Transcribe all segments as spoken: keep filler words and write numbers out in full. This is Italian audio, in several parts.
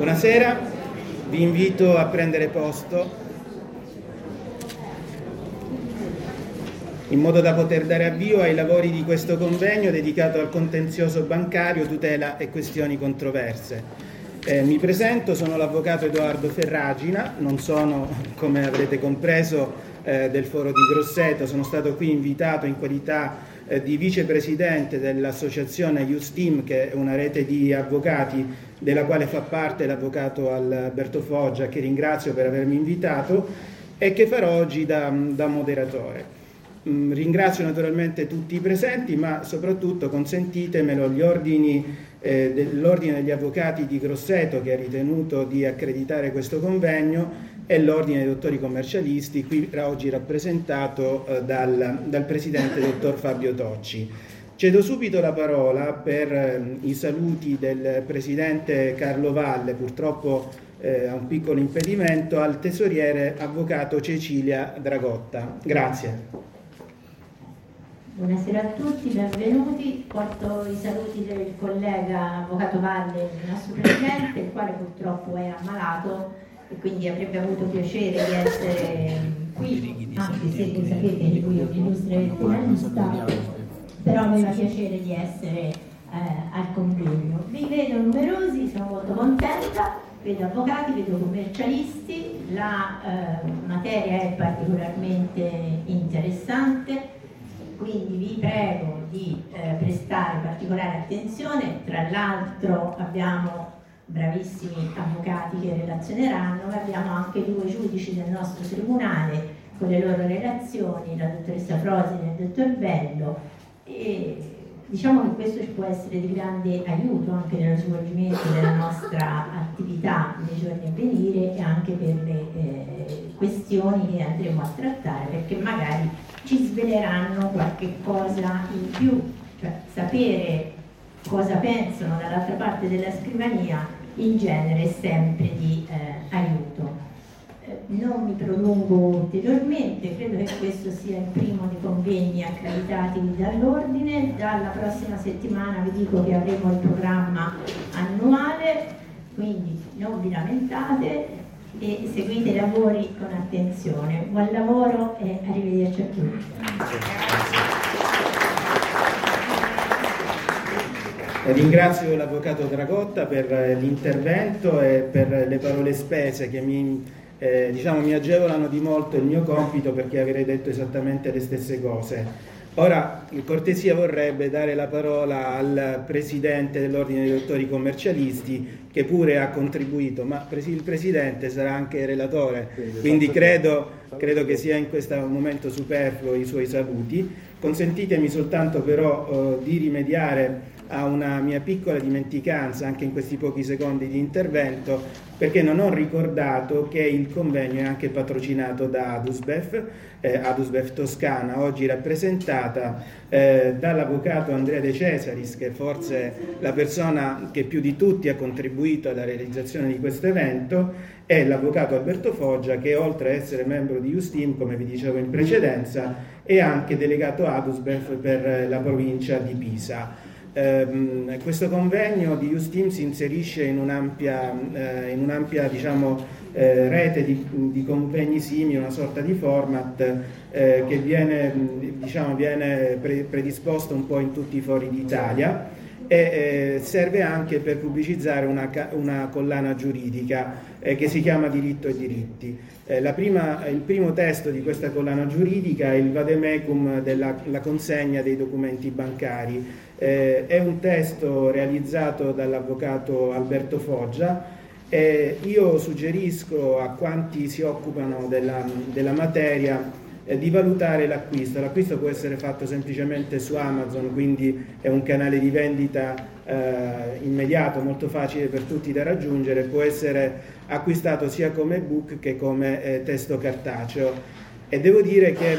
Buonasera, vi invito a prendere posto in modo da poter dare avvio ai lavori di questo convegno dedicato al contenzioso bancario, tutela e questioni controverse. Eh, mi presento, sono l'avvocato Edoardo Ferragina, non sono, come avrete compreso, eh, del Foro di Grosseto, sono stato qui invitato in qualità eh, di vicepresidente dell'associazione Iusteam, che è una rete di avvocati della quale fa parte l'avvocato Alberto Foggia, che ringrazio per avermi invitato e che farò oggi da, da moderatore. Mm, ringrazio naturalmente tutti i presenti, ma soprattutto consentitemelo gli ordini eh, dell'Ordine degli Avvocati di Grosseto, che ha ritenuto di accreditare questo convegno, e l'Ordine dei Dottori Commercialisti, qui oggi rappresentato eh, dal, dal presidente dottor Fabio Tocci. Cedo subito la parola per eh, i saluti del presidente Carlo Valle, purtroppo eh, ha un piccolo impedimento, al tesoriere avvocato Cecilia Dragotta. Grazie. Buonasera a tutti, benvenuti. Porto i saluti del collega avvocato Valle, il nostro presidente, il quale purtroppo è ammalato e quindi avrebbe avuto piacere di essere qui, anche se voi sapete che lui è un illustre penalista, però aveva piacere di essere eh, al convegno. Vi vedo numerosi, sono molto contenta, vedo avvocati, vedo commercialisti, la eh, materia è particolarmente interessante, quindi vi prego di eh, prestare particolare attenzione. Tra l'altro abbiamo bravissimi avvocati che relazioneranno, ma abbiamo anche due giudici del nostro tribunale con le loro relazioni, la dottoressa Frosine e il dottor Bello, e diciamo che questo ci può essere di grande aiuto anche nello svolgimento della nostra attività nei giorni a venire e anche per le eh, questioni che andremo a trattare, perché magari ci sveleranno qualche cosa in più, cioè sapere cosa pensano dall'altra parte della scrivania in genere è sempre di eh, aiuto. Eh, non mi prolungo ulteriormente, credo che questo sia il primo dei convegni accreditati dall'ordine. Dalla prossima settimana vi dico che avremo il programma annuale, quindi non vi lamentate e seguite i lavori con attenzione. Buon lavoro e arrivederci a tutti. Ringrazio l'avvocato Dragotta per l'intervento e per le parole spese che mi, eh, diciamo, mi agevolano di molto il mio compito, perché avrei detto esattamente le stesse cose. Ora, in cortesia, vorrebbe dare la parola al presidente dell'Ordine dei Dottori Commercialisti, che pure ha contribuito, ma il presidente sarà anche relatore, quindi credo, credo che sia in questo momento superfluo i suoi saluti. Consentitemi soltanto però eh, di rimediare a una mia piccola dimenticanza anche in questi pochi secondi di intervento, perché non ho ricordato che il convegno è anche patrocinato da Adusbef, eh, Adusbef Toscana, oggi rappresentata eh, dall'avvocato Andrea De Cesaris, che forse è la persona che più di tutti ha contribuito alla realizzazione di questo evento, e l'avvocato Alberto Foggia, che oltre a essere membro di Iusteam, come vi dicevo in precedenza, è anche delegato Adusbef per la provincia di Pisa. Eh, questo convegno di Iusteam si inserisce in un'ampia, eh, in un'ampia diciamo, eh, rete di, di convegni simili, una sorta di format eh, che viene, diciamo, viene pre- predisposto un po' in tutti i fori d'Italia e eh, serve anche per pubblicizzare una, una collana giuridica eh, che si chiama Diritto e Diritti. Eh, la prima, il primo testo di questa collana giuridica è il vademecum della la consegna dei documenti bancari. Eh, è un testo realizzato dall'avvocato Alberto Foggia. Eh, io suggerisco a quanti si occupano della, della materia eh, di valutare l'acquisto. L'acquisto può essere fatto semplicemente su Amazon, quindi è un canale di vendita eh, immediato, molto facile per tutti da raggiungere, può essere acquistato sia come ebook che come eh, testo cartaceo. E devo dire che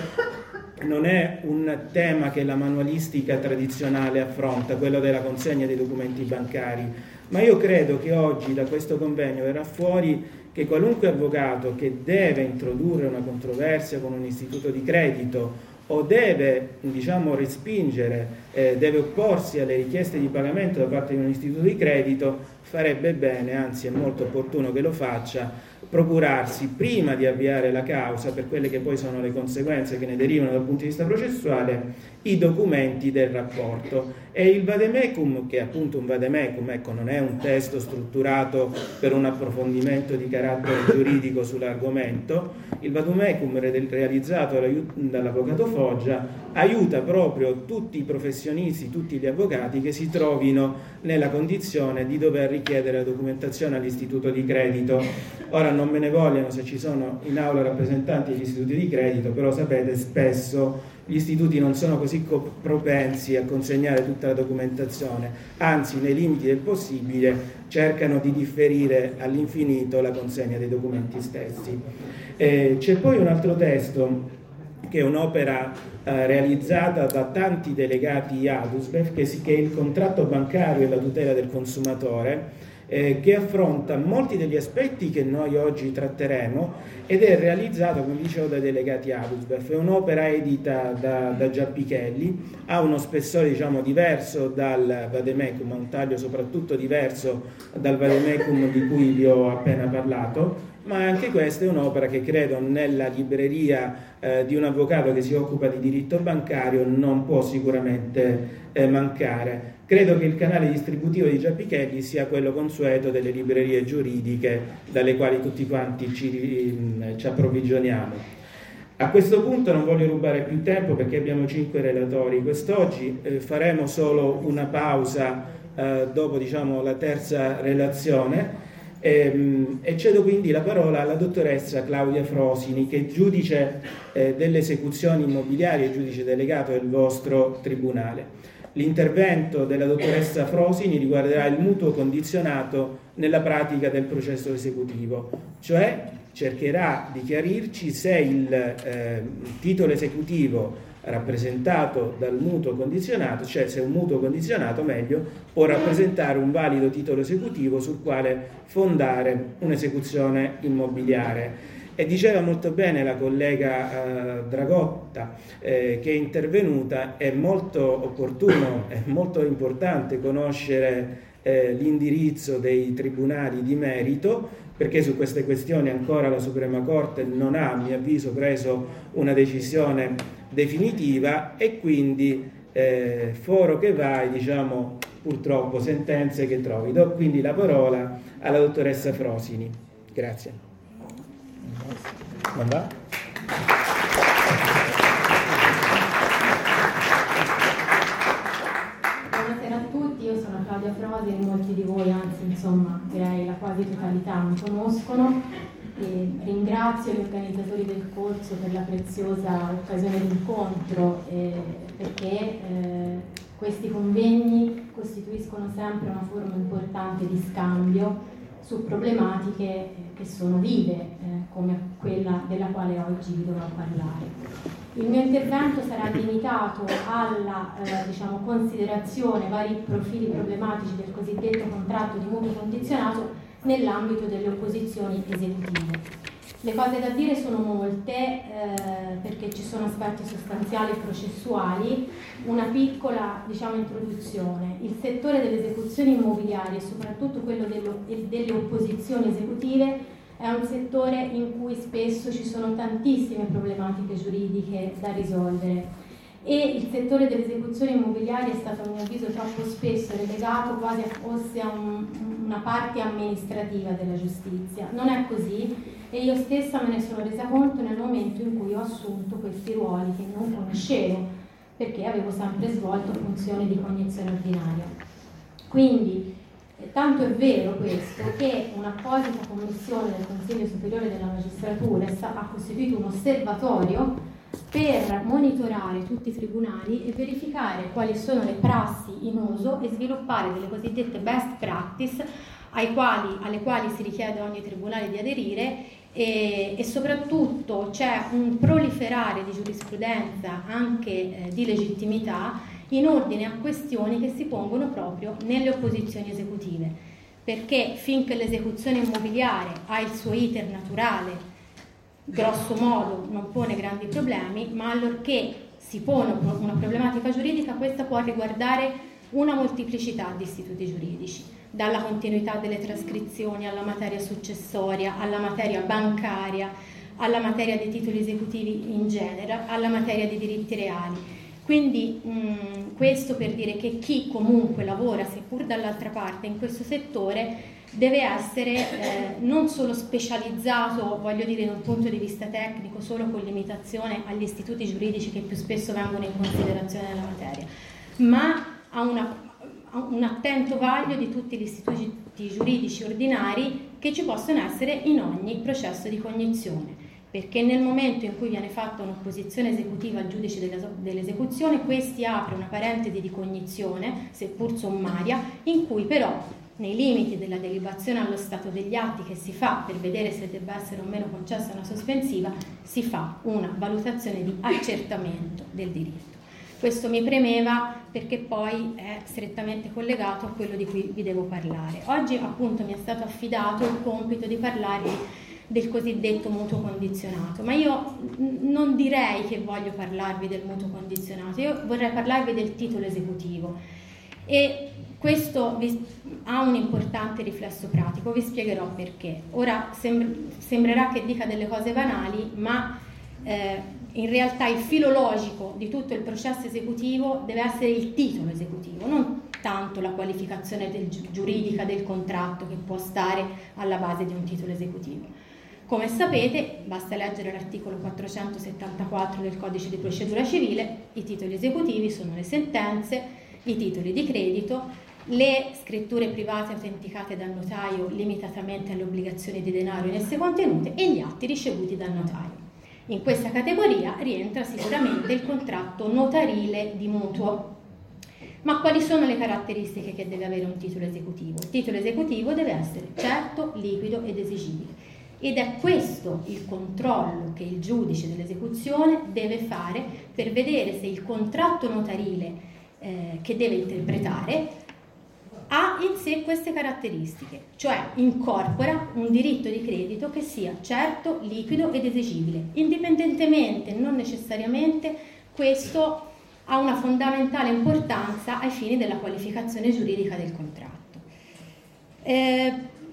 non è un tema che la manualistica tradizionale affronta, quello della consegna dei documenti bancari, ma io credo che oggi da questo convegno verrà fuori che qualunque avvocato che deve introdurre una controversia con un istituto di credito o deve, diciamo, respingere, eh, deve opporsi alle richieste di pagamento da parte di un istituto di credito, farebbe bene, anzi è molto opportuno che lo faccia, procurarsi, prima di avviare la causa, per quelle che poi sono le conseguenze che ne derivano dal punto di vista processuale, i documenti del rapporto. E il vademecum, che è appunto un vademecum, ecco, non è un testo strutturato per un approfondimento di carattere giuridico sull'argomento, il vademecum realizzato dall'avvocato Foggia aiuta proprio tutti i professionisti, tutti gli avvocati che si trovino nella condizione di dover richiedere la documentazione all'istituto di credito. Ora non me ne vogliano se ci sono in aula rappresentanti degli istituti di credito, però sapete, spesso gli istituti non sono così propensi a consegnare tutta la documentazione, anzi nei limiti del possibile cercano di differire all'infinito la consegna dei documenti stessi. Eh, c'è poi un altro testo che è un'opera eh, realizzata da tanti delegati ADUSBEF, che, si, che è il contratto bancario e la tutela del consumatore, eh, che affronta molti degli aspetti che noi oggi tratteremo ed è realizzato, come dicevo, dai delegati ADUSBEF. È un'opera edita da, da Giappichelli, ha uno spessore, diciamo, diverso dal vademecum, ha un taglio soprattutto diverso dal vademecum di cui vi ho appena parlato, ma anche questa è un'opera che credo nella libreria eh, di un avvocato che si occupa di diritto bancario non può sicuramente eh, mancare. Credo che il canale distributivo di Giappichelli sia quello consueto delle librerie giuridiche dalle quali tutti quanti ci, ci approvvigioniamo. A questo punto non voglio rubare più tempo perché abbiamo cinque relatori quest'oggi, eh, faremo solo una pausa eh, dopo, diciamo, la terza relazione. E, e cedo quindi la parola alla dottoressa Claudia Frosini, che è giudice eh, delle esecuzioni immobiliari e giudice delegato del vostro tribunale. L'intervento della dottoressa Frosini riguarderà il mutuo condizionato nella pratica del processo esecutivo, cioè cercherà di chiarirci se il eh, titolo esecutivo rappresentato dal mutuo condizionato, cioè se un mutuo condizionato, meglio, può rappresentare un valido titolo esecutivo sul quale fondare un'esecuzione immobiliare. E diceva molto bene la collega eh, Dragotta eh, che è intervenuta, è molto opportuno, è molto importante conoscere eh, l'indirizzo dei tribunali di merito, perché su queste questioni ancora la Suprema Corte non ha, a mio avviso, preso una decisione definitiva e quindi eh, foro che vai, diciamo, purtroppo sentenze che trovi. Do quindi la parola alla dottoressa Frosini. Grazie. Buonasera a tutti, io sono Claudia Frosini, molti di voi, anzi insomma direi la quasi totalità mi conoscono, e ringrazio gli organizzatori del corso per la preziosa occasione di incontro eh, perché eh, questi convegni costituiscono sempre una forma importante di scambio su problematiche che sono vive, eh, come quella della quale oggi vi dovrò parlare. Il mio intervento sarà limitato alla eh, diciamo, considerazione vari profili problematici del cosiddetto contratto di mutuo condizionato nell'ambito delle opposizioni esecutive. Le cose da dire sono molte eh, perché ci sono aspetti sostanziali e processuali. Una piccola, diciamo, introduzione. Il settore delle esecuzioni immobiliari e soprattutto quello dello, delle opposizioni esecutive è un settore in cui spesso ci sono tantissime problematiche giuridiche da risolvere e il settore delle esecuzioni immobiliari è stato, a mio avviso, troppo spesso relegato quasi a fosse un, una parte amministrativa della giustizia. Non è così e io stessa me ne sono resa conto nel momento in cui ho assunto questi ruoli che non conoscevo perché avevo sempre svolto funzioni di cognizione ordinaria. Quindi tanto è vero questo che un'apposita commissione del Consiglio Superiore della Magistratura ha costituito un osservatorio per monitorare tutti i tribunali e verificare quali sono le prassi in uso e sviluppare delle cosiddette best practice ai quali, alle quali si richiede a ogni tribunale di aderire e, e soprattutto c'è un proliferare di giurisprudenza anche eh, di legittimità in ordine a questioni che si pongono proprio nelle opposizioni esecutive, perché finché l'esecuzione immobiliare ha il suo iter naturale, grosso modo non pone grandi problemi, ma allorché si pone una problematica giuridica, questa può riguardare una molteplicità di istituti giuridici, dalla continuità delle trascrizioni alla materia successoria, alla materia bancaria, alla materia dei titoli esecutivi in genere, alla materia dei diritti reali. Quindi mh, questo per dire che chi comunque lavora, seppur dall'altra parte, in questo settore deve essere eh, non solo specializzato, voglio dire, da un punto di vista tecnico, solo con limitazione agli istituti giuridici che più spesso vengono in considerazione nella materia, ma ha una un attento vaglio di tutti gli istituti giuridici ordinari che ci possono essere in ogni processo di cognizione, perché nel momento in cui viene fatta un'opposizione esecutiva al giudice dell'esecuzione, questi apre una parentesi di cognizione, seppur sommaria, in cui però nei limiti della delibazione allo stato degli atti che si fa per vedere se debba essere o meno concessa una sospensiva, si fa una valutazione di accertamento del diritto. Questo mi premeva perché poi è strettamente collegato a quello di cui vi devo parlare. Oggi appunto mi è stato affidato il compito di parlarvi del cosiddetto mutuo condizionato, ma io non direi che voglio parlarvi del mutuo condizionato, io vorrei parlarvi del titolo esecutivo e questo vi, ha un importante riflesso pratico, vi spiegherò perché. Ora sem- sembrerà che dica delle cose banali, ma eh, in realtà il filo logico di tutto il processo esecutivo deve essere il titolo esecutivo, non tanto la qualificazione del, giuridica del contratto che può stare alla base di un titolo esecutivo. Come sapete, basta leggere l'articolo quattrocentosettantaquattro del Codice di procedura civile, i titoli esecutivi sono le sentenze, i titoli di credito, le scritture private autenticate dal notaio limitatamente alle obbligazioni di denaro in esse contenute e gli atti ricevuti dal notaio. In questa categoria rientra sicuramente il contratto notarile di mutuo. Ma quali sono le caratteristiche che deve avere un titolo esecutivo? Il titolo esecutivo deve essere certo, liquido ed esigibile. Ed è questo il controllo che il giudice dell'esecuzione deve fare per vedere se il contratto notarile eh, che deve interpretare ha in sé queste caratteristiche, cioè incorpora un diritto di credito che sia certo, liquido ed esigibile. Indipendentemente, non necessariamente, questo ha una fondamentale importanza ai fini della qualificazione giuridica del contratto. Eh,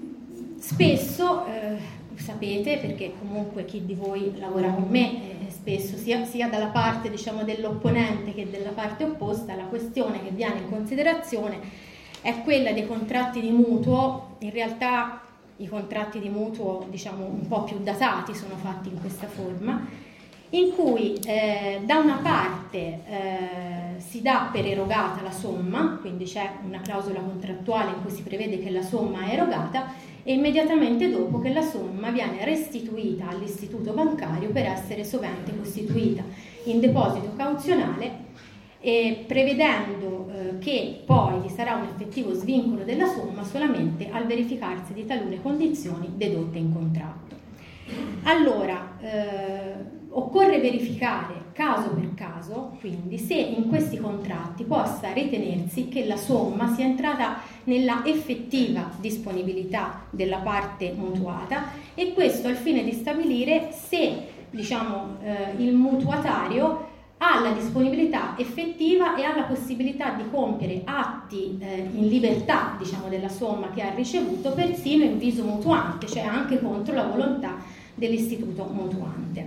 spesso, eh, sapete, perché comunque chi di voi lavora con me, eh, spesso sia, sia dalla parte, diciamo, dell'opponente che della parte opposta, la questione che viene in considerazione è quella dei contratti di mutuo. In realtà i contratti di mutuo, diciamo, un po' più datati sono fatti in questa forma, in cui eh, da una parte eh, si dà per erogata la somma, quindi c'è una clausola contrattuale in cui si prevede che la somma è erogata e immediatamente dopo che la somma viene restituita all'istituto bancario per essere sovente costituita in deposito cauzionale, e prevedendo eh, che poi vi sarà un effettivo svincolo della somma solamente al verificarsi di talune condizioni dedotte in contratto. Allora, eh, occorre verificare caso per caso, quindi, se in questi contratti possa ritenersi che la somma sia entrata nella effettiva disponibilità della parte mutuata, e questo al fine di stabilire se, diciamo, eh, il mutuatario ha la disponibilità effettiva e ha la possibilità di compiere atti eh, in libertà, diciamo, della somma che ha ricevuto, persino in viso mutuante, cioè anche contro la volontà dell'istituto mutuante.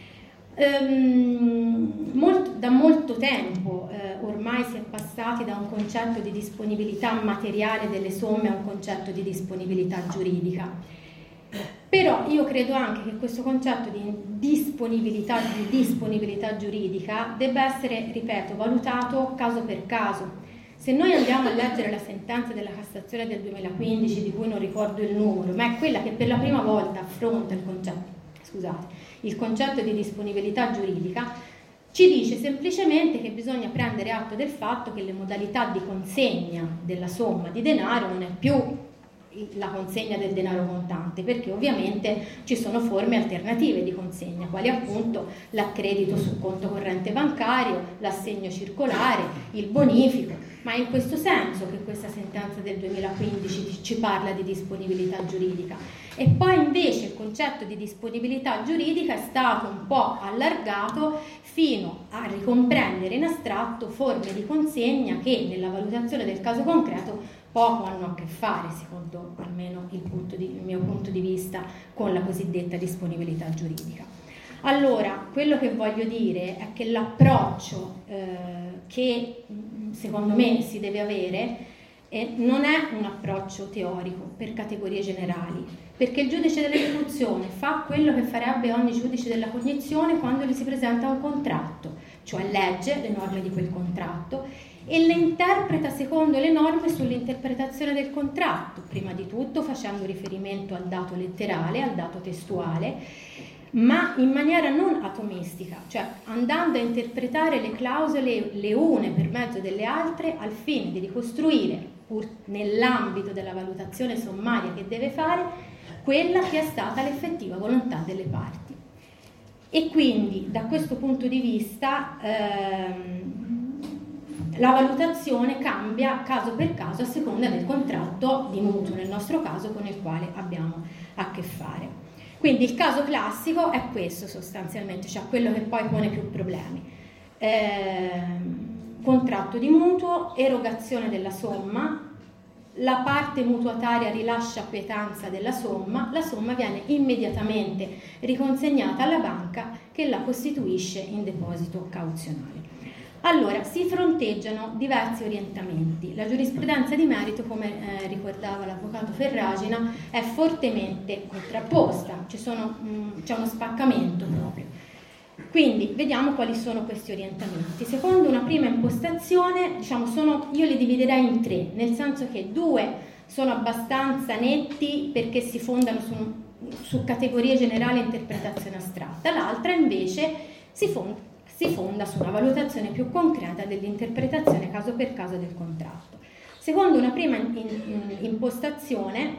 Ehm, molto, da molto tempo eh, ormai si è passati da un concetto di disponibilità materiale delle somme a un concetto di disponibilità giuridica. Però io credo anche che questo concetto di disponibilità, di disponibilità giuridica debba essere, ripeto, valutato caso per caso. Se noi andiamo a leggere la sentenza della Cassazione del duemilaquindici, di cui non ricordo il numero, ma è quella che per la prima volta affronta il concetto, scusate, il concetto di disponibilità giuridica, ci dice semplicemente che bisogna prendere atto del fatto che le modalità di consegna della somma di denaro non è più la consegna del denaro contante, perché ovviamente ci sono forme alternative di consegna, quali appunto l'accredito sul conto corrente bancario, l'assegno circolare, il bonifico, ma è in questo senso che questa sentenza del duemilaquindici ci parla di disponibilità giuridica. E poi invece il concetto di disponibilità giuridica è stato un po' allargato fino a ricomprendere in astratto forme di consegna che nella valutazione del caso concreto poco hanno a che fare, secondo almeno il, punto di, il mio punto di vista, con la cosiddetta disponibilità giuridica. Allora, quello che voglio dire è che l'approccio eh, che secondo me si deve avere eh, non è un approccio teorico per categorie generali, perché il giudice dell'esecuzione fa quello che farebbe ogni giudice della cognizione quando gli si presenta un contratto, cioè legge le norme di quel contratto e le interpreta secondo le norme sull'interpretazione del contratto, prima di tutto facendo riferimento al dato letterale, al dato testuale, ma in maniera non atomistica, cioè andando a interpretare le clausole le une per mezzo delle altre al fine di ricostruire, pur nell'ambito della valutazione sommaria che deve fare, quella che è stata l'effettiva volontà delle parti. E quindi da questo punto di vista ehm, la valutazione cambia caso per caso a seconda del contratto di mutuo, nel nostro caso, con il quale abbiamo a che fare. Quindi il caso classico è questo sostanzialmente, cioè quello che poi pone più problemi. Eh, contratto di mutuo, erogazione della somma, la parte mutuataria rilascia quietanza della somma, la somma viene immediatamente riconsegnata alla banca che la costituisce in deposito cauzionale. Allora, si fronteggiano diversi orientamenti. La giurisprudenza di merito, come eh, ricordava l'avvocato Ferragina, è fortemente contrapposta, ci sono, mh, c'è uno spaccamento proprio. Quindi vediamo quali sono questi orientamenti. Secondo una prima impostazione, diciamo, sono, io li dividerei in tre, nel senso che due sono abbastanza netti perché si fondano su, su categorie generali e interpretazione astratta, l'altra invece si fonda si fonda su una valutazione più concreta dell'interpretazione caso per caso del contratto. Secondo una prima in, in, impostazione,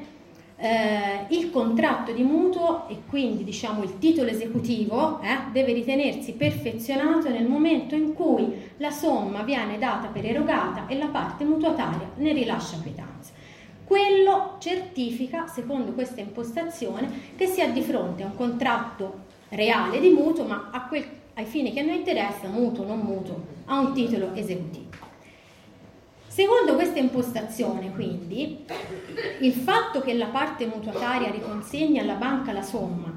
eh, il contratto di mutuo e quindi diciamo il titolo esecutivo eh, deve ritenersi perfezionato nel momento in cui la somma viene data per erogata e la parte mutuataria ne rilascia quietanza. Quello certifica, secondo questa impostazione, che si è di fronte a un contratto reale di mutuo, ma a quel ai fini che a noi interessa, mutuo o non mutuo, ha un titolo esecutivo. Secondo questa impostazione, quindi, il fatto che la parte mutuataria riconsegni alla banca la somma,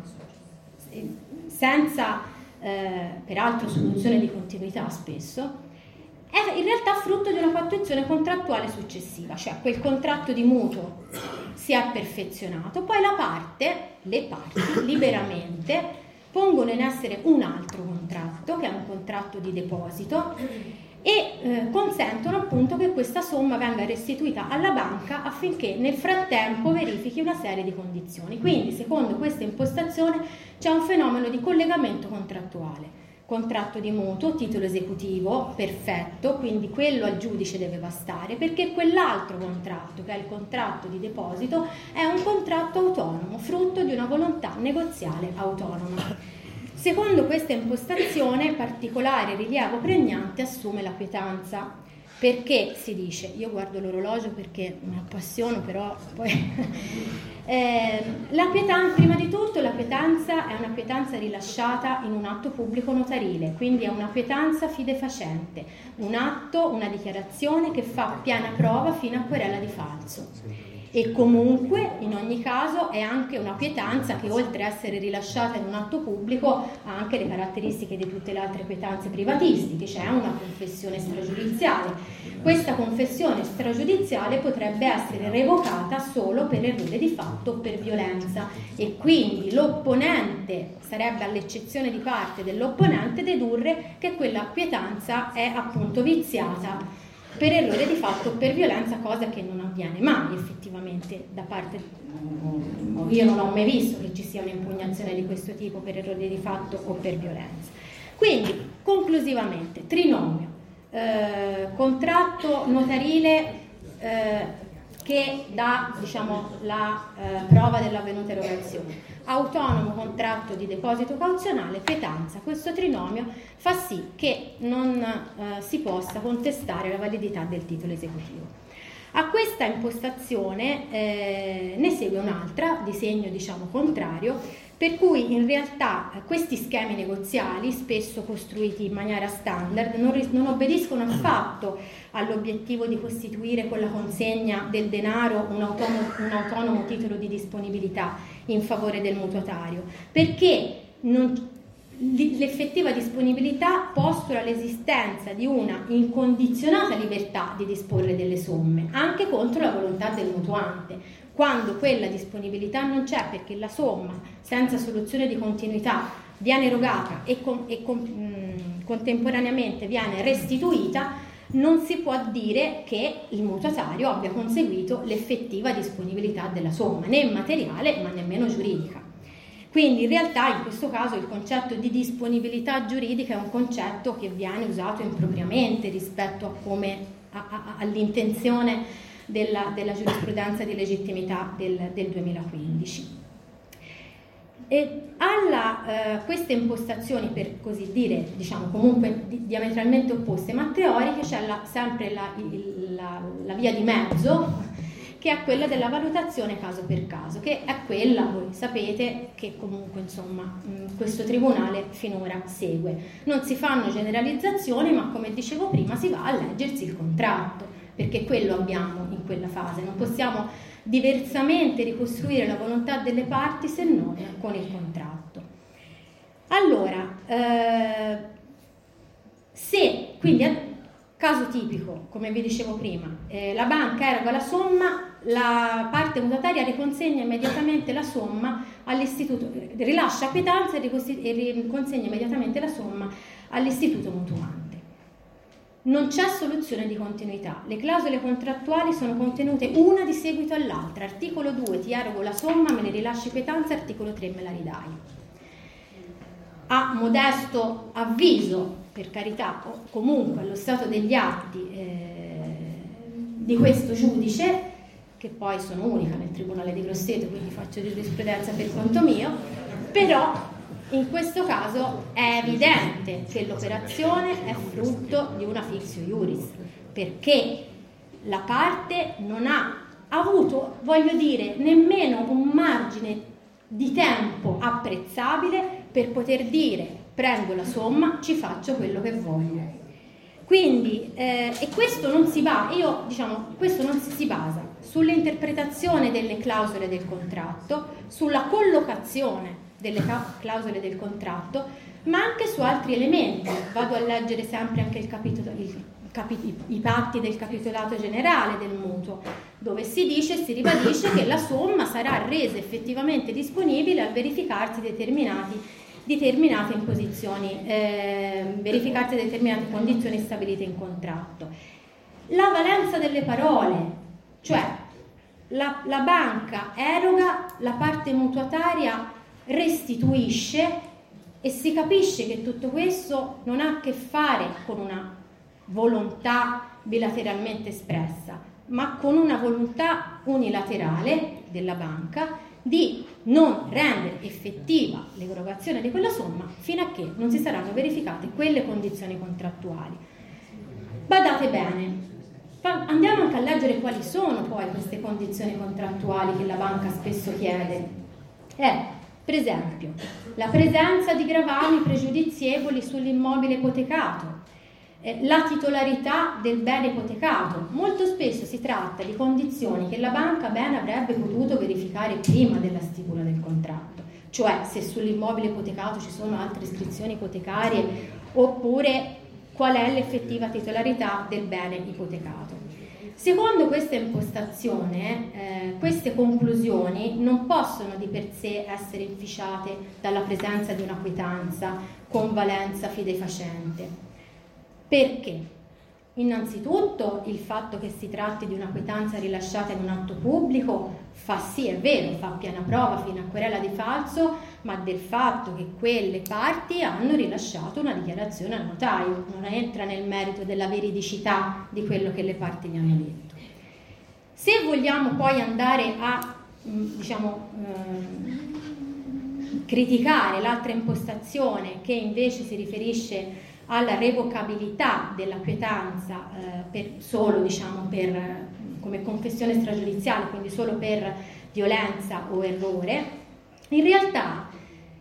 senza eh, peraltro soluzione di continuità spesso, è in realtà frutto di una fattuazione contrattuale successiva, cioè quel contratto di mutuo si è perfezionato, poi la parte, le parti, liberamente, pongono in essere un altro contratto, che è un contratto di deposito, e eh, consentono appunto che questa somma venga restituita alla banca affinché nel frattempo verifichi una serie di condizioni. Quindi, secondo questa impostazione, c'è un fenomeno di collegamento contrattuale. Contratto di mutuo, titolo esecutivo, perfetto, quindi quello al giudice deve bastare, perché quell'altro contratto, che è il contratto di deposito, è un contratto autonomo, frutto di una volontà negoziale autonoma. Secondo questa impostazione, particolare rilievo pregnante assume la quietanza. Perché si dice, io guardo l'orologio perché mi appassiono, però poi eh, la quietanza, prima di tutto la quietanza è una quietanza rilasciata in un atto pubblico notarile, quindi è una quietanza fidefacente, un atto, una dichiarazione che fa piena prova fino a querela di falso. E comunque in ogni caso è anche una quietanza che, oltre a essere rilasciata in un atto pubblico, ha anche le caratteristiche di tutte le altre quietanze privatistiche, c'è cioè una confessione stragiudiziale. Questa confessione stragiudiziale potrebbe essere revocata solo per errore di fatto o per violenza, e quindi l'opponente, sarebbe all'eccezione di parte dell'opponente, dedurre che quella quietanza è appunto viziata per errore di fatto o per violenza, cosa che non avviene mai effettivamente da parte, io non ho mai visto che ci sia un'impugnazione di questo tipo per errore di fatto o per violenza. Quindi, conclusivamente, trinomio, eh, contratto notarile eh, che dà, diciamo, la eh, prova dell'avvenuta erogazione, autonomo contratto di deposito cauzionale, quietanza. Questo trinomio fa sì che non eh, si possa contestare la validità del titolo esecutivo. A questa impostazione eh, ne segue un'altra, di segno diciamo contrario, per cui in realtà questi schemi negoziali, spesso costruiti in maniera standard, non, non obbediscono affatto all'obiettivo di costituire con la consegna del denaro un autonomo, un autonomo titolo di disponibilità in favore del mutuatario, perché non, l'effettiva disponibilità postula l'esistenza di una incondizionata libertà di disporre delle somme, anche contro la volontà del mutuante, quando quella disponibilità non c'è, perché la somma senza soluzione di continuità viene erogata e, con, e con, mh, contemporaneamente viene restituita, non si può dire che il mutuatario abbia conseguito l'effettiva disponibilità della somma, né materiale ma nemmeno giuridica. Quindi in realtà in questo caso il concetto di disponibilità giuridica è un concetto che viene usato impropriamente rispetto a come, a, a, all'intenzione della, della giurisprudenza di legittimità del, del duemilaquindici. E alla eh, queste impostazioni, per così dire, diciamo comunque di, diametralmente opposte ma teoriche, c'è la, sempre la, il, la, la via di mezzo, che è quella della valutazione caso per caso, che è quella, voi sapete, che comunque insomma mh, questo tribunale finora segue. Non si fanno generalizzazioni, ma come dicevo prima si va a leggersi il contratto, perché quello abbiamo in quella fase, non possiamo diversamente ricostruire la volontà delle parti se non con il contratto. Allora, eh, se quindi caso tipico, come vi dicevo prima, eh, la banca eroga la somma, la parte mutataria riconsegna immediatamente la somma all'istituto, rilascia quietanza e, e riconsegna immediatamente la somma all'istituto mutuante. Non c'è soluzione di continuità, le clausole contrattuali sono contenute una di seguito all'altra, articolo due ti erogo la somma, me ne rilasci quietanza, articolo tre me la ridai. A modesto avviso, per carità, o comunque allo stato degli atti eh, di questo giudice, che poi sono unica nel Tribunale di Grosseto, quindi faccio giurisprudenza per conto mio, però in questo caso è evidente che l'operazione è frutto di una fictio iuris, perché la parte non ha avuto, voglio dire, nemmeno un margine di tempo apprezzabile per poter dire prendo la somma, ci faccio quello che voglio. Quindi, eh, e questo non si basa, io diciamo, questo non si, si basa sull'interpretazione delle clausole del contratto, sulla collocazione delle clausole del contratto, ma anche su altri elementi. Vado a leggere sempre anche il capitolo, il capi, i patti del capitolato generale del mutuo, dove si dice e si ribadisce che la somma sarà resa effettivamente disponibile al verificarsi determinati determinate imposizioni, eh, verificarsi determinate condizioni stabilite in contratto. La valenza delle parole, cioè la, la banca eroga, la parte mutuataria restituisce, e si capisce che tutto questo non ha a che fare con una volontà bilateralmente espressa, ma con una volontà unilaterale della banca di non rendere effettiva l'erogazione di quella somma fino a che non si saranno verificate quelle condizioni contrattuali. Badate bene, andiamo anche a leggere quali sono poi queste condizioni contrattuali che la banca spesso chiede. Eh, per esempio, la presenza di gravami pregiudizievoli sull'immobile ipotecato, eh, la titolarità del bene ipotecato. Molto spesso si tratta di condizioni che la banca bene avrebbe potuto verificare prima della stipula del contratto, cioè se sull'immobile ipotecato ci sono altre iscrizioni ipotecarie oppure qual è l'effettiva titolarità del bene ipotecato. Secondo questa impostazione, eh, queste conclusioni non possono di per sé essere inficiate dalla presenza di una quietanza con valenza fidefacente. Perché? Innanzitutto il fatto che si tratti di una quietanza rilasciata in un atto pubblico fa sì, è vero, fa piena prova fino a querela di falso, ma del fatto che quelle parti hanno rilasciato una dichiarazione al notaio, non entra nel merito della veridicità di quello che le parti gli hanno detto. Se vogliamo poi andare a diciamo eh, criticare l'altra impostazione che invece si riferisce alla revocabilità della quietanza eh, per, solo diciamo, per come confessione stragiudiziale, quindi solo per violenza o errore, in realtà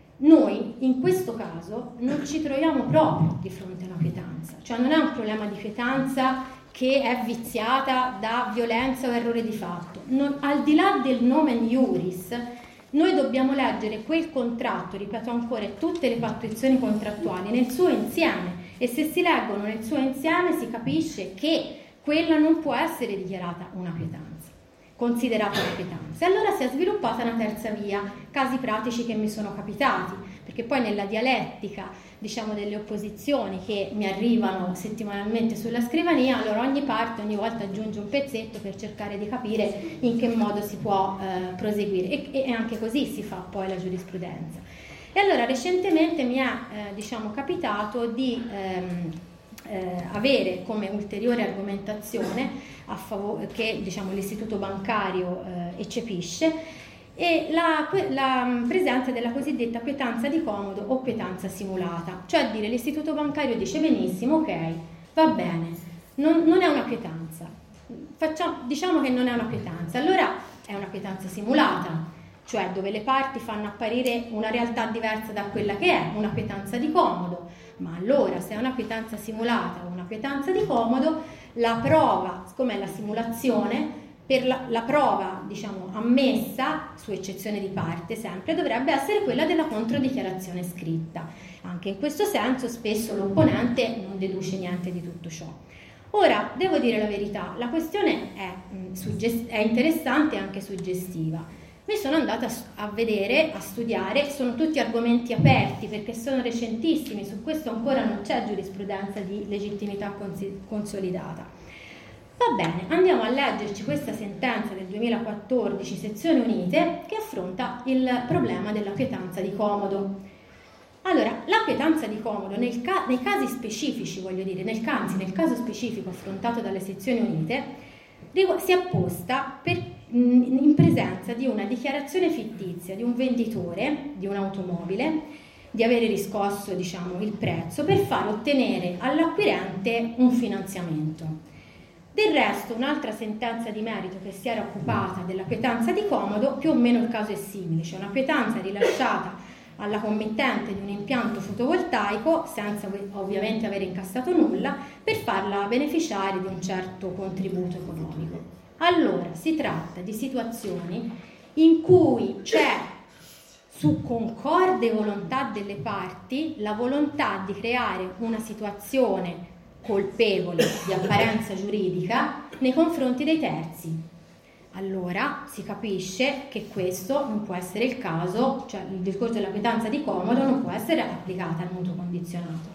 noi in questo caso non ci troviamo proprio di fronte a una pietanza, cioè non è un problema di pietanza che è viziata da violenza o errore di fatto. Non, al di là del nomen iuris, noi dobbiamo leggere quel contratto, ripeto ancora, e tutte le pattuizioni contrattuali nel suo insieme, e se si leggono nel suo insieme si capisce che quella non può essere dichiarata una pietanza, considerata una pietanza. E allora si è sviluppata una terza via, casi pratici che mi sono capitati, perché poi nella dialettica, diciamo, delle opposizioni che mi arrivano settimanalmente sulla scrivania, allora ogni parte ogni volta aggiunge un pezzetto per cercare di capire in che modo si può eh, proseguire, e, e anche così si fa poi la giurisprudenza. E allora recentemente mi è eh, diciamo capitato di ehm, eh, avere come ulteriore argomentazione a favore, che diciamo l'istituto bancario eh, eccepisce, e la, la presenza della cosiddetta quietanza di comodo o quietanza simulata, cioè dire l'istituto bancario dice benissimo, ok, va bene, non, non è una quietanza, facciamo, diciamo che non è una quietanza, allora è una quietanza simulata, cioè dove le parti fanno apparire una realtà diversa da quella che è, una quietanza di comodo. Ma allora se è una quietanza simulata o una quietanza di comodo, la prova, siccome è la simulazione, per la, la prova, diciamo, ammessa, su eccezione di parte sempre, dovrebbe essere quella della controdichiarazione scritta. Anche in questo senso spesso l'opponente non deduce niente di tutto ciò. Ora, devo dire la verità, la questione è, mh, suggest- è interessante e anche suggestiva. Mi sono andata a vedere, a studiare, sono tutti argomenti aperti perché sono recentissimi, su questo ancora non c'è giurisprudenza di legittimità consolidata. Va bene, andiamo a leggerci questa sentenza del duemilaquattordici, sezioni unite, che affronta il problema della quietanza di comodo. Allora, la quietanza di comodo nel ca- nei casi specifici, voglio dire, nel, anzi nel caso specifico affrontato dalle sezioni unite, si è posta per, in presenza di una dichiarazione fittizia di un venditore di un'automobile di avere riscosso, diciamo, il prezzo per far ottenere all'acquirente un finanziamento. Del resto, un'altra sentenza di merito che si era occupata della quietanza di comodo, più o meno il caso è simile, cioè una quietanza rilasciata alla committente di un impianto fotovoltaico, senza ovviamente aver incassato nulla, per farla beneficiare di un certo contributo economico. Allora, si tratta di situazioni in cui c'è, su concorde volontà delle parti, la volontà di creare una situazione colpevole di apparenza giuridica nei confronti dei terzi. Allora si capisce che questo non può essere il caso, cioè il discorso della quietanza di comodo non può essere applicata al mutuo condizionato,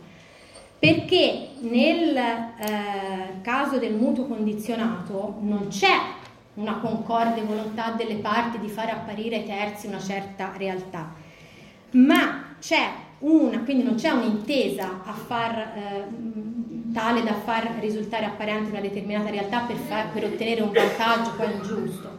perché nel eh, caso del mutuo condizionato non c'è una concorde volontà delle parti di fare apparire ai terzi una certa realtà, ma c'è una, quindi non c'è un'intesa a far eh, tale da far risultare apparente una determinata realtà per, far, per ottenere un vantaggio poi ingiusto,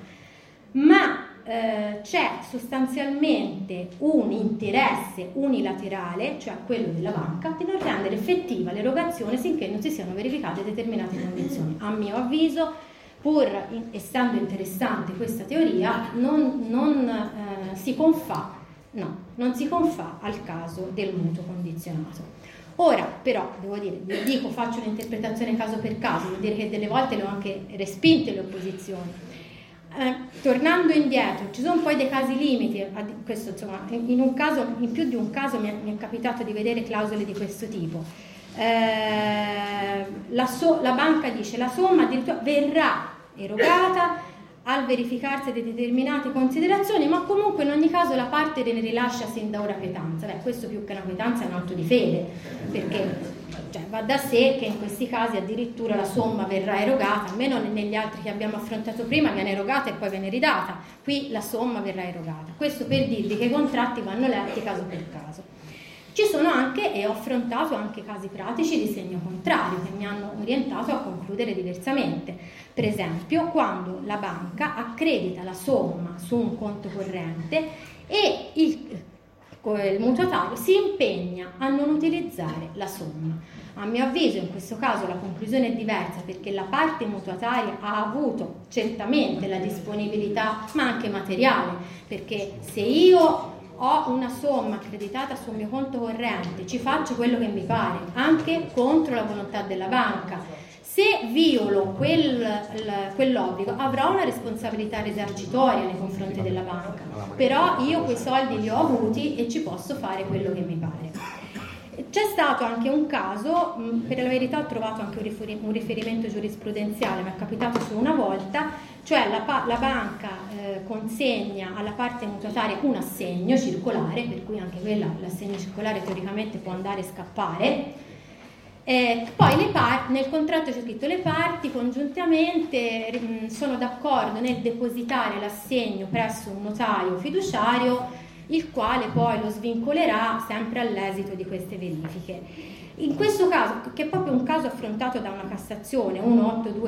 ma eh, c'è sostanzialmente un interesse unilaterale, cioè quello della banca, di non rendere effettiva l'erogazione sinché non si siano verificate determinate condizioni. A mio avviso, pur in, essendo interessante questa teoria, non, non eh, si confà, no, non si confà al caso del mutuo condizionato. Ora, però, devo dire, vi dico, faccio un'interpretazione caso per caso, vuol dire che delle volte le ho anche respinte le opposizioni. Eh, tornando indietro, ci sono poi dei casi limiti, questo insomma, in un caso, in più di un caso mi è, mi è capitato di vedere clausole di questo tipo. Eh, la, so, la banca dice la somma addirittura verrà erogata al verificarsi di determinate considerazioni, ma comunque in ogni caso la parte ne rilascia sin da ora quietanza. Beh, questo più che una quietanza è un atto di fede, perché cioè, va da sé che in questi casi addirittura la somma verrà erogata, almeno negli altri che abbiamo affrontato prima viene erogata e poi viene ridata, qui la somma verrà erogata. Questo per dirvi che i contratti vanno letti caso per caso. Ci sono anche, e ho affrontato anche casi pratici di segno contrario che mi hanno orientato a concludere diversamente. Per esempio, quando la banca accredita la somma su un conto corrente e il il mutuatario si impegna a non utilizzare la somma. A mio avviso in questo caso la conclusione è diversa, perché la parte mutuataria ha avuto certamente la disponibilità, ma anche materiale, perché se io ho una somma accreditata sul mio conto corrente, ci faccio quello che mi pare, anche contro la volontà della banca. Se violo quel, quell'obbligo avrò una responsabilità risarcitoria nei confronti della banca, però io quei soldi li ho avuti e ci posso fare quello che mi pare. C'è stato anche un caso, per la verità ho trovato anche un riferimento giurisprudenziale, mi è capitato solo una volta, cioè la, la banca eh, consegna alla parte mutuataria un assegno circolare, per cui anche quella, l'assegno circolare teoricamente può andare e scappare. Eh, poi le parti, nel contratto c'è scritto le parti congiuntamente mh, sono d'accordo nel depositare l'assegno presso un notaio fiduciario, il quale poi lo svincolerà sempre all'esito di queste verifiche. In questo caso, che è proprio un caso affrontato da una Cassazione uno otto due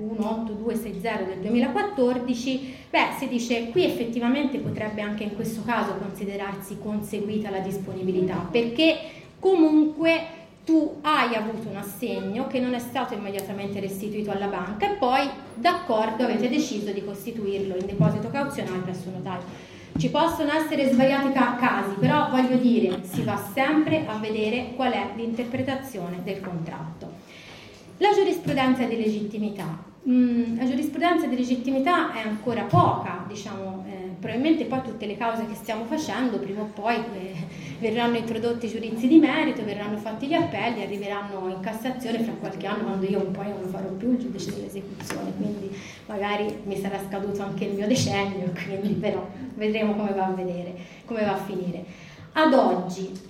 sei zero del duemilaquattordici, beh, si dice qui effettivamente potrebbe anche in questo caso considerarsi conseguita la disponibilità, perché comunque tu hai avuto un assegno che non è stato immediatamente restituito alla banca e poi d'accordo avete deciso di costituirlo in deposito cauzionale presso un notaio. Ci possono essere svariati ca- casi, però voglio dire, si va sempre a vedere qual è l'interpretazione del contratto. La giurisprudenza di legittimità. Mm, la giurisprudenza di legittimità è ancora poca, diciamo, eh, probabilmente poi tutte le cause che stiamo facendo prima o poi eh, verranno introdotti giudizi di merito, verranno fatti gli appelli, arriveranno in Cassazione fra qualche anno, quando io un po' non farò più il giudice dell'esecuzione, quindi magari mi sarà scaduto anche il mio decennio, quindi però vedremo come va a vedere, come va a finire. Ad oggi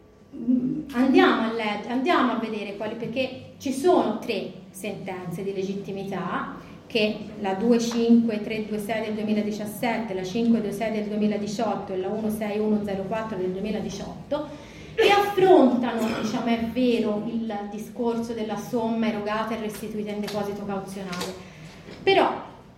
andiamo a, leggere, andiamo a vedere quali, perché ci sono tre sentenze di legittimità, che la due cinque tre due sei del duemiladiciassette, la cinque due sei del duemiladiciotto e la uno sei uno zero quattro del duemiladiciotto, che affrontano, diciamo, è vero, il discorso della somma erogata e restituita in deposito cauzionale, però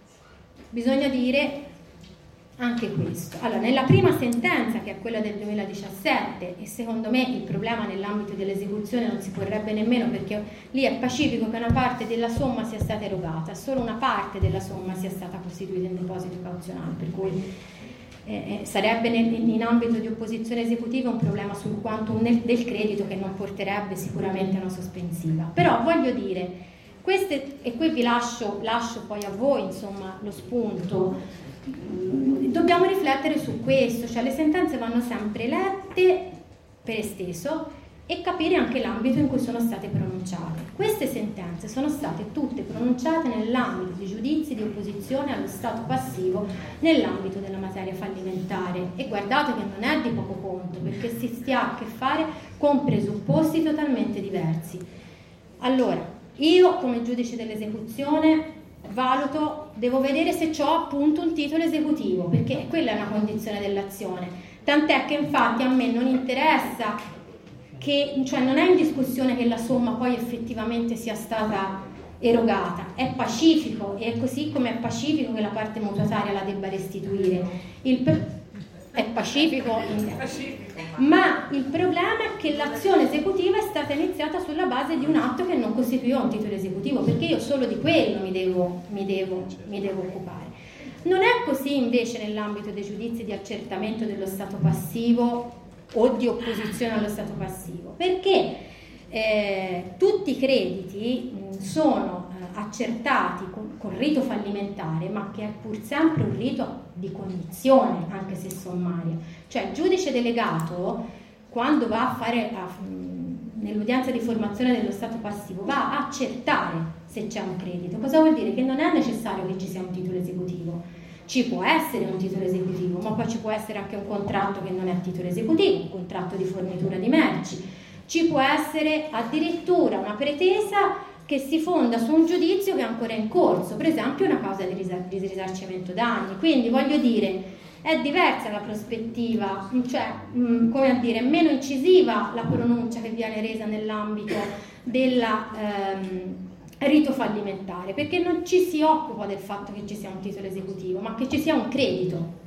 bisogna dire anche questo. Allora, nella prima sentenza, che è quella del duemiladiciassette, e secondo me il problema nell'ambito dell'esecuzione non si porrebbe nemmeno, perché lì è pacifico che una parte della somma sia stata erogata, solo una parte della somma sia stata costituita in deposito cauzionale, per cui eh, sarebbe nel, in ambito di opposizione esecutiva un problema sul quantum nel, del credito, che non porterebbe sicuramente a una sospensiva. Però voglio dire, queste, e qui vi lascio, lascio poi a voi, insomma, lo spunto. Dobbiamo riflettere su questo, cioè le sentenze vanno sempre lette per esteso e capire anche l'ambito in cui sono state pronunciate. Queste sentenze sono state tutte pronunciate nell'ambito di giudizi di opposizione allo stato passivo nell'ambito della materia fallimentare, e guardate che non è di poco conto, perché si sta a che fare con presupposti totalmente diversi. Allora, io come giudice dell'esecuzione valuto, devo vedere se ho appunto un titolo esecutivo, perché quella è una condizione dell'azione, tant'è che infatti a me non interessa che, cioè non è in discussione che la somma poi effettivamente sia stata erogata, è pacifico, e è così come è pacifico che la parte mutuataria la debba restituire, il è pacifico, in... ma il problema è che l'azione esecutiva è stata iniziata sulla base di un atto che non costituiva un titolo esecutivo, perché io solo di quello mi devo, mi devo, mi devo occupare. Non è così invece nell'ambito dei giudizi di accertamento dello stato passivo o di opposizione allo stato passivo, perché eh, tutti i crediti mh, sono eh, accertati con, con rito fallimentare, ma che è pur sempre un rito di cognizione, anche se sommaria. Cioè il giudice delegato, quando va a fare a, mh, nell'udienza di formazione dello stato passivo, va a accertare se c'è un credito. Cosa vuol dire? Che non è necessario che ci sia un titolo esecutivo. Ci può essere un titolo esecutivo, ma poi ci può essere anche un contratto che non è titolo esecutivo, un contratto di fornitura di merci. Ci può essere addirittura una pretesa che si fonda su un giudizio che è ancora in corso, per esempio una causa di, risar- di risarcimento danni. Quindi voglio dire, è diversa la prospettiva, cioè mh, come a dire, è meno incisiva la pronuncia che viene resa nell'ambito della ehm, rito fallimentare, perché non ci si occupa del fatto che ci sia un titolo esecutivo, ma che ci sia un credito.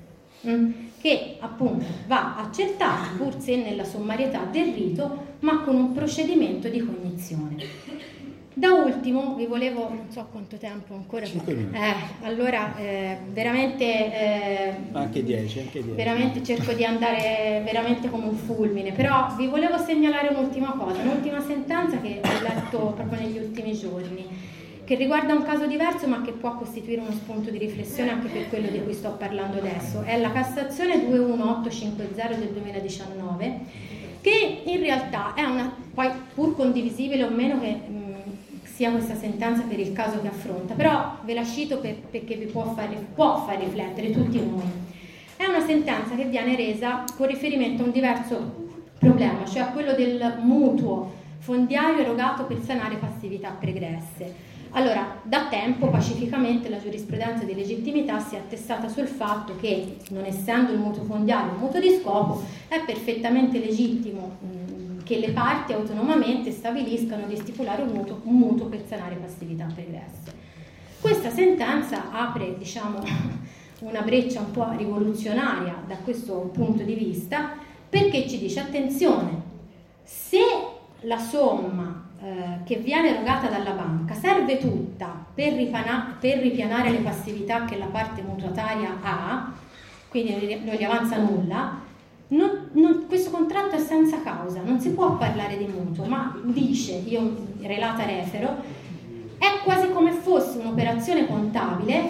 mh, che appunto va accettato pur se nella sommarietà del rito, ma con un procedimento di cognizione. Da ultimo vi volevo, non so quanto tempo ancora, eh, allora eh, veramente eh, anche dieci, anche dieci. Veramente cerco di andare veramente come un fulmine, però vi volevo segnalare un'ultima cosa, un'ultima sentenza che ho letto proprio negli ultimi giorni, che riguarda un caso diverso ma che può costituire uno spunto di riflessione anche per quello di cui sto parlando adesso. È la Cassazione due uno otto cinque zero del duemiladiciannove, che in realtà è una, poi pur condivisibile o meno che mh, sia questa sentenza per il caso che affronta, però ve la cito per, perché vi può far, può far riflettere tutti noi. È una sentenza che viene resa con riferimento a un diverso problema, cioè a quello del mutuo fondiario erogato per sanare passività pregresse. Allora, da tempo pacificamente la giurisprudenza di legittimità si è attestata sul fatto che, non essendo il mutuo fondiario un mutuo di scopo, è perfettamente legittimo mh, che le parti autonomamente stabiliscano di stipulare un mutuo, un mutuo per sanare passività pregresse. Questa sentenza apre, diciamo, una breccia un po' rivoluzionaria da questo punto di vista, perché ci dice: attenzione, se la somma eh, che viene erogata dalla banca serve tutta per, ripana- per ripianare le passività che la parte mutuataria ha, quindi non gli avanza nulla, non, non, questo contratto è senza causa, non si può parlare di mutuo, ma dice, io relata refero, è quasi come fosse un'operazione contabile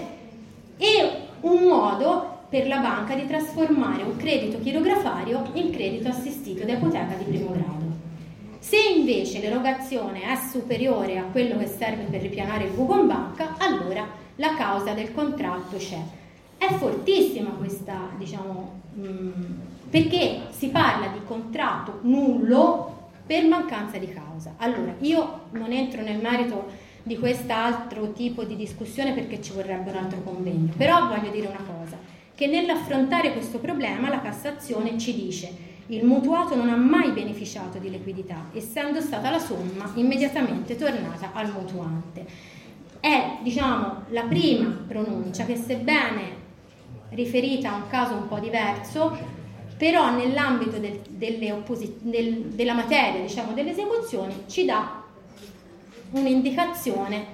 e un modo per la banca di trasformare un credito chirografario in credito assistito da ipoteca di primo grado. Se invece l'erogazione è superiore a quello che serve per ripianare il buco in banca, allora la causa del contratto c'è. È fortissima questa, diciamo, mh, perché si parla di contratto nullo per mancanza di causa. Allora, io non entro nel merito di quest'altro tipo di discussione perché ci vorrebbe un altro convegno, però voglio dire una cosa, che nell'affrontare questo problema la Cassazione ci dice: il mutuato non ha mai beneficiato di liquidità, essendo stata la somma immediatamente tornata al mutuante. È, diciamo, la prima pronuncia che, sebbene riferita a un caso un po' diverso, però nell'ambito del, delle opposi- del, della materia, diciamo, delle esecuzioni, ci dà un'indicazione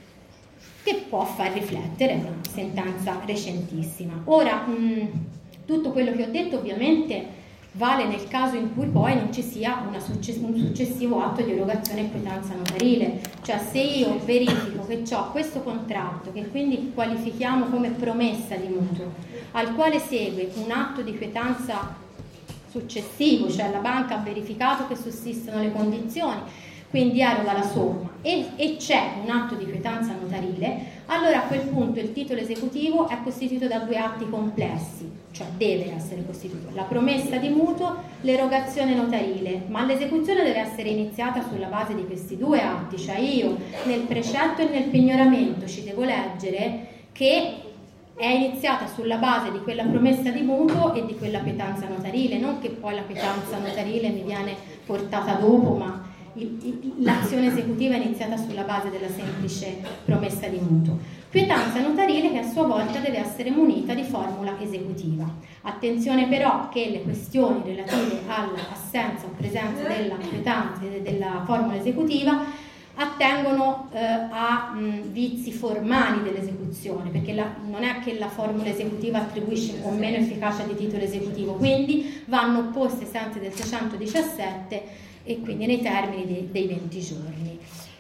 che può far riflettere, una sentenza recentissima. Ora, mh, tutto quello che ho detto ovviamente vale nel caso in cui poi non ci sia una succe- un successivo atto di erogazione e quietanza notarile, cioè se io verifico che ho questo contratto, che quindi qualifichiamo come promessa di mutuo, al quale segue un atto di quietanza successivo, cioè la banca ha verificato che sussistono le condizioni, quindi eroga la somma e, e c'è un atto di quietanza notarile, allora a quel punto il titolo esecutivo è costituito da due atti complessi, cioè deve essere costituito la promessa di mutuo, l'erogazione notarile, ma l'esecuzione deve essere iniziata sulla base di questi due atti, cioè io nel precetto e nel pignoramento ci devo leggere che è iniziata sulla base di quella promessa di mutuo e di quella quietanza notarile, non che poi la quietanza notarile mi viene portata dopo, ma l'azione esecutiva è iniziata sulla base della semplice promessa di mutuo. Quietanza notarile che a sua volta deve essere munita di formula esecutiva. Attenzione però che le questioni relative all'assenza o presenza della quietanza e della formula esecutiva attengono eh, a mh, vizi formali dell'esecuzione, perché la, non è che la formula esecutiva attribuisce o meno efficacia di titolo esecutivo, quindi vanno opposte ai sensi del seicentodiciassette e quindi nei termini dei, dei venti giorni.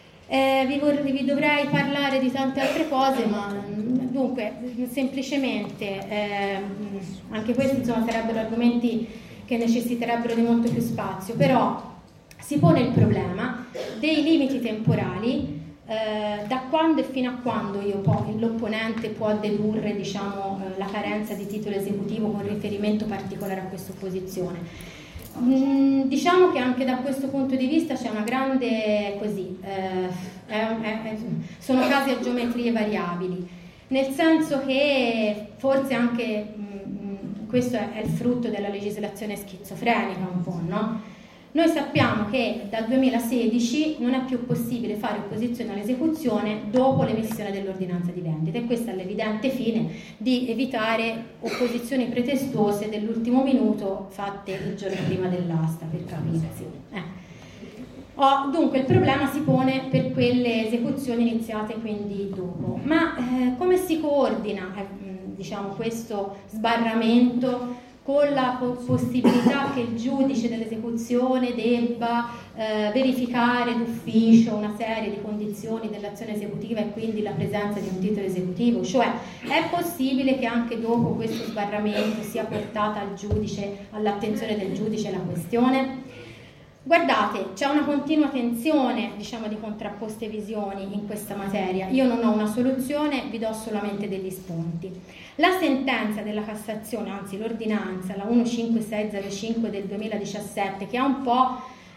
Eh, vi, vor, vi dovrei parlare di tante altre cose, ma dunque semplicemente eh, anche questi insomma sarebbero argomenti che necessiterebbero di molto più spazio, però si pone il problema dei limiti temporali, eh, da quando e fino a quando io po- l'opponente può dedurre, diciamo, eh, la carenza di titolo esecutivo con riferimento particolare a questa opposizione. Mm, diciamo che anche da questo punto di vista c'è una grande così, eh, è, è, è, sono casi a geometrie variabili, nel senso che forse anche mm, questo è, è il frutto della legislazione schizofrenica un po', no? Noi sappiamo che dal duemilasedici non è più possibile fare opposizione all'esecuzione dopo l'emissione dell'ordinanza di vendita, e questo è l'evidente fine di evitare opposizioni pretestuose dell'ultimo minuto fatte il giorno prima dell'asta, per capirsi. Eh. Oh, dunque il problema si pone per quelle esecuzioni iniziate quindi dopo. Ma eh, come si coordina eh, diciamo, questo sbarramento con la possibilità che il giudice dell'esecuzione debba eh, verificare d'ufficio una serie di condizioni dell'azione esecutiva e quindi la presenza di un titolo esecutivo? Cioè, è possibile che anche dopo questo sbarramento sia portata al giudice, all'attenzione del giudice la questione? Guardate, c'è una continua tensione, diciamo, di contrapposte visioni in questa materia. Io non ho una soluzione, vi do solamente degli spunti. La sentenza della Cassazione, anzi l'ordinanza, la uno cinque sei zero cinque del duemiladiciassette, che ha un po'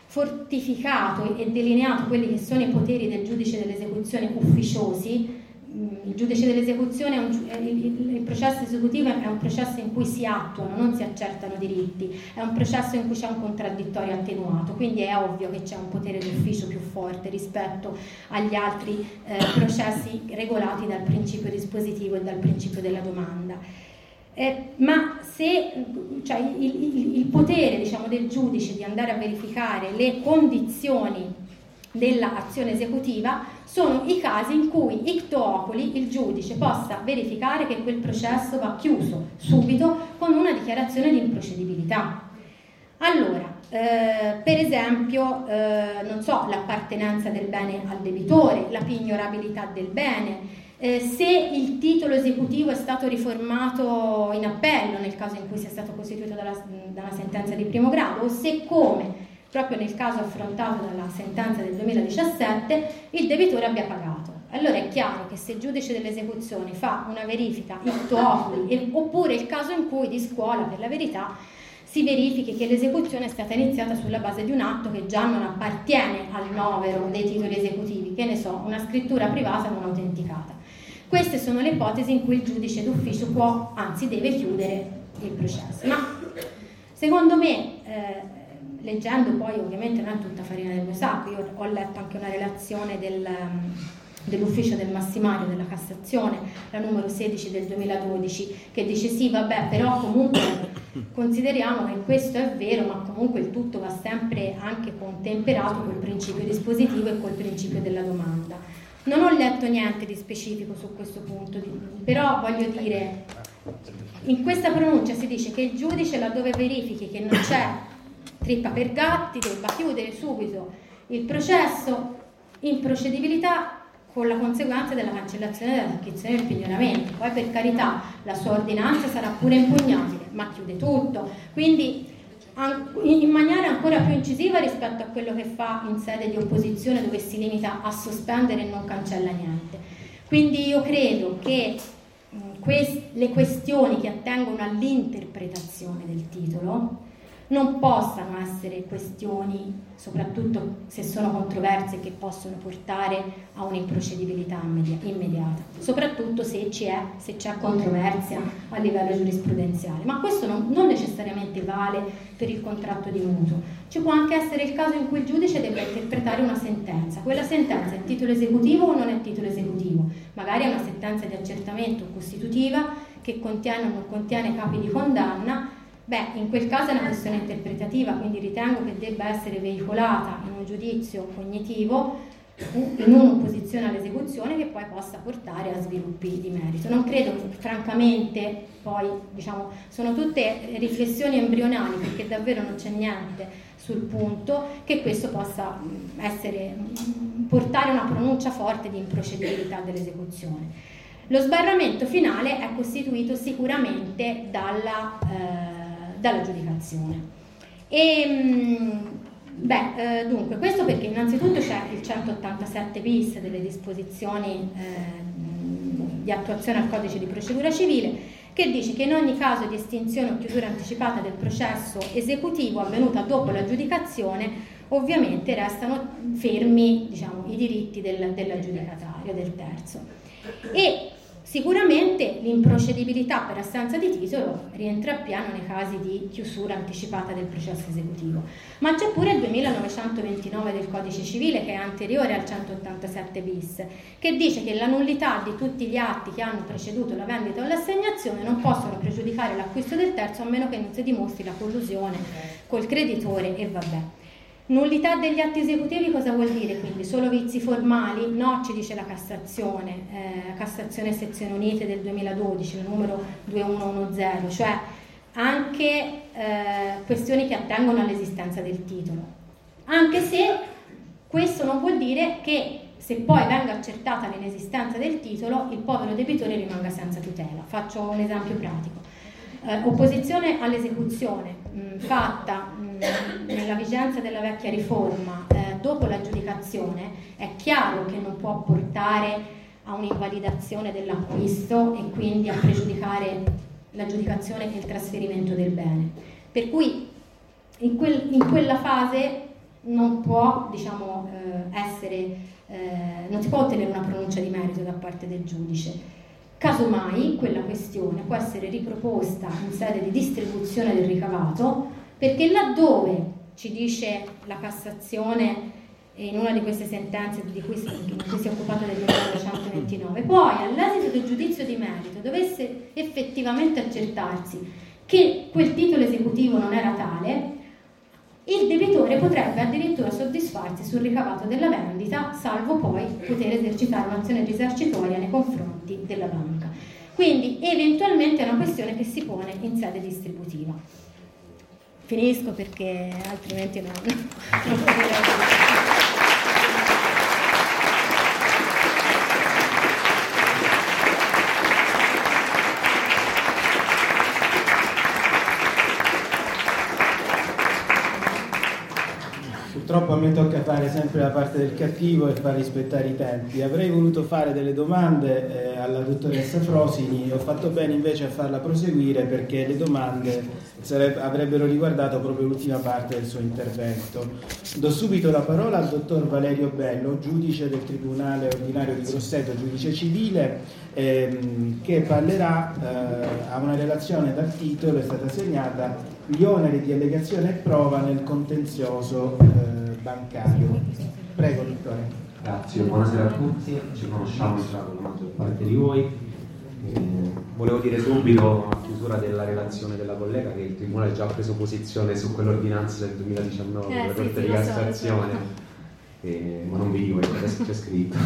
fortificato e delineato quelli che sono i poteri del giudice dell'esecuzione ufficiosi. Il giudice dell'esecuzione, è un, il, il processo esecutivo è un processo in cui si attuano, non si accertano diritti, è un processo in cui c'è un contraddittorio attenuato, quindi è ovvio che c'è un potere d'ufficio più forte rispetto agli altri eh, processi regolati dal principio dispositivo e dal principio della domanda. Eh, ma se cioè, il, il, il potere, diciamo, del giudice di andare a verificare le condizioni dell'azione esecutiva sono i casi in cui icto oculi il giudice possa verificare che quel processo va chiuso subito con una dichiarazione di improcedibilità. Allora, eh, per esempio, eh, non so, l'appartenenza del bene al debitore, la pignorabilità del bene, eh, se il titolo esecutivo è stato riformato in appello nel caso in cui sia stato costituito dalla, dalla sentenza di primo grado, o se, come proprio nel caso affrontato dalla sentenza del duemiladiciassette, il debitore abbia pagato. Allora è chiaro che se il giudice dell'esecuzione fa una verifica icto oculi, oppure il caso in cui di scuola, per la verità, si verifichi che l'esecuzione è stata iniziata sulla base di un atto che già non appartiene al novero dei titoli esecutivi, che ne so, una scrittura privata non autenticata. Queste sono le ipotesi in cui il giudice d'ufficio può, anzi deve chiudere il processo. Ma secondo me, eh, leggendo poi, ovviamente non è tutta farina del mio sacco, io ho letto anche una relazione del, dell'ufficio del massimario della Cassazione, la numero sedici del duemiladodici, che dice sì, vabbè, però comunque consideriamo che questo è vero, ma comunque il tutto va sempre anche contemperato col principio dispositivo e col principio della domanda. Non ho letto niente di specifico su questo punto, però voglio dire, in questa pronuncia si dice che il giudice, laddove verifichi che non c'è trippa per gatti, debba chiudere subito il processo in procedibilità, con la conseguenza della cancellazione della acquisizione del pignoramento. Poi, per carità, la sua ordinanza sarà pure impugnabile, ma chiude tutto, quindi in maniera ancora più incisiva rispetto a quello che fa in sede di opposizione, dove si limita a sospendere e non cancella niente. Quindi io credo che mh, quest- le questioni che attengono all'interpretazione del titolo non possano essere questioni, soprattutto se sono controverse, che possono portare a un'improcedibilità immediata, soprattutto se c'è, se c'è controversia a livello giurisprudenziale. Ma questo non, non necessariamente vale per il contratto di mutuo. Ci può anche essere il caso in cui il giudice debba interpretare una sentenza. Quella sentenza è titolo esecutivo o non è titolo esecutivo? Magari è una sentenza di accertamento costitutiva che contiene o non contiene capi di condanna. Beh, in quel caso è una questione interpretativa, quindi ritengo che debba essere veicolata in un giudizio cognitivo, in un'opposizione all'esecuzione, che poi possa portare a sviluppi di merito. Non credo, francamente, poi diciamo, sono tutte riflessioni embrionali, perché davvero non c'è niente sul punto, che questo possa essere, portare una pronuncia forte di improcedibilità dell'esecuzione. Lo sbarramento finale è costituito sicuramente dalla eh, dall'aggiudicazione. E beh, eh, dunque, questo perché innanzitutto c'è il centottantasette bis delle disposizioni eh, di attuazione al codice di procedura civile, che dice che in ogni caso di estinzione o chiusura anticipata del processo esecutivo avvenuta dopo l'aggiudicazione, ovviamente restano fermi, diciamo, i diritti del, dell'aggiudicatario, del terzo. E Sicuramente l'improcedibilità per assenza di titolo rientra appieno nei casi di chiusura anticipata del processo esecutivo, ma c'è pure il duemilanovecentoventinove del Codice Civile, che è anteriore al centottantasette bis, che dice che la nullità di tutti gli atti che hanno preceduto la vendita o l'assegnazione non possono pregiudicare l'acquisto del terzo a meno che non si dimostri la collusione col creditore e vabbè. Nullità degli atti esecutivi cosa vuol dire? Quindi solo vizi formali? No, ci dice la Cassazione, eh, Cassazione Sezioni Unite del duemiladodici, il numero duemilacentoundici, cioè anche eh, questioni che attengono all'esistenza del titolo. Anche se questo non vuol dire che se poi venga accertata l'inesistenza del titolo, il povero debitore rimanga senza tutela. Faccio un esempio pratico. Eh, opposizione all'esecuzione mh, fatta mh, nella vigenza della vecchia riforma eh, dopo l'aggiudicazione è chiaro che non può portare a un'invalidazione dell'acquisto e quindi a pregiudicare l'aggiudicazione e il trasferimento del bene, per cui in, quel, in quella fase non può, diciamo, eh, essere eh, non si può ottenere una pronuncia di merito da parte del giudice. Casomai quella questione può essere riproposta in sede di distribuzione del ricavato, perché laddove ci dice la Cassazione in una di queste sentenze di cui si, di cui si è occupata del millenovecentoventinove, poi all'esito del giudizio di merito dovesse effettivamente accertarsi che quel titolo esecutivo non era tale, il debitore potrebbe addirittura soddisfarsi sul ricavato della vendita, salvo poi poter esercitare un'azione risarcitoria nei confronti della banca. Quindi eventualmente è una questione che si pone in sede distributiva. Finisco perché altrimenti non, non potrei. Purtroppo a me tocca fare sempre la parte del cattivo e far rispettare i tempi. Avrei voluto fare delle domande eh, alla dottoressa Frosini, ho fatto bene invece a farla proseguire perché le domande sareb- avrebbero riguardato proprio l'ultima parte del suo intervento. Do subito la parola al dottor Valerio Bello, giudice del Tribunale Ordinario di Grosseto, giudice civile, ehm, che parlerà eh, a una relazione dal titolo, è stata segnata gli oneri di allegazione e prova nel contenzioso eh, bancario. Prego, dottore. Grazie, buonasera a tutti, ci conosciamo già con la maggior parte di voi. Eh, volevo dire subito, a chiusura della relazione della collega, che il Tribunale ha già preso posizione su quell'ordinanza del duemiladiciannove, eh, la sì, Corte sì, di lo so, Cassazione, so. eh, ma non vi dico che adesso c'è scritto.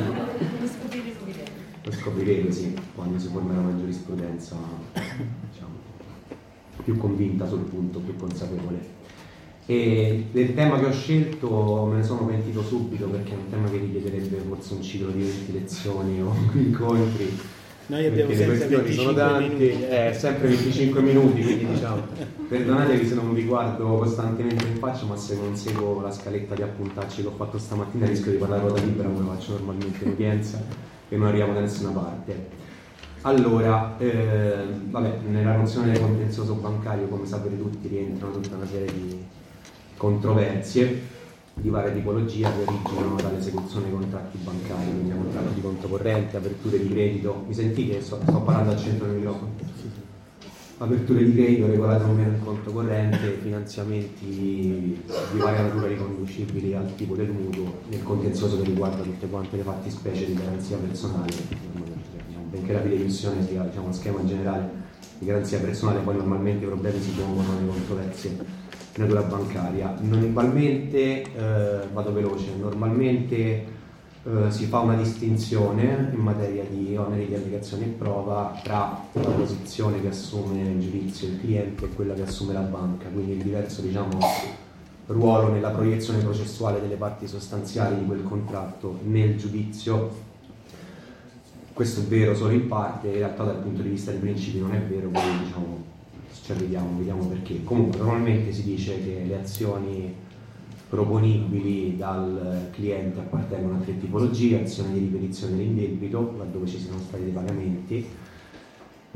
Lo scoprirete, sì, quando si formerà una giurisprudenza, diciamo, più convinta sul punto, più consapevole. E del tema che ho scelto me ne sono pentito subito, perché è un tema che richiederebbe forse un ciclo di venti lezioni o incontri. Noi abbiamo perché sempre le questioni sono tante, eh, sempre venticinque minuti, quindi diciamo, perdonatevi se non vi guardo costantemente in faccia, ma se non seguo la scaletta di appuntacci che ho fatto stamattina rischio di parlare ruota libera come faccio normalmente in udienza e non arriviamo da nessuna parte. Allora, eh, vabbè, nella nozione del contenzioso bancario, come sapete tutti, rientrano tutta una serie di controversie di varia tipologia che originano dall'esecuzione dei contratti bancari, quindi contratti di conto corrente, aperture di credito. Mi sentite? Sto, sto parlando al centro del microfono. Aperture di credito regolate o meno in conto corrente, finanziamenti di varia natura riconducibili al tipo del mutuo, nel contenzioso che riguarda tutte quante le fattispecie di garanzia personale, benché la fideiussione sia, diciamo, uno schema generale di garanzia personale, poi normalmente i problemi si pongono nelle controversie di natura bancaria. Normalmente, eh, vado veloce, normalmente eh, si fa una distinzione in materia di oneri di allegazione e prova tra la posizione che assume nel giudizio il cliente e quella che assume la banca, quindi il diverso, diciamo, ruolo nella proiezione processuale delle parti sostanziali di quel contratto nel giudizio. Questo è vero solo in parte, in realtà dal punto di vista dei principi non è vero, poi diciamo ci arriviamo, vediamo perché. Comunque normalmente si dice che le azioni proponibili dal cliente appartengono a tre tipologie: azioni di ripetizione dell'indebito, laddove ci siano stati dei pagamenti,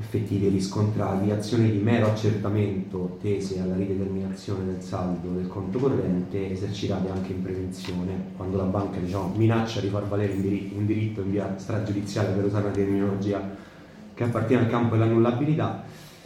effettivi riscontrati, azioni di mero accertamento tese alla rideterminazione del saldo del conto corrente esercitate anche in prevenzione, quando la banca, diciamo, minaccia di far valere un diritto, un diritto in via stragiudiziale, per usare una terminologia che appartiene al campo dell'annullabilità,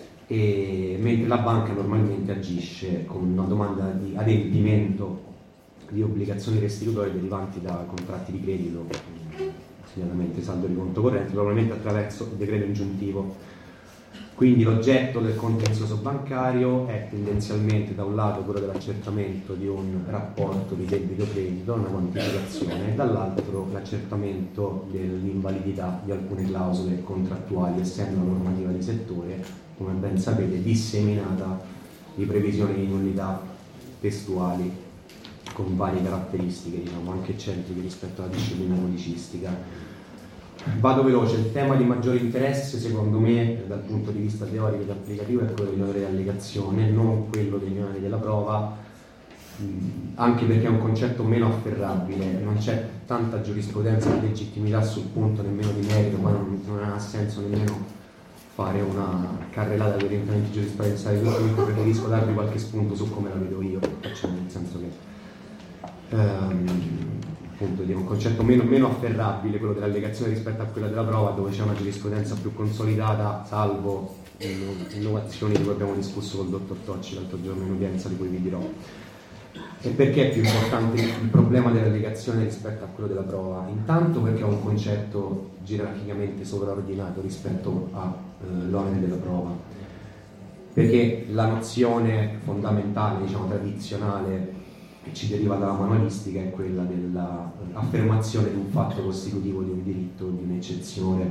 e mentre la banca normalmente agisce con una domanda di adempimento di obbligazioni restitutorie derivanti da contratti di credito, segnatamente saldo di conto corrente, probabilmente attraverso il decreto ingiuntivo. Quindi l'oggetto del contenzioso bancario è tendenzialmente da un lato quello dell'accertamento di un rapporto di debito-credito, una quantificazione, e dall'altro l'accertamento dell'invalidità di alcune clausole contrattuali, essendo la normativa di settore, come ben sapete, disseminata di previsioni di nullità testuali con varie caratteristiche, diciamo, anche eccentriche rispetto alla disciplina codicistica. Vado veloce, il tema di maggiore interesse secondo me dal punto di vista teorico ed applicativo è quello della realegazione, non quello dei canali della prova, anche perché è un concetto meno afferrabile, non c'è tanta giurisprudenza di legittimità sul punto, nemmeno di merito, poi non, non ha senso nemmeno fare una carrellata di orientamenti giurisprudenziali, quindi preferisco darvi qualche spunto su come la vedo io, facciamo, nel senso che ehm, appunto di un concetto meno, meno afferrabile, quello dell'allegazione rispetto a quella della prova, dove c'è una giurisprudenza più consolidata, salvo innovazioni di cui abbiamo discusso col dottor Tocci l'altro giorno in udienza, di cui vi dirò. E perché è più importante il problema dell'allegazione rispetto a quello della prova? Intanto perché è un concetto gerarchicamente sovraordinato rispetto all'onere della prova, perché la nozione fondamentale, diciamo tradizionale, che ci deriva dalla manualistica è quella dell'affermazione di un fatto costitutivo di un diritto o di un'eccezione.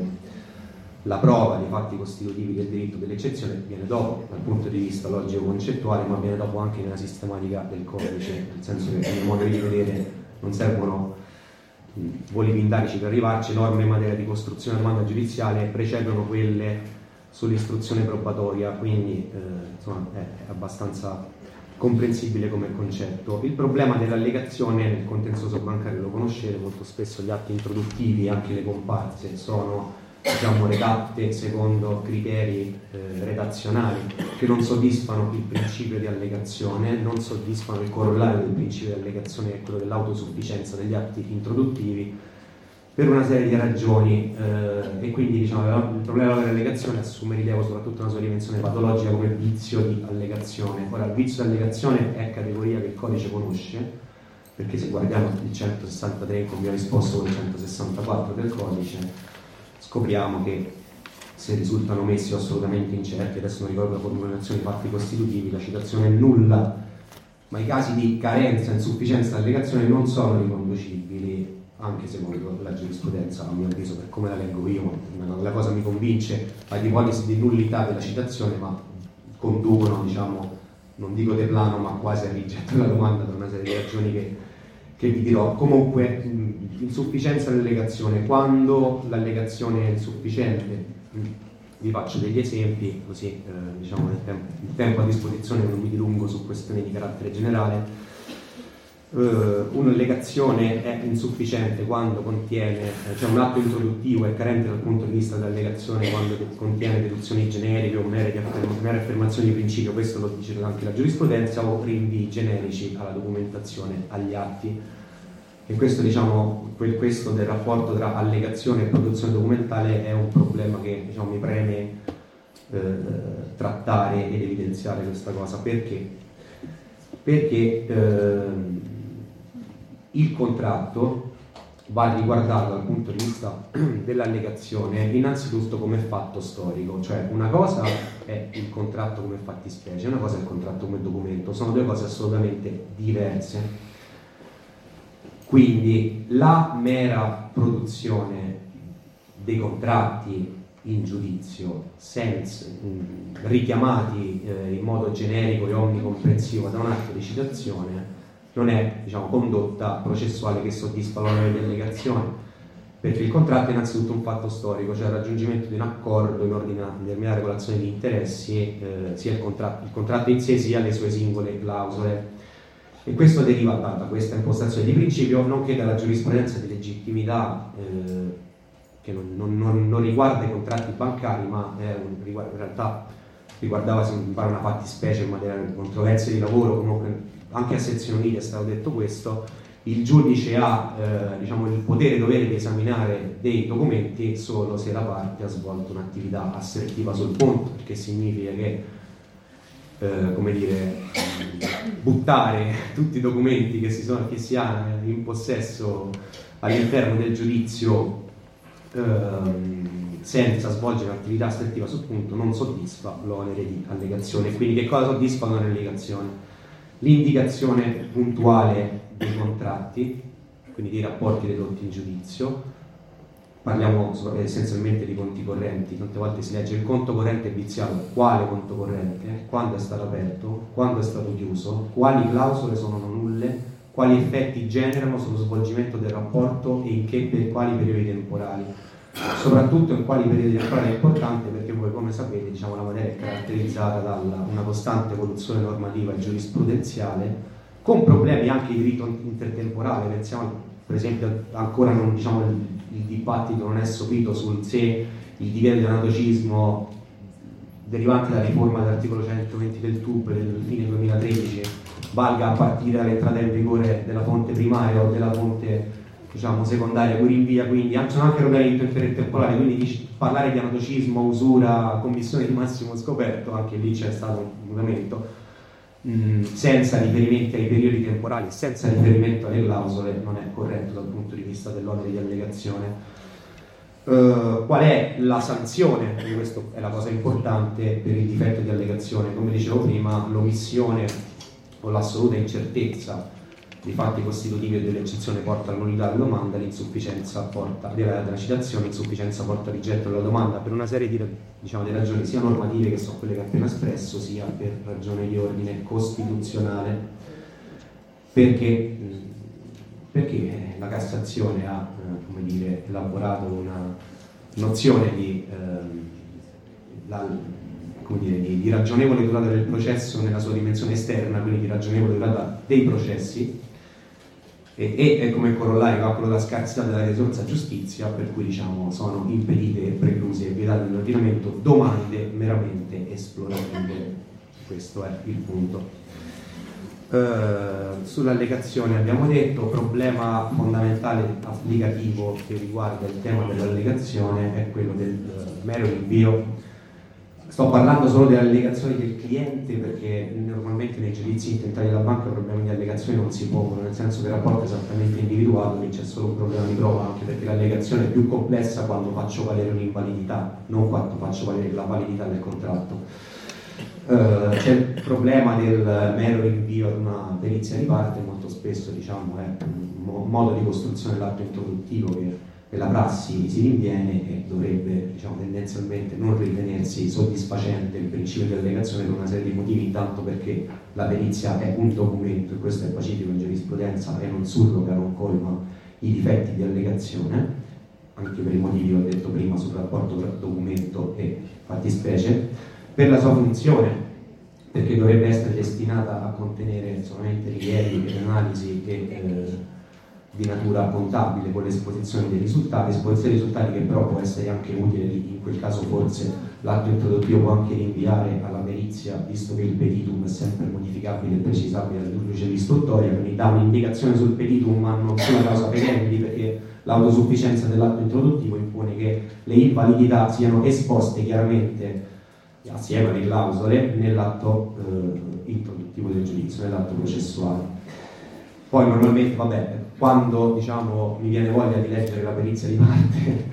La prova dei fatti costitutivi del diritto dell'eccezione viene dopo dal punto di vista logico-concettuale, ma viene dopo anche nella sistematica del codice, nel senso che, a mio modo di vedere, non servono voli pindarici per arrivarci, norme in materia di costruzione della domanda giudiziale precedono quelle sull'istruzione probatoria, quindi eh, insomma, è abbastanza comprensibile come concetto. Il problema dell'allegazione nel contenzioso bancario lo conoscete, molto spesso gli atti introduttivi, anche le comparse, sono, diciamo, redatte secondo criteri eh, redazionali che non soddisfano il principio di allegazione, non soddisfano il corollario del principio di allegazione, che è quello dell'autosufficienza degli atti introduttivi, per una serie di ragioni, eh, e quindi, diciamo, il problema dell'allegazione assume rilievo soprattutto nella sua dimensione patologica come vizio di allegazione. Ora, il vizio di allegazione è categoria che il codice conosce, perché se guardiamo il centosessantatré come vi ho risposto con il centosessantaquattro del codice, scopriamo che se risultano messi o assolutamente incerti, adesso non ricordo la formulazione di fatti costitutivi, la citazione è nulla, ma i casi di carenza e insufficienza dell'allegazione non sono riconducibili, anche secondo la giurisprudenza, a mio avviso, per come la leggo io. La cosa mi convince all'ipotesi di nullità della citazione, ma conducono, diciamo, non dico de plano, ma quasi a rigetto della domanda per una serie di ragioni che, che vi dirò. Comunque, insufficienza dell'allegazione, quando l'allegazione è insufficiente, vi faccio degli esempi, così eh, diciamo il tempo, il tempo a disposizione non mi dilungo su questioni di carattere generale. Uh, un'allegazione è insufficiente quando contiene, eh, cioè un atto introduttivo è carente dal punto di vista dell'allegazione quando contiene deduzioni generiche o mere, afferm- mere affermazioni di principio, questo lo dice anche la giurisprudenza, o rinvii generici alla documentazione, agli atti. E questo, diciamo, quel, questo del rapporto tra allegazione e produzione documentale è un problema che, diciamo, mi preme eh, trattare ed evidenziare questa cosa. Perché? Perché eh, il contratto va riguardato dal punto di vista dell'allegazione innanzitutto come fatto storico, cioè una cosa è il contratto come fattispecie, una cosa è il contratto come documento, sono due cose assolutamente diverse. Quindi la mera produzione dei contratti in giudizio, senza, mh, richiamati eh, in modo generico e omnicomprensivo da un atto di citazione, non è, diciamo, condotta processuale che soddisfa l'onere di allegazione, perché il contratto è innanzitutto un fatto storico, cioè il raggiungimento di un accordo in ordine a determinare regolazione di interessi, eh, sia il contratto, il contratto in sé sia le sue singole clausole. E questo deriva da, da questa impostazione di principio, nonché dalla giurisprudenza di legittimità eh, che non, non, non, non riguarda i contratti bancari, ma è un, riguarda, in realtà riguardava, se mi pare, una fattispecie in materia di controversie di lavoro. Comunque anche a sezioni unite è stato detto questo. Il giudice ha eh, diciamo, il potere e dovere di esaminare dei documenti solo se la parte ha svolto un'attività assertiva sul punto, perché significa che eh, come dire, buttare tutti i documenti che si, sono, che si ha in possesso all'interno del giudizio ehm, senza svolgere un'attività assertiva sul punto non soddisfa l'onere di allegazione. Quindi che cosa soddisfa l'onere di allegazione? L'indicazione puntuale dei contratti, quindi dei rapporti dedotti in giudizio. Parliamo essenzialmente di conti correnti. Tante volte si legge il conto corrente viziato. Quale conto corrente? Quando è stato aperto? Quando è stato chiuso? Quali clausole sono nulle? Quali effetti generano sullo svolgimento del rapporto e in che, per quali periodi temporali? Soprattutto in quali periodi temporali è importante, perché voi, come sapete, diciamo, la materia è caratterizzata da una costante evoluzione normativa e giurisprudenziale, con problemi anche di diritto intertemporale. Pensiamo, per esempio, ancora non, diciamo, il, il dibattito non è sopito sul se il divieto di anatocismo derivante dalla riforma dell'articolo centoventi del T U B del fine duemilatredici valga a partire dall'entrata in vigore della fonte primaria o della fonte, diciamo, secondaria, cui rinvia. Quindi sono anche problemi intertemporali, quindi dici, parlare di anatocismo, usura, commissione di massimo scoperto, anche lì c'è stato un mutamento. Senza riferimenti ai periodi temporali, senza riferimento alle clausole, non è corretto dal punto di vista dell'onere di allegazione. Uh, qual è la sanzione? Quindi questa è la cosa importante per il difetto di allegazione. Come dicevo prima, l'omissione o l'assoluta incertezza dei fatti costitutivi e dell'eccezione porta alla nullità della domanda, l'insufficienza porta della, della citazione, l'insufficienza porta al rigetto della domanda per una serie di, diciamo, di ragioni sia normative, che sono quelle che ho appena espresso, sia per ragioni di ordine costituzionale, perché, perché la Cassazione ha eh, come dire, elaborato una nozione di, eh, la, come dire, di, di ragionevole durata del processo nella sua dimensione esterna, quindi di ragionevole durata dei processi, e, e come corollario calcolo la scarsità della risorsa giustizia, per cui, diciamo, sono impedite, precluse e vietate nell'ordinamento domande meramente esplorative. Questo è il punto. Uh, sull'allegazione abbiamo detto, problema fondamentale applicativo che riguarda il tema dell'allegazione è quello del uh, mero rinvio. Sto parlando solo delle allegazioni del cliente, perché normalmente nei giudizi intentati dalla banca problemi di allegazione non si pongono, nel senso che il rapporto è esattamente individuato, quindi c'è solo un problema di prova, anche perché l'allegazione è più complessa quando faccio valere un'invalidità, non quando faccio valere la validità del contratto. Uh, c'è il problema del mero rinvio ad una perizia di parte, molto spesso, diciamo, è un mo- modo di costruzione dell'atto introduttivo che la prassi si rinviene e dovrebbe, diciamo, tendenzialmente non ritenersi soddisfacente il principio di allegazione per una serie di motivi. Intanto perché la perizia è un documento, e questo è pacifico in giurisprudenza, e non surroga, non colma i difetti di allegazione, anche per i motivi che ho detto prima sul rapporto tra documento e fattispecie, per la sua funzione, perché dovrebbe essere destinata a contenere solamente rilievi e analisi e eh, di natura contabile, con l'esposizione dei risultati, esposizione dei risultati che però può essere anche utile. In quel caso forse l'atto introduttivo può anche rinviare alla perizia, visto che il petitum è sempre modificabile e precisabile dal giudice d'istruttoria, quindi dà un'indicazione sul petitum ma non sulla causa perendi, perché l'autosufficienza dell'atto introduttivo impone che le invalidità siano esposte chiaramente assieme alle clausole nell'atto eh, introduttivo del giudizio, nell'atto processuale. Poi normalmente, vabbè, quando, diciamo, mi viene voglia di leggere la perizia di parte,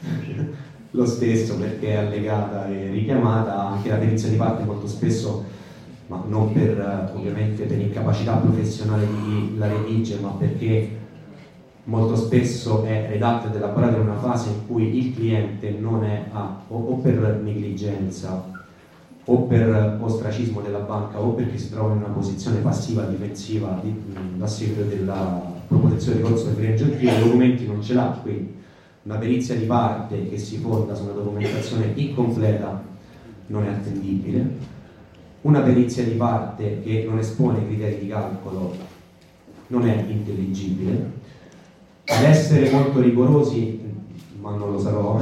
lo stesso, perché è allegata e richiamata, anche la perizia di parte molto spesso, ma non per, ovviamente, per incapacità professionale di chi la redige, ma perché molto spesso è redatta ed elaborata in una fase in cui il cliente non è a, o, o per negligenza, o per ostracismo della banca, o perché si trova in una posizione passiva difensiva di, a seguito della proposizione di corso del bene aggiuntivo, i documenti non ce l'ha. Quindi una perizia di parte che si fonda su una documentazione incompleta non è attendibile, una perizia di parte che non espone criteri di calcolo non è intelligibile. Ad essere molto rigorosi, ma non lo sarò.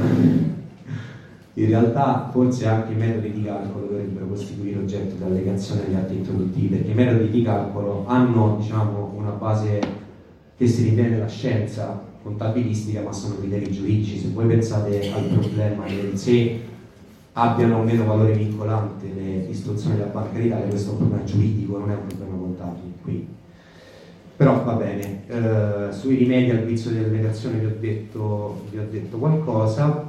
In realtà forse anche i metodi di calcolo dovrebbero costituire oggetto di allegazione degli atti introduttivi, perché i metodi di calcolo hanno, diciamo, una base che si ritiene la scienza contabilistica, ma sono criteri giuridici. Se voi pensate al problema del se abbiano o meno valore vincolante le istruzioni della Banca d'Italia, questo è un problema giuridico, non è un problema contabile. Qui. Però va bene, eh, sui rimedi al vizio delle negazioni vi ho detto, vi ho detto qualcosa.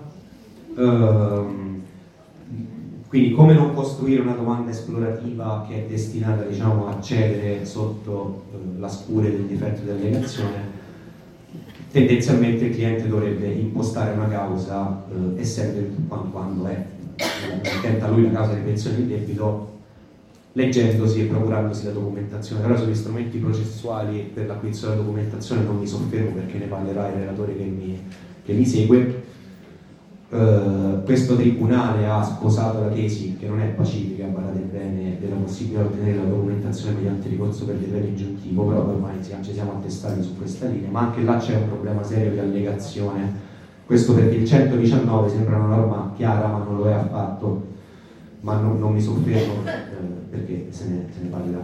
Uh, quindi come non costruire una domanda esplorativa che è destinata, diciamo, a cedere sotto uh, la scure del difetto di allegazione. Tendenzialmente il cliente dovrebbe impostare una causa uh, essendo quando, quando è intenta lui la causa di pensione di debito, leggendosi e procurandosi la documentazione. Però sugli strumenti processuali per l'acquisto della documentazione non mi soffermo, perché ne parlerà il relatore che mi, che mi segue. Uh, questo tribunale ha sposato la tesi, che non è pacifica, badate bene, della possibilità di ottenere la documentazione mediante ricorso per decreto ingiuntivo, però ormai ci siamo attestati su questa linea, ma anche là c'è un problema serio di allegazione. Questo perché il centodiciannove sembra una norma chiara, ma non lo è affatto, ma non, non mi soffermo eh, perché se ne, se ne parlerà.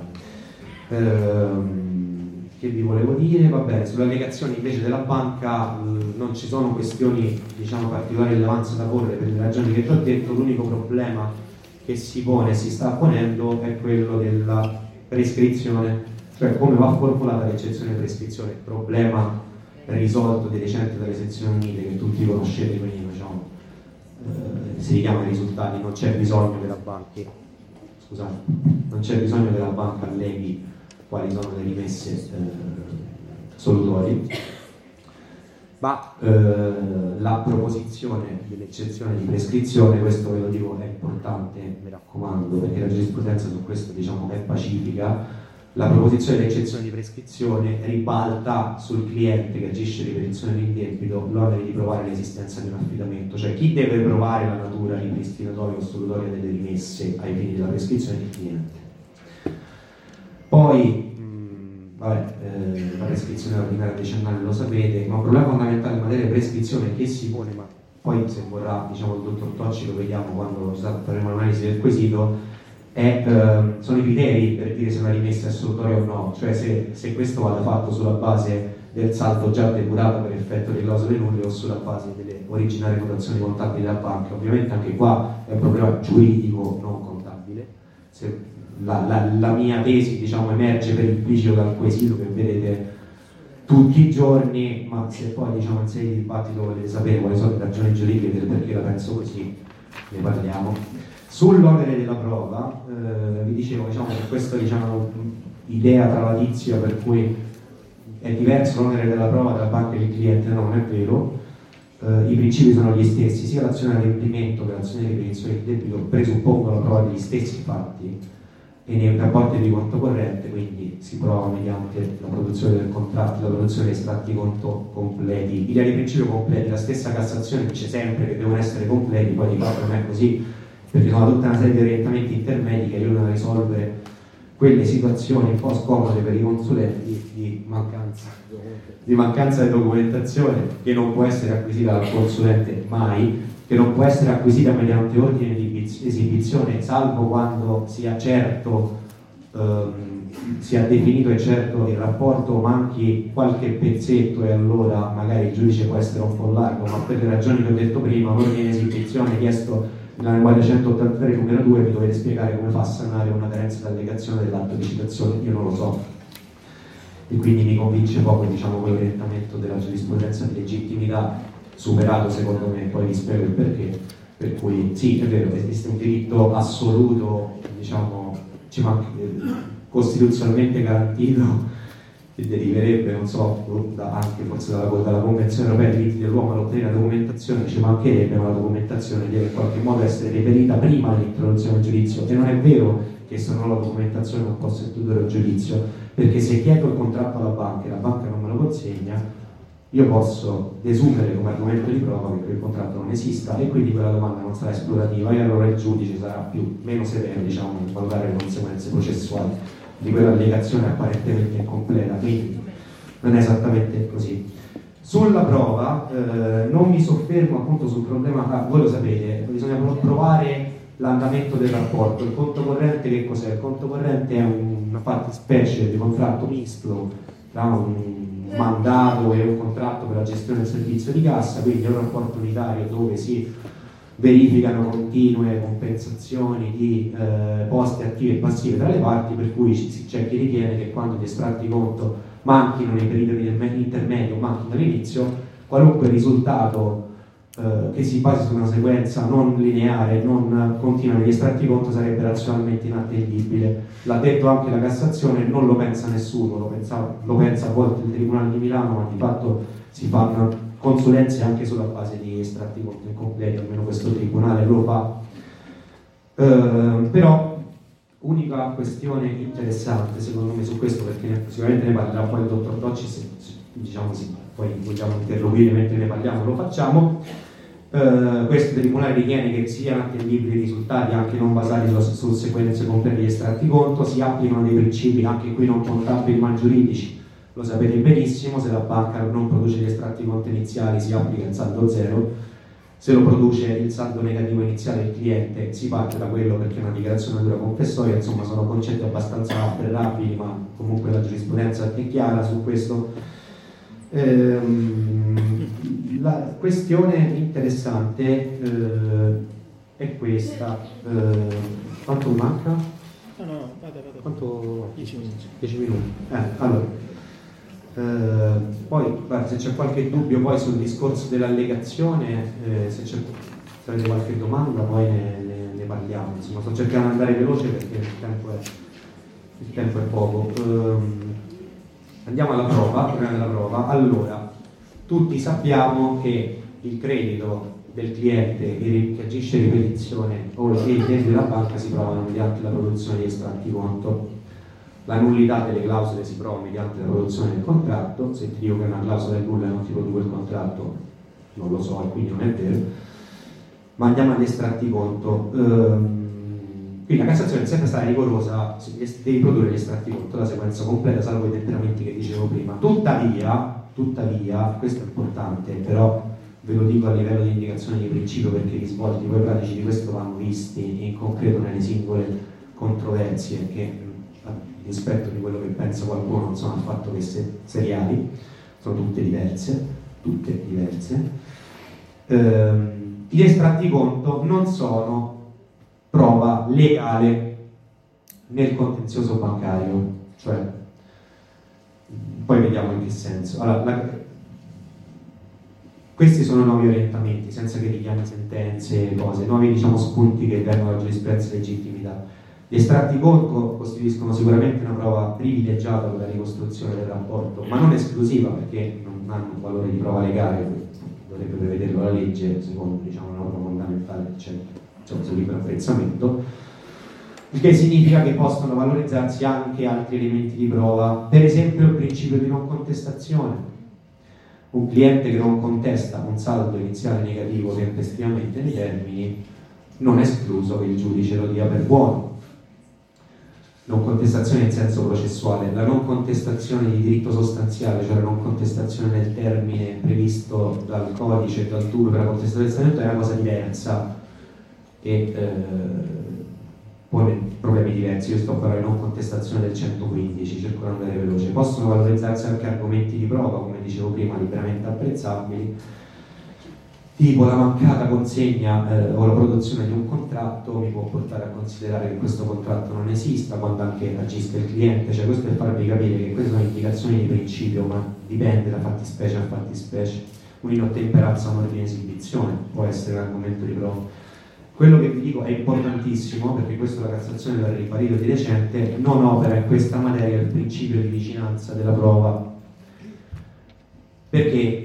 Uh, che vi volevo dire? Va bene, sulle allegazioni invece della banca mh, non ci sono questioni, diciamo, particolari rilevanza da porre per le ragioni che vi ho detto. L'unico problema che si pone e si sta ponendo è quello della prescrizione, cioè come va formulata l'eccezione di prescrizione, problema risolto di recente dalle sezioni unite che tutti conoscete, quindi diciamo, eh, si richiamano i risultati. Non c'è bisogno che la banca scusate, non c'è bisogno che la banca alleghi quali sono le rimesse eh, solutorie, ma eh, la proposizione dell'eccezione di prescrizione, questo ve lo dico, è importante, mi raccomando, perché la giurisprudenza su questo, diciamo, è pacifica. La proposizione dell'eccezione di prescrizione ribalta sul cliente che agisce di petizione di debito l'onere di provare l'esistenza di un affidamento, cioè chi deve provare la natura ripristinatoria o solutoria delle rimesse ai fini della prescrizione del cliente. Poi, mh, vabbè, eh, la prescrizione ordinaria decennale lo sapete, ma un problema fondamentale in materia di prescrizione che si pone, ma poi se vorrà, diciamo, il dottor Tocci lo vediamo quando faremo l'analisi del quesito, è, eh, sono i criteri per dire se una rimessa è solutoria o no, cioè se, se questo vada fatto sulla base del saldo già depurato per effetto di clausole nulle o sulla base delle originarie notazioni contabili della banca. Ovviamente anche qua è un problema giuridico, non contabile. Se, La, la, la mia tesi, diciamo, emerge per implicito dal quesito che vedete tutti i giorni, ma se poi, diciamo, in sede di dibattito volete sapere quali sono le ragioni giuridiche del perché la penso così, ne parliamo. Sull'onere della prova, eh, vi dicevo, diciamo, che questa, diciamo, idea travatizia per cui è diverso l'onere della prova della banca e del cliente, no, non è vero. Uh, i principi sono gli stessi, sia l'azione di adempimento che l'azione di ripetizione del debito presuppongono la prova degli stessi fatti e nei rapporti di conto corrente, quindi si prova mediante la produzione del contratto, la produzione dei estratti di conto completi. L'idea di principio completi, la stessa Cassazione dice sempre che devono essere completi, poi di fatto non è così, perché sono tutta una serie di orientamenti intermedi che aiutano a risolvere quelle situazioni un po' scomode per i consulenti di mancanza, di mancanza di documentazione che non può essere acquisita dal consulente mai, che non può essere acquisita mediante ordine di esibizione, salvo quando sia certo, ehm, sia definito e certo il rapporto, manchi qualche pezzetto e allora magari il giudice può essere un po' largo, ma per le ragioni che ho detto prima, un ordine di esibizione chiesto nella memoria centottantatré numero due mi dovete spiegare come fa a sanare una carenza di allegazione dell'atto di citazione, io non lo so, e quindi mi convince poco, diciamo, quell'orientamento della giurisprudenza di legittimità superato secondo me, poi vi spiego il perché, per cui sì, è vero, esiste un diritto assoluto, diciamo, ci manca, costituzionalmente garantito, che deriverebbe, non so, da, anche forse dalla, dalla Convenzione Europea dei diritti dell'uomo all'ottenere la documentazione, ci mancherebbe, ma la documentazione deve in qualche modo essere reperita prima dell'introduzione del giudizio, e non è vero che se non ho la documentazione non posso introdurre il giudizio, perché se chiedo il contratto alla banca e la banca non me lo consegna, io posso desumere come argomento di prova che quel contratto non esista e quindi quella domanda non sarà esplorativa e allora il giudice sarà più, meno severo, diciamo, nel valutare le conseguenze processuali di quell'allegazione apparentemente incompleta, quindi non è esattamente così. Sulla prova eh, non mi soffermo appunto sul problema, ah, voi lo sapete, bisogna provare l'andamento del rapporto. Il conto corrente che cos'è? Il conto corrente è una fattispecie di contratto misto tra un mandato e un contratto per la gestione del servizio di cassa, quindi è un rapporto unitario dove si verificano continue compensazioni di eh, poste attive e passive tra le parti, per cui c'è chi ritiene che quando gli estratti conto manchino nei periodi intermedi o manchino all'inizio, qualunque risultato eh, che si basi su una sequenza non lineare, non continua negli estratti conto, sarebbe razionalmente inattendibile. L'ha detto anche la Cassazione, non lo pensa nessuno, lo, pensava, lo pensa a volte il Tribunale di Milano, ma di fatto si fanno consulenze anche sulla base di estratti conto incompleti, almeno questo Tribunale lo fa. Eh, però unica questione interessante secondo me su questo, perché ne, sicuramente ne parlerà poi il dottor Docci, se, se diciamo sì, poi vogliamo interloquire mentre ne parliamo, lo facciamo. Eh, questo Tribunale ritiene che siano attendibili i risultati anche non basati su, su sequenze complete di estratti conto, si applicano dei principi anche qui non contabili ma giuridici, lo sapete benissimo, se la banca non produce gli estratti conto iniziali si applica il saldo zero, se lo produce il saldo negativo iniziale del cliente si parte da quello perché è una dichiarazione natura confessoria, insomma sono concetti abbastanza afferrabili, ma comunque la giurisprudenza è chiara su questo. Ehm, la questione interessante eh, è questa. Eh, quanto manca? No, no, vada, vada. Quanto? dieci minuti. dieci minuti. Eh, allora. Uh, poi guarda, se c'è qualche dubbio poi sul discorso dell'allegazione, eh, se, c'è, se avete qualche domanda poi ne, ne, ne parliamo. Insomma, sto cercando di andare veloce perché il tempo è, il tempo è poco. Um, andiamo alla prova, alla prova. Allora, tutti sappiamo che il credito del cliente che agisce ripetizione o i clienti della banca si provano mediante la produzione di estratti conto. La nullità delle clausole si prova mediante la produzione del contratto. Se ti dico che una clausola è nulla e non ti produco il contratto, non lo so e quindi non è vero. Ma andiamo agli estratti conto. Ehm, qui la Cassazione è sempre stata rigorosa, devi produrre gli estratti conto, la sequenza completa, salvo i temperamenti che dicevo prima. Tuttavia, tuttavia, questo è importante, però ve lo dico a livello di indicazione di principio perché i risvolti poi pratici di questo vanno visti in concreto nelle singole controversie che rispetto di quello che pensa qualcuno non sono affatto che se, seriali, sono tutte diverse, tutte diverse. Ehm, gli estratti conto non sono prova legale nel contenzioso bancario, cioè poi vediamo in che senso. Allora, la, questi sono nuovi orientamenti, senza che richiami sentenze, cose, nuovi diciamo spunti che vengono dalla giurisprudenza e legittimità. Gli estratti conto costituiscono sicuramente una prova privilegiata per la ricostruzione del rapporto, ma non esclusiva perché non hanno un valore di prova legale, dovrebbe prevederlo la legge, secondo diciamo, una norma fondamentale, c'è il suo libero apprezzamento, il che significa che possono valorizzarsi anche altri elementi di prova, per esempio il principio di non contestazione. Un cliente che non contesta un saldo iniziale negativo tempestivamente nei termini, non è escluso che il giudice lo dia per buono. Non contestazione in senso processuale, la non contestazione di diritto sostanziale, cioè la non contestazione del termine previsto dal codice e dal T U R per la contestazione del testamento è una cosa diversa e eh, pone problemi diversi. Io sto parlando di non contestazione del centoquindici, cerco di andare veloce. Possono valorizzarsi anche argomenti di prova, come dicevo prima, liberamente apprezzabili, tipo la mancata consegna eh, o la produzione di un contratto mi può portare a considerare che questo contratto non esista quando anche agisca il cliente, cioè questo per farvi capire che queste sono indicazioni di principio, ma dipende da fattispecie a fattispecie. Un'inottemperanza a un ordine di esibizione può essere un argomento di prova. Quello che vi dico è importantissimo, perché questo la Cassazione l'ha ribadito di recente, non opera in questa materia il principio di vicinanza della prova. Perché?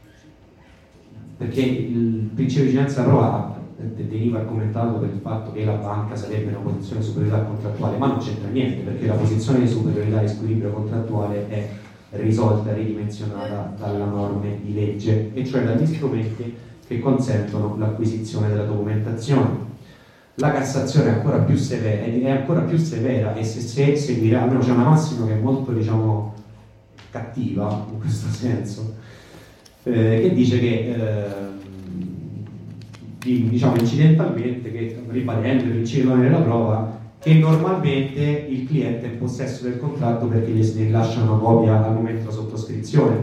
Perché il principio di vicinanza della prova veniva argomentato per il fatto che la banca sarebbe in una posizione di superiorità contrattuale, ma non c'entra niente, perché la posizione di superiorità e squilibrio contrattuale è risolta, ridimensionata dalla norme di legge, e cioè dagli strumenti che consentono l'acquisizione della documentazione. La Cassazione è ancora più severa, è ancora più severa e se, se seguirà, almeno c'è una massima che è molto diciamo cattiva in questo senso, eh, che dice che eh, diciamo incidentalmente, che ribadendo i principi della prova, che normalmente il cliente è in possesso del contratto perché gli si rilascia una copia al momento della sottoscrizione.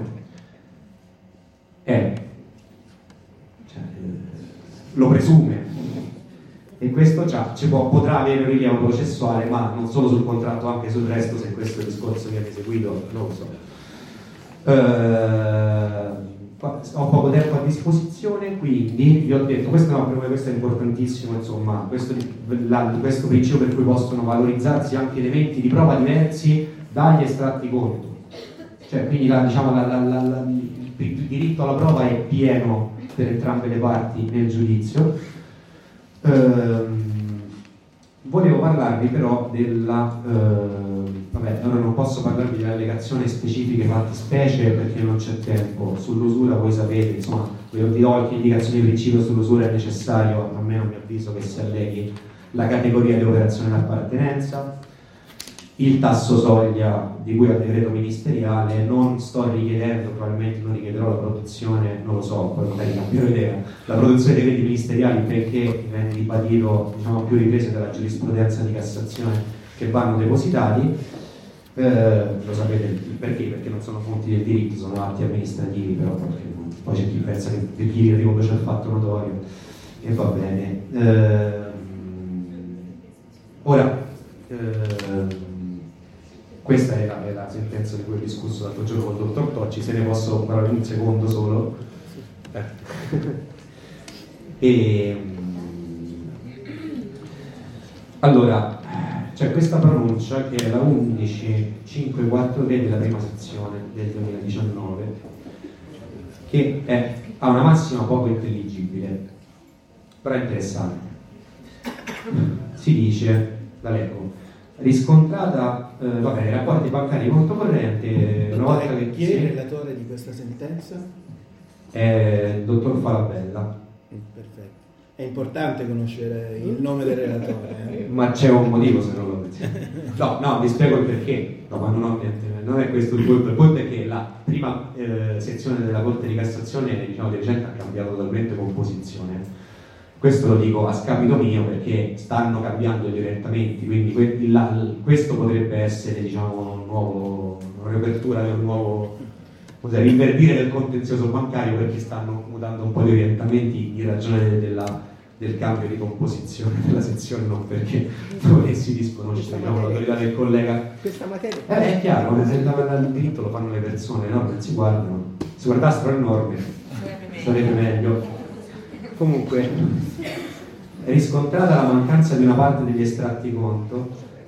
Eh, cioè, lo presume, e questo già ci può, potrà avere un rilievo processuale, ma non solo sul contratto, anche sul resto, se questo discorso viene eseguito, non lo so. Eh, ho poco tempo a disposizione, quindi vi ho detto, questo, no, questo è importantissimo, insomma, questo, la, questo principio per cui possono valorizzarsi anche elementi di prova diversi dagli estratti conto, cioè quindi la, diciamo, la, la, la, la, il diritto alla prova è pieno per entrambe le parti nel giudizio. Ehm, volevo parlarvi però della eh, vabbè, ora non posso parlarvi delle allegazioni specifiche fatte specie perché non c'è tempo. Sull'usura voi sapete, insomma, vi do qualche indicazione di principio. Sull'usura è necessario, almeno a mio avviso, che si alleghi la categoria di operazione d'appartenenza, il tasso soglia di cui al decreto ministeriale. Non sto richiedendo, probabilmente non richiederò la produzione, non lo so, poi magari cambierò idea, la produzione dei decreti ministeriali, perché viene ribadito, diciamo, a più riprese dalla giurisprudenza di Cassazione che vanno depositati. Eh, lo sapete perché? Perché non sono fonti del diritto, sono atti amministrativi, però poi c'è chi pensa che chi riconduce il fatto notorio e va bene. Eh, ora, eh, questa è la, è la sentenza di cui ho discusso l'altro giorno con il dottor Tocci, se ne posso parlare un secondo solo. Eh. e, allora, c'è questa pronuncia che è la undici cinquecentoquarantatré della prima sezione del duemiladiciannove, che è, ha una massima poco intelligibile, però è interessante. Si dice, la leggo: riscontrata, eh, vabbè, i rapporti bancari conto corrente, una volta che... Chi è il relatore di questa sentenza? È il dottor Falabella. Perfetto. È importante conoscere il nome del relatore. Eh? Ma c'è un motivo se non lo menzioni. No, no, vi spiego il perché. No, ma non, ho niente, non è questo il punto. Il punto è che la prima eh, sezione della Corte di Cassazione, diciamo, di recente ha cambiato totalmente composizione. Questo lo dico a scapito mio perché stanno cambiando gli orientamenti, quindi que- la, questo potrebbe essere, diciamo, un nuovo, una riapertura di un nuovo, cos'è, rinverdire del contenzioso bancario, perché stanno mutando un po' di orientamenti in ragione de- della, del cambio di composizione della sezione, non perché volessi disconoscere, diciamo, l'autorità del collega. Questa materia eh, è chiaro, il diritto lo fanno le persone, no? Non si guardano, si guardassero le norme sarebbe meglio. Comunque, riscontrata la mancanza di una parte degli estratti conto,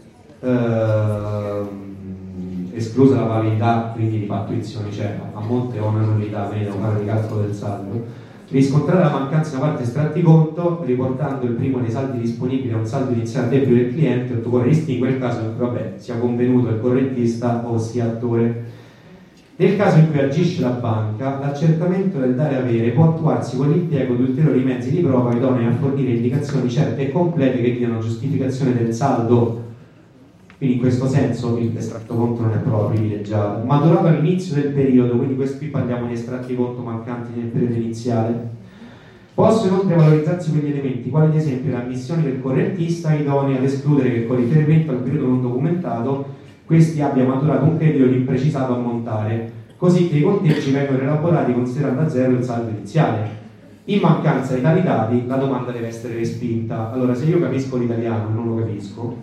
ehm, esclusa la validità quindi di pattuizioni, cioè a monte o una nullità, meno fare di calcolo del saldo, riscontrata la mancanza di una parte estratti conto, riportando il primo dei saldi disponibili a un saldo iniziale debito del cliente, occorre distinguere il caso in cui, vabbè, sia convenuto il correntista o sia attore. Nel caso in cui agisce la banca, l'accertamento del dare avere può attuarsi con l'impiego di ulteriori mezzi di prova idonei a fornire indicazioni certe e complete che diano giustificazione del saldo. Quindi in questo senso l'estratto conto non è proprio privilegiato. Maturato all'inizio del periodo, quindi questo qui parliamo di estratti conto mancanti nel periodo iniziale, possono inoltre valorizzarsi quegli elementi, quali ad esempio le ammissioni del correntista idonei ad escludere che con riferimento al periodo non documentato questi abbia maturato un credito di imprecisato ammontare, così che i conteggi vengono elaborati considerando a zero il saldo iniziale. In mancanza di tali dati, la domanda deve essere respinta. Allora, se io capisco l'italiano e non lo capisco,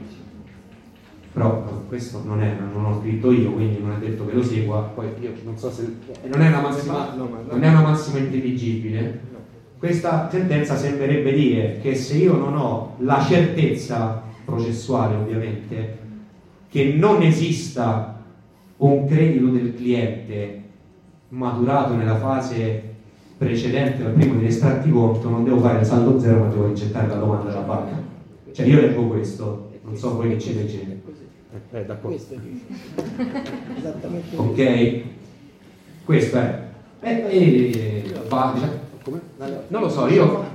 però questo non, è, non ho scritto io, quindi non è detto che lo segua, poi io non so se... non è una massima, non è una massima intelligibile. Questa sentenza sembrerebbe dire che se io non ho la certezza processuale, ovviamente, che non esista un credito del cliente maturato nella fase precedente al primo degli estratti conto, non devo fare il saldo zero, ma devo rigettare la domanda della banca. Cioè io leggo questo, non so voi che ci leggete. Eh, d'accordo. Esattamente. Ok, questo è. Eh, eh, va, diciamo, non lo so, io.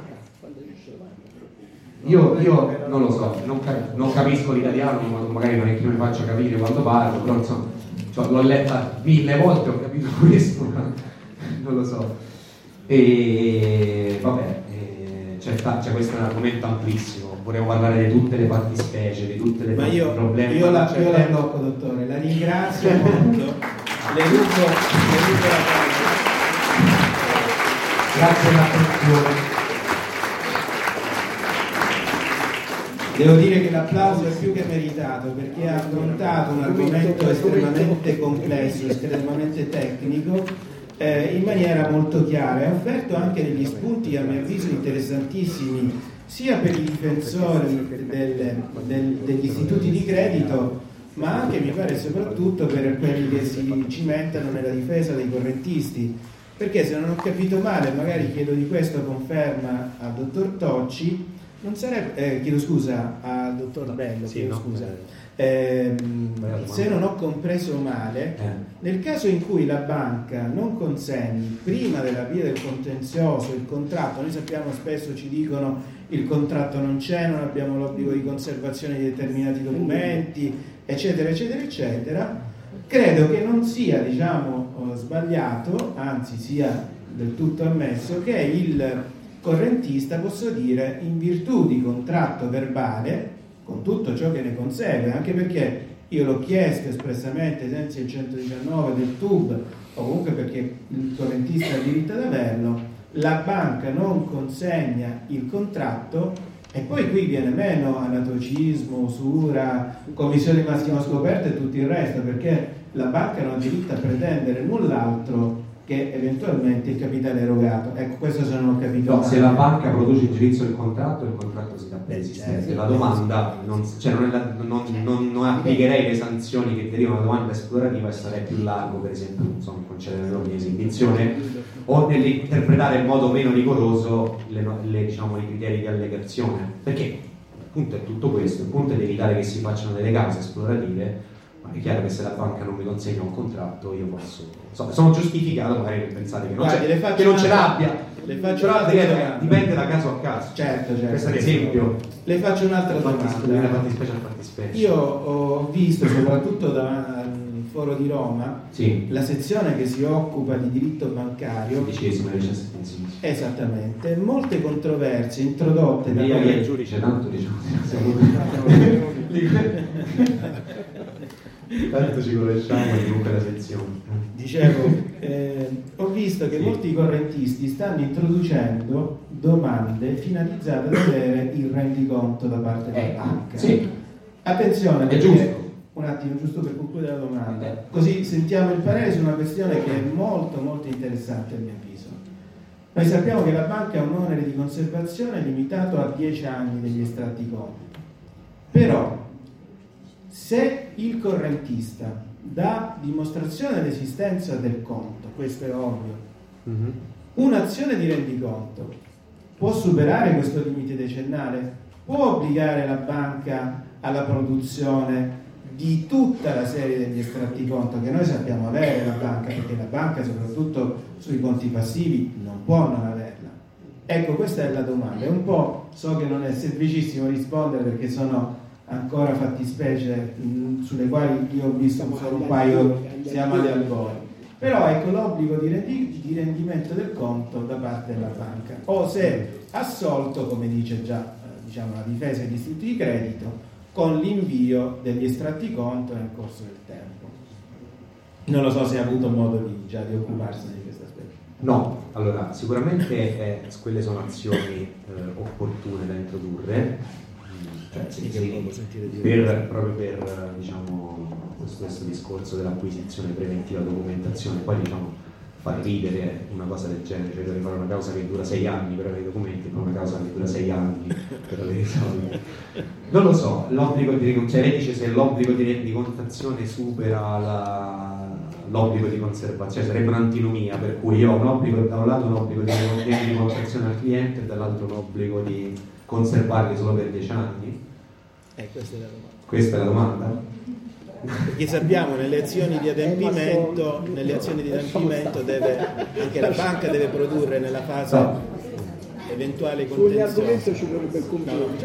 Io, io non lo so, non, cap- non capisco l'italiano, ma magari non è che mi faccia capire quando parlo, però insomma, cioè, l'ho letta mille volte, ho capito questo, ma non lo so. E vabbè, eh, c'è, c'è questo è un argomento amplissimo, vorremmo parlare di tutte le fattispecie, di tutte le Ma io, problemi. io la, io la blocco, dottore, la ringrazio molto, le rubo, le rubo la parola. Grazie per l'attenzione. Devo dire che l'applauso è più che meritato perché ha affrontato un argomento estremamente complesso, estremamente tecnico, eh, in maniera molto chiara e ha offerto anche degli spunti a mio avviso interessantissimi sia per i difensori del, del, degli istituti di credito, ma anche mi pare soprattutto per quelli che si cimentano nella difesa dei correntisti, perché se non ho capito male, magari chiedo di questo conferma al dottor Tocci, non sarebbe, eh, chiedo scusa al dottor Bello, sì, chiedo no, scusa, eh, se non ho compreso male, eh. nel caso in cui la banca non consegni prima della via del contenzioso il contratto, noi sappiamo spesso ci dicono il contratto non c'è, non abbiamo l'obbligo di conservazione di determinati documenti, eccetera, eccetera, eccetera, credo che non sia, diciamo, sbagliato, anzi sia del tutto ammesso, che il correntista posso dire in virtù di contratto verbale con tutto ciò che ne consegue, anche perché io l'ho chiesto espressamente ai sensi del centodiciannove del T U B o comunque perché il correntista ha diritto ad averlo, la banca non consegna il contratto e poi qui viene meno anatocismo, usura, commissioni di massimo scoperto e tutto il resto, perché la banca non ha diritto a pretendere null'altro che eventualmente il capitale erogato. Ecco, questo se non ho capito. No, se la banca produce in giudizio il contratto, il contratto si dà per esistente. La domanda, non, cioè non, è la, non, non, non applicherei le sanzioni che derivano dalla domanda esplorativa e sarei più largo, per esempio, insomma, concedere l'ordine di esibizione o nell'interpretare in modo meno rigoroso le, le, diciamo, i criteri di allegazione. Perché il punto è tutto questo, il punto è di evitare che si facciano delle cause esplorative. Ma è chiaro che se la banca non mi consegna un contratto io posso, insomma, sono giustificato magari per pensare che non, Guardi, c'è, che non ce l'abbia, le faccio però dipende, dipende da caso a caso. Certo, certo. Questo è l'esempio. Le faccio un'altra domanda. Fattispecie al fattispecie. Io ho visto soprattutto da Foro di Roma, sì, la sezione che si occupa di diritto bancario, sedicesima e diciassettesima, esattamente, molte controversie introdotte da io il giudice tanto diciamo tanto ci conosciamo di comunque la sezione. Dicevo, eh, ho visto che sì, molti correntisti stanno introducendo domande finalizzate ad avere il rendiconto da parte della eh, banca. Sì. Attenzione, è perché, giusto. un attimo, giusto per concludere la domanda, così sentiamo il parere su una questione che è molto molto interessante a mio avviso. Noi sappiamo che la banca ha un onere di conservazione limitato a dieci anni degli estratti conto, però se il correntista dà dimostrazione dell'esistenza del conto, questo è ovvio, mm-hmm, un'azione di rendiconto può superare questo limite decennale? Può obbligare la banca alla produzione di tutta la serie degli estratti conto che noi sappiamo avere la banca, perché la banca soprattutto sui conti passivi non può non averla? Ecco, questa è la domanda. È un po', so che non è semplicissimo rispondere perché sono ancora fattispecie mh, sulle quali io ho visto solo un paio, siamo agli albori, però ecco l'obbligo di, rendi, di rendimento del conto da parte della banca, o se assolto, come dice già eh, diciamo, la difesa degli istituti di credito, con l'invio degli estratti conto nel corso del tempo. Non lo so se ha avuto modo di, già di occuparsi di questo aspetto. No, allora sicuramente eh, quelle sono azioni eh, opportune da introdurre, cioè, sì, sì, per, proprio per diciamo, questo, questo discorso dell'acquisizione preventiva documentazione. Poi diciamo far ridere una cosa del genere, cioè dovrei fare una causa che dura sei anni per avere i documenti, non una causa che dura sei anni per avere i soldi. Non lo so, l'obbligo di, cioè lei dice se l'obbligo di rendicontazione supera la, l'obbligo di conservazione, sarebbe un'antinomia, per cui io ho un obbligo, da un lato un obbligo di rendicontazione al cliente e dall'altro un obbligo di conservarli solo per dieci anni? Eh, questa è la domanda. Questa è la domanda? Perché sappiamo nelle azioni di adempimento, nelle azioni di adempimento deve, anche la banca deve produrre nella fase no. eventuale contenzioso. Ci vorrebbe il no, no,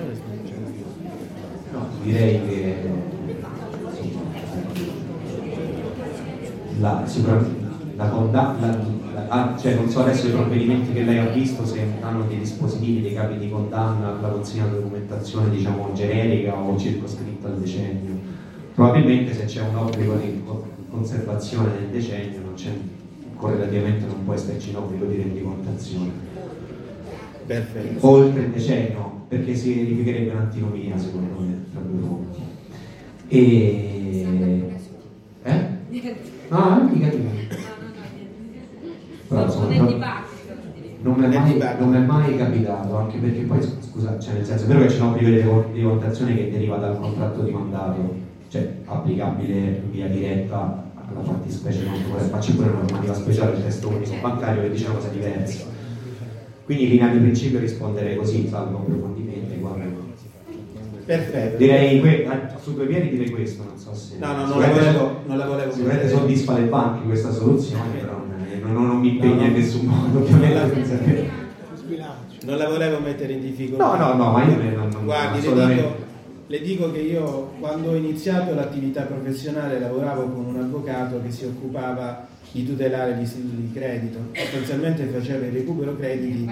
no, direi che la, sicuramente la condanna, cioè non so adesso i provvedimenti che lei ha visto se hanno dei dispositivi, dei capi di condanna, la consegna di documentazione diciamo generica o circoscritta al decennio. Probabilmente se c'è un obbligo di conservazione nel decennio non c'è, correlativamente non può esserci un obbligo di rendicontazione. Perfetto. Oltre il decennio, perché si verificherebbe un'antinomia secondo me tra due punti. E... eh? No, non mi capito. Però, insomma, non, non, mi è mai, non mi è mai capitato, anche perché poi scusa, cioè nel senso è vero che c'è un obbligo di contazione che deriva dal contratto di mandato, cioè applicabile in via diretta alla fattispecie, non vorrei farci pure una normativa speciale del testo unico bancario che dice una cosa diversa. Quindi in linea di principio risponderei così, salvo approfondimenti. Perfetto. Direi que- su due piedi direi questo, non so se. No, no, non la volevo, non la volevo sicuramente soddisfa le banche questa soluzione, però non, non mi impegna no, no. in nessun modo, ovviamente. Non la volevo mettere in difficoltà. No, no, no, ma io non, non guardi, le dico, le dico che io quando ho iniziato l'attività professionale lavoravo con un avvocato che si occupava di tutelare gli istituti di credito, sostanzialmente faceva il recupero crediti.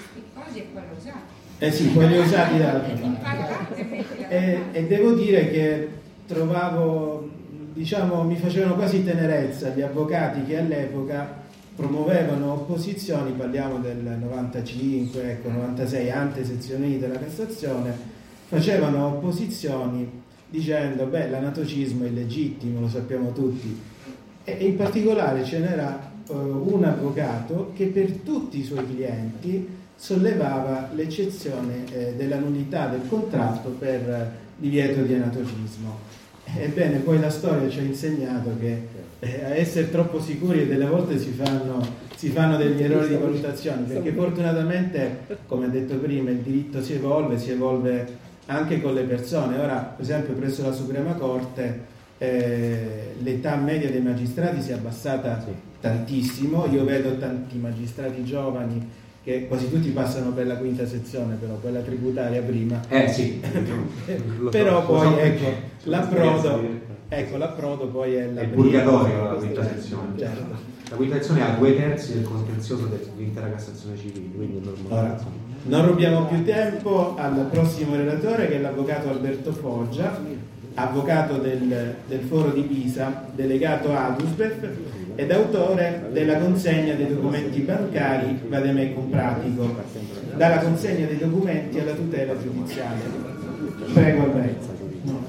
Eh sì, poi li ho usati d'altra parte. E, e devo dire che trovavo, diciamo, mi facevano quasi tenerezza gli avvocati che all'epoca promuovevano opposizioni, parliamo del novantacinque, ecco, novantasei, ante sezioni unite della Cassazione, facevano opposizioni dicendo, beh, l'anatocismo è illegittimo, lo sappiamo tutti. E in particolare ce n'era uh, un avvocato che per tutti i suoi clienti sollevava l'eccezione eh, della nullità del contratto per eh, divieto di anatocismo. Ebbene, poi la storia ci ha insegnato che eh, a essere troppo sicuri delle volte si fanno, si fanno degli errori di valutazione, perché fortunatamente, come ha detto prima, il diritto si evolve, si evolve anche con le persone. Ora, per esempio, presso la Suprema Corte eh, l'età media dei magistrati si è abbassata tantissimo. Io vedo tanti magistrati giovani che quasi tutti passano per la quinta sezione, però quella tributaria prima. Eh sì. Però poi ecco l'approdo, ecco l'approdo poi è la è purgatorio la quinta sezione. Certo. La quinta sezione ha due terzi del contenzioso dell'intera Cassazione civile, quindi è normale. Ora, non rubiamo più tempo al prossimo relatore, che è l'avvocato Alberto Foggia, avvocato del, del Foro di Pisa, delegato Adusbef ed autore della consegna dei documenti bancari Vademecum Pratico, dalla consegna dei documenti alla tutela giudiziale. Prego Alberto. No.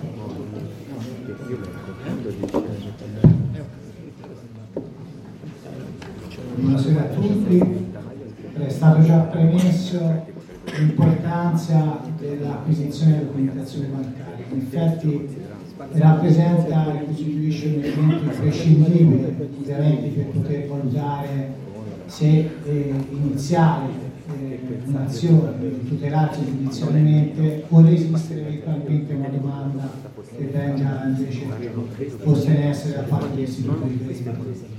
Buonasera a tutti. È stato già premesso l'importanza dell'acquisizione della documentazione bancaria. In effetti rappresenta e costituisce un elemento imprescindibile ovviamente per poter valutare se eh, iniziare eh, un'azione per tutelarsi giudiziariamente o resistere eventualmente a una domanda che venga invece posta in essere da parte dell'istituto di credito.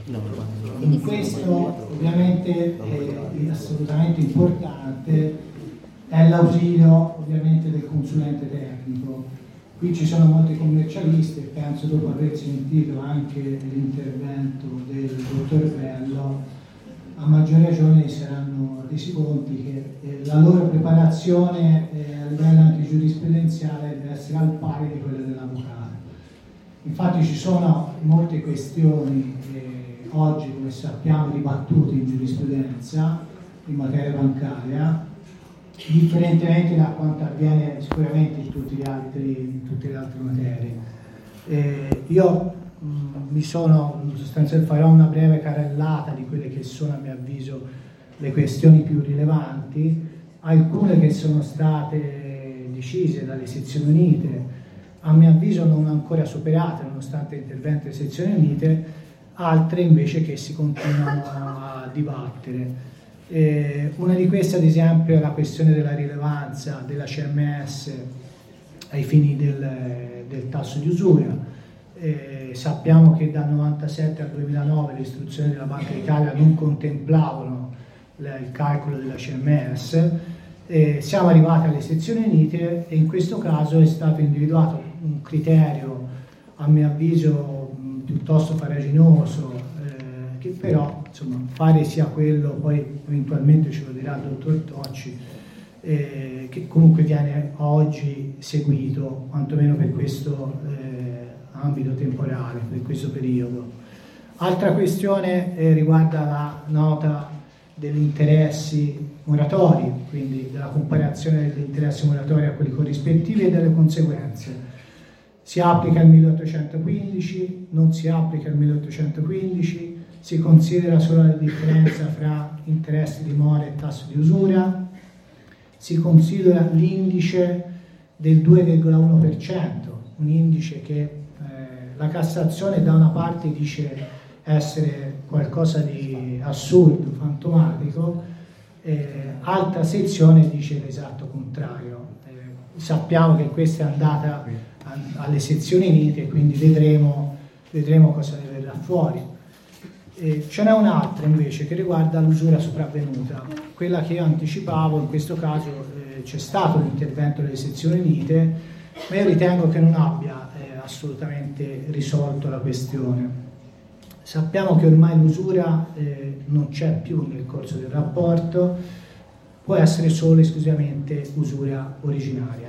In questo ovviamente è assolutamente importante è l'ausilio ovviamente del consulente tecnico. Qui ci sono molti commercialisti e penso, dopo aver sentito anche l'intervento del dottor Bello, a maggior ragione si saranno resi conti che eh, la loro preparazione eh, a livello anche giurisprudenziale deve essere al pari di quella dell'avvocato. Infatti ci sono molte questioni eh, oggi, come sappiamo, dibattute in giurisprudenza in materia bancaria, differentemente da quanto avviene sicuramente in, tutti gli altri, in tutte le altre materie. Eh, io mh, mi sono, sostanzialmente farò una breve carrellata di quelle che sono, a mio avviso, le questioni più rilevanti, alcune che sono state decise dalle sezioni unite, a mio avviso non ancora superate nonostante l'intervento delle sezioni unite, altre invece che si continuano a dibattere. Eh, una di queste ad esempio è la questione della rilevanza della C M S ai fini del, del tasso di usura. Eh, sappiamo che dal novantasette al duemilanove le istruzioni della Banca d'Italia non contemplavano la, il calcolo della C M S. Eh, siamo arrivati alle sezioni unite e in questo caso è stato individuato un criterio a mio avviso mh, piuttosto farraginoso, che però insomma pare sia quello, poi eventualmente ce lo dirà il dottor Tocci, eh, che comunque viene oggi seguito, quantomeno per questo eh, ambito temporale, per questo periodo. Altra questione eh, riguarda la nota degli interessi moratori, quindi della comparazione degli interessi moratori a quelli corrispettivi e delle conseguenze. Si applica il milleottocentoquindici, non si applica il milleottocentoquindici, si considera solo la differenza fra interessi di mora e tasso di usura, si considera l'indice del due virgola uno per cento, un indice che eh, la Cassazione da una parte dice essere qualcosa di assurdo, fantomatico, eh, altra sezione dice l'esatto contrario. Eh, sappiamo che questa è andata a, alle sezioni unite, quindi vedremo, vedremo cosa ne verrà fuori. Eh, ce n'è un'altra invece che riguarda l'usura sopravvenuta, quella che io anticipavo. In questo caso eh, c'è stato l'intervento delle sezioni unite, ma io ritengo che non abbia eh, assolutamente risolto la questione. Sappiamo che ormai l'usura eh, non c'è più nel corso del rapporto, può essere solo e esclusivamente usura originaria.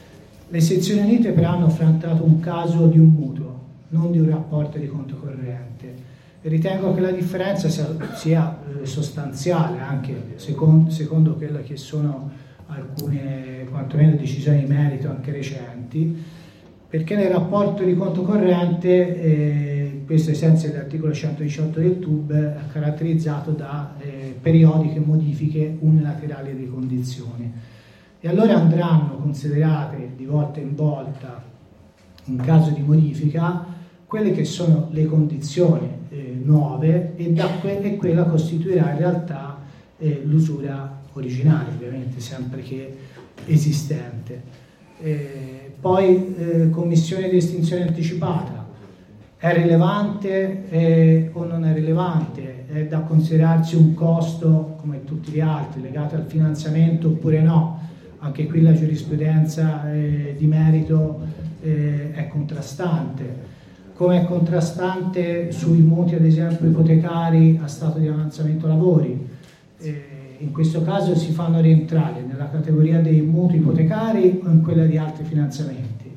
Le sezioni unite però hanno affrontato un caso di un mutuo, non di un rapporto di conto corrente. E ritengo che la differenza sia, sia eh, sostanziale, anche secondo, secondo quelle che sono alcune, quantomeno, decisioni di merito anche recenti, perché nel rapporto di conto corrente eh, questo ai sensi dell'articolo centodiciotto del T U B è caratterizzato da eh, periodiche modifiche unilaterali di condizioni, e allora andranno considerate di volta in volta, in caso di modifica, quelle che sono le condizioni eh, nuove, e, da que- e quella costituirà in realtà eh, l'usura originaria, ovviamente sempre che esistente. Eh, poi eh, commissione di estinzione anticipata. È rilevante eh, o non è rilevante? È da considerarsi un costo come tutti gli altri, legato al finanziamento oppure no? Anche qui la giurisprudenza eh, di merito eh, è contrastante. Come è contrastante sui mutui, ad esempio, ipotecari a stato di avanzamento lavori. Eh, in questo caso si fanno rientrare nella categoria dei mutui ipotecari o in quella di altri finanziamenti.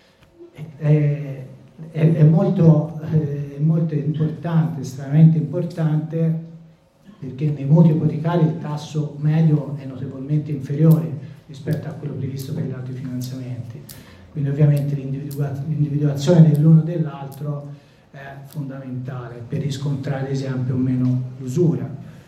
Eh, È, è, molto, eh, molto importante, estremamente importante, perché nei mutui ipotecari il tasso medio è notevolmente inferiore rispetto a quello previsto per gli altri finanziamenti, quindi ovviamente l'individua- l'individuazione dell'uno o dell'altro è fondamentale per riscontrare, ad esempio, o meno l'usura.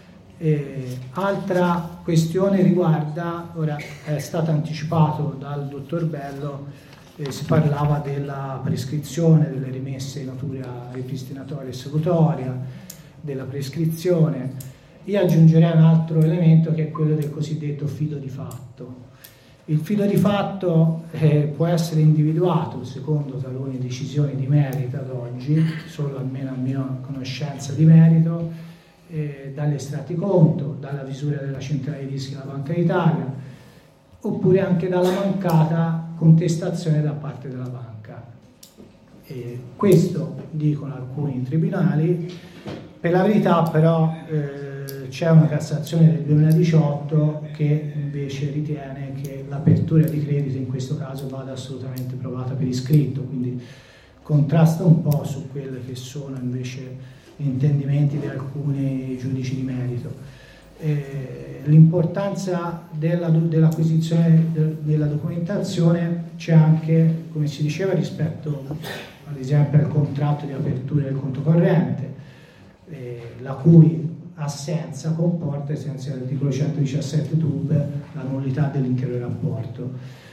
E altra questione riguarda, ora è stato anticipato dal dottor Bello, Eh, si parlava della prescrizione delle rimesse in natura ripristinatoria e esecutoria, della prescrizione. Io aggiungerei un altro elemento, che è quello del cosiddetto filo di fatto. Il filo di fatto eh, può essere individuato, secondo talune decisioni di merito ad oggi, solo almeno a mia conoscenza di merito, eh, dagli estratti conto, dalla visura della centrale di rischi della Banca d'Italia, oppure anche dalla mancata contestazione da parte della banca. E questo dicono alcuni tribunali. Per la verità però eh, c'è una Cassazione del duemiladiciotto che invece ritiene che l'apertura di credito in questo caso vada assolutamente provata per iscritto, quindi contrasta un po' su quelli che sono invece gli intendimenti di alcuni giudici di merito. Eh, l'importanza della, dell'acquisizione de, della documentazione c'è anche, come si diceva, rispetto ad esempio al contratto di apertura del conto corrente, eh, la cui assenza comporta, ai sensi dell'articolo centodiciassette T U B, la nullità dell'intero rapporto.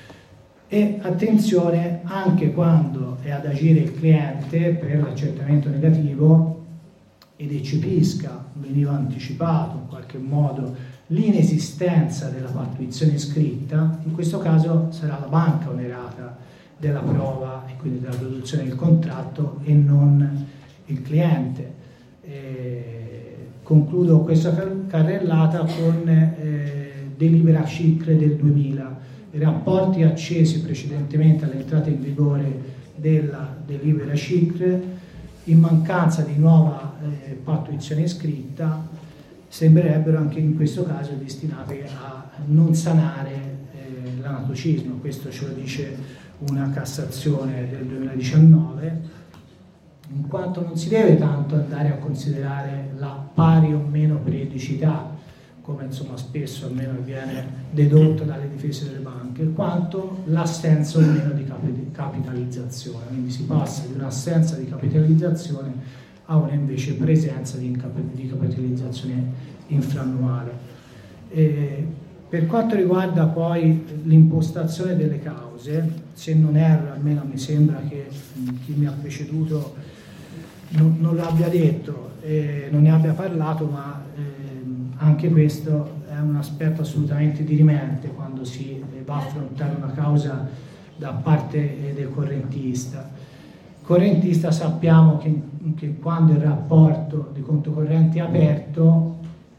E attenzione, anche quando è ad agire il cliente per l'accertamento negativo ed eccepisca, veniva anticipato in qualche modo, l'inesistenza della pattuizione scritta, in questo caso sarà la banca onerata della prova e quindi della produzione del contratto e non il cliente. Eh, concludo questa carrellata con eh, delibera C I C R E del duemila. I rapporti accesi precedentemente all'entrata in vigore della delibera C I C R E in mancanza di nuova eh, pattuizione scritta, sembrerebbero anche in questo caso destinate a non sanare eh, l'anatocismo. Questo ce lo dice una Cassazione del duemiladiciannove, in quanto non si deve tanto andare a considerare la pari o meno periodicità, come insomma spesso almeno viene dedotto dalle difese delle banche, quanto l'assenza o meno di capitalizzazione. Quindi si passa di un'assenza di capitalizzazione a una invece presenza di, di capitalizzazione infrannuale. E per quanto riguarda poi l'impostazione delle cause, se non erro, almeno mi sembra che chi mi ha preceduto non, non l'abbia detto, eh, non ne abbia parlato, ma eh, anche questo è un aspetto assolutamente dirimente quando si va a affrontare una causa da parte del correntista. Correntista sappiamo che, che quando il rapporto di conto corrente è aperto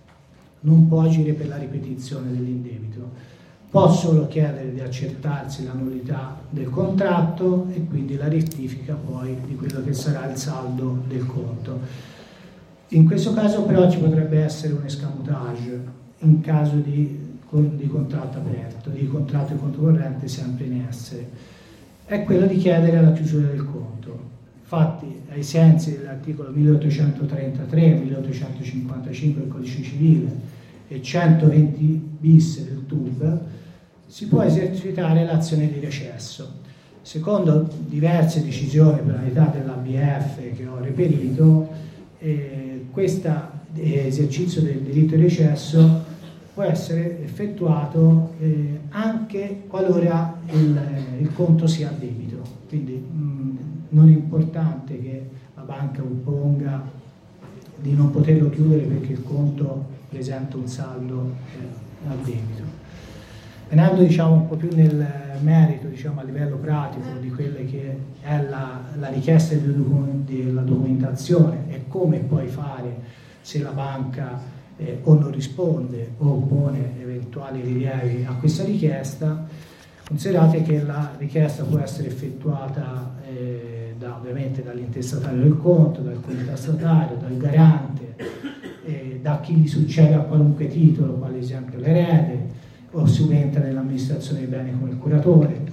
non può agire per la ripetizione dell'indebito, può solo chiedere di accertarsi la nullità del contratto e quindi la rettifica poi di quello che sarà il saldo del conto. In questo caso però ci potrebbe essere un escamotage in caso di, di contratto aperto, di contratto di conto corrente sempre in essere, è quello di chiedere la chiusura del conto. Infatti, ai sensi dell'articolo milleottocentotrentatré, milleottocentocinquantacinque del Codice Civile e centoventi bis del T U B, si può esercitare l'azione di recesso. Secondo diverse decisioni per l'età dell'A B F che ho reperito, eh, questo esercizio del diritto di recesso può essere effettuato eh, anche qualora il, il conto sia a debito. Quindi mh, non è importante che la banca opponga di non poterlo chiudere perché il conto presenta un saldo eh, a debito. Venendo diciamo, un po' più nel merito, diciamo, a livello pratico di quelle che è la, la richiesta della documentazione e come poi fare se la banca eh, o non risponde o oppone eventuali rilievi a questa richiesta, considerate che la richiesta può essere effettuata eh, da, ovviamente dall'intestatario del conto, dal comitastatario, dal garante, eh, da chi gli succede a qualunque titolo, quale esempio l'erede, o subentra nell'amministrazione dei beni come il curatore,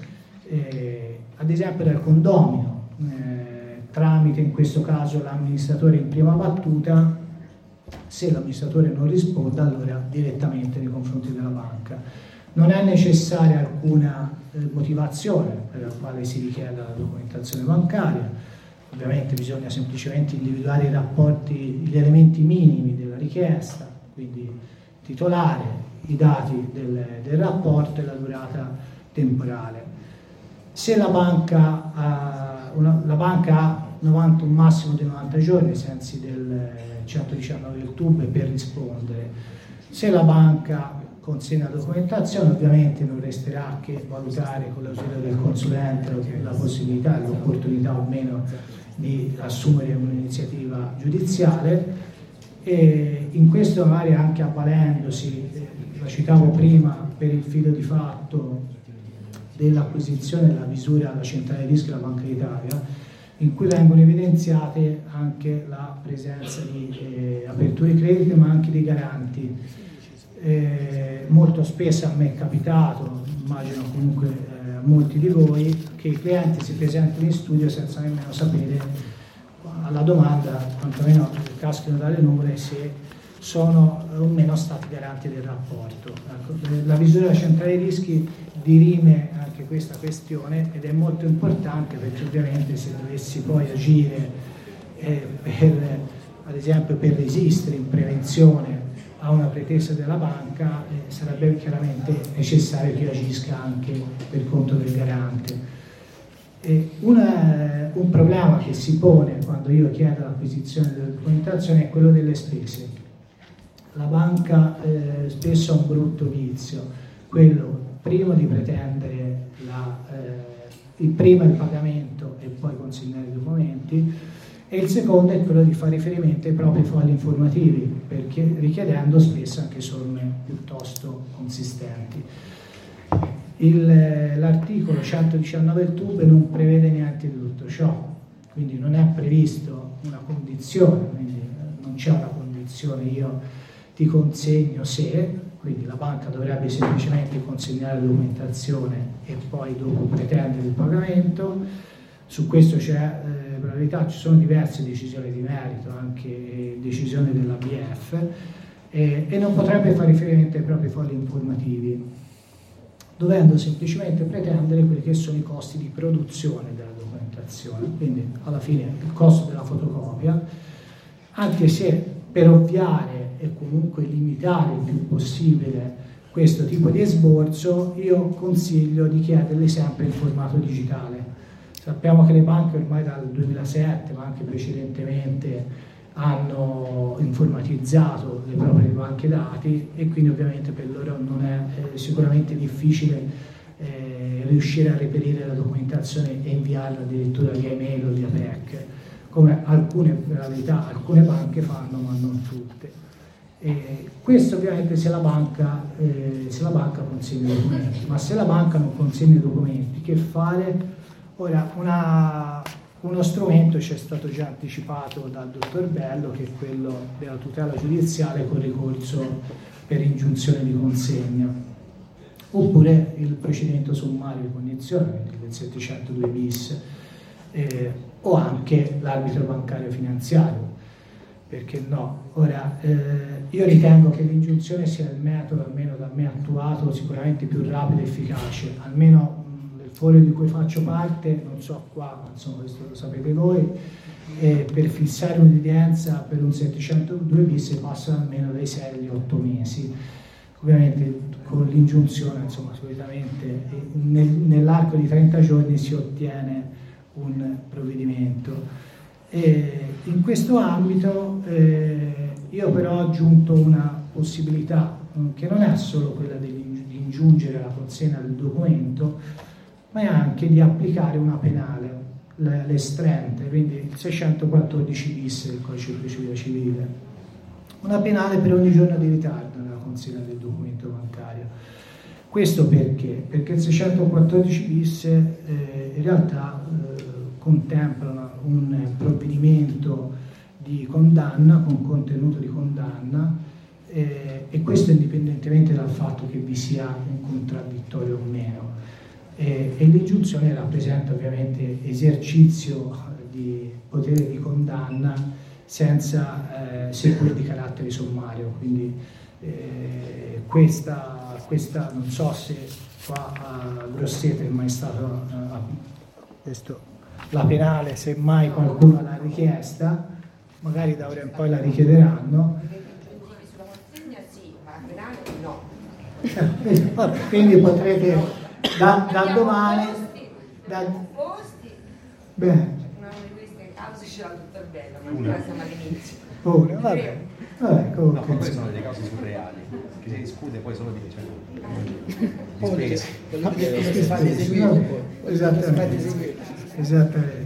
eh, ad esempio dal condomino, eh, tramite in questo caso l'amministratore in prima battuta. Se l'amministratore non risponde, allora direttamente nei confronti della banca. Non è necessaria alcuna eh, motivazione per la quale si richieda la documentazione bancaria, ovviamente bisogna semplicemente individuare i rapporti, gli elementi minimi della richiesta, quindi titolare, i dati del, del rapporto e la durata temporale. Se la banca ha, una, la banca ha novanta, un massimo di novanta giorni ai sensi del centodiciannove del T U B per rispondere, se la banca consegna la documentazione ovviamente non resterà che valutare con l'ausilio del consulente la possibilità, l'opportunità o meno di assumere un'iniziativa giudiziale, e in questo magari anche avvalendosi, la citavo prima, per il filo di fatto dell'acquisizione della misura alla centrale rischi della Banca d'Italia, in cui vengono evidenziate anche la presenza di eh, aperture di credito ma anche di garanti. Eh, molto spesso a me è capitato, immagino comunque eh, a molti di voi, che i clienti si presentano in studio senza nemmeno sapere alla domanda, quantomeno caschino dalle nuvole, se sono o meno stati garanti del rapporto. Ecco, la misura della centrale rischi dirime anche questa questione ed è molto importante, perché ovviamente se dovessi poi agire eh, per, ad esempio per resistere in prevenzione a una pretesa della banca, eh, sarebbe chiaramente necessario che agisca anche per conto del garante. E una, un problema che si pone quando io chiedo l'acquisizione della documentazione è quello delle spese. La banca eh, spesso ha un brutto vizio, quello prima di pretendere la, eh, il prima il pagamento e poi consegnare i documenti, e il secondo è quello di fare riferimento ai propri fogli informativi, perché richiedendo spesso anche somme piuttosto consistenti. Il, l'articolo centodiciannove del T U B non prevede niente di tutto ciò, quindi non è previsto una condizione, quindi non c'è una condizione io ti consegno se, quindi la banca dovrebbe semplicemente consegnare la documentazione e poi dopo pretendere il pagamento. Su questo c'è eh, per la verità ci sono diverse decisioni di merito, anche decisioni dell'A B F, eh, e non potrebbe fare riferimento ai propri fogli informativi, dovendo semplicemente pretendere quelli che sono i costi di produzione della documentazione, quindi alla fine il costo della fotocopia, anche se per ovviare e comunque limitare il più possibile questo tipo di esborso, io consiglio di chiederli sempre in formato digitale. Sappiamo che le banche ormai dal duemilasette, ma anche precedentemente, hanno informatizzato le proprie banche dati e quindi ovviamente per loro non è eh, sicuramente difficile eh, riuscire a reperire la documentazione e inviarla addirittura via email o via P E C, come alcune, per la verità, alcune banche fanno, ma non tutte. E questo ovviamente se la banca, eh, se la banca consegna i documenti, ma se la banca non consegna i documenti, che fare? Ora, una, uno strumento ci è stato già anticipato dal dottor Bello, che è quello della tutela giudiziale con ricorso per ingiunzione di consegna, oppure il procedimento sommario di cognizione, quindi del settecentodue bis, eh, o anche l'arbitro bancario finanziario, perché no? Ora, eh, io ritengo che l'ingiunzione sia il metodo, almeno da me attuato, sicuramente più rapido e efficace, almeno nel forum di cui faccio parte, non so qua, ma insomma questo lo sapete voi, eh, per fissare un'udienza per un settecentodue bis passano almeno dai sei agli otto mesi. Ovviamente con l'ingiunzione, insomma, solitamente nel, nell'arco di trenta giorni si ottiene un provvedimento. E in questo ambito eh, io però ho aggiunto una possibilità che non è solo quella di, di ingiungere la consegna del documento, ma è anche di applicare una penale, l'estrente, quindi il seicentoquattordici bis del codice di procedura civile, una penale per ogni giorno di ritardo nella consegna del documento bancario. Questo perché? Perché il seicentoquattordici bis eh, in realtà eh, contempla un provvedimento di condanna con contenuto di condanna eh, e questo indipendentemente dal fatto che vi sia un contraddittorio o meno, eh, e l'ingiunzione rappresenta ovviamente esercizio di potere di condanna senza eh, sequel di carattere sommario, quindi eh, questa, questa non so se qua a Grosseto è mai stato eh, questo, la penale, se mai qualcuno l'ha richiesta, magari da ora in poi la richiederanno. Sulla consegna sì, ma la penale no. Vabbè, quindi potrete da, da domani da, posti, bene. una di queste cause ce l'ha il dottor Bello, ma ancora siamo all'inizio. Pure, vabbè. Vabbè, comunque. No, ma quelle sono delle cause surreali, che si discute poi solo di spese. Come si fa eseguire? Esattamente. Esattamente.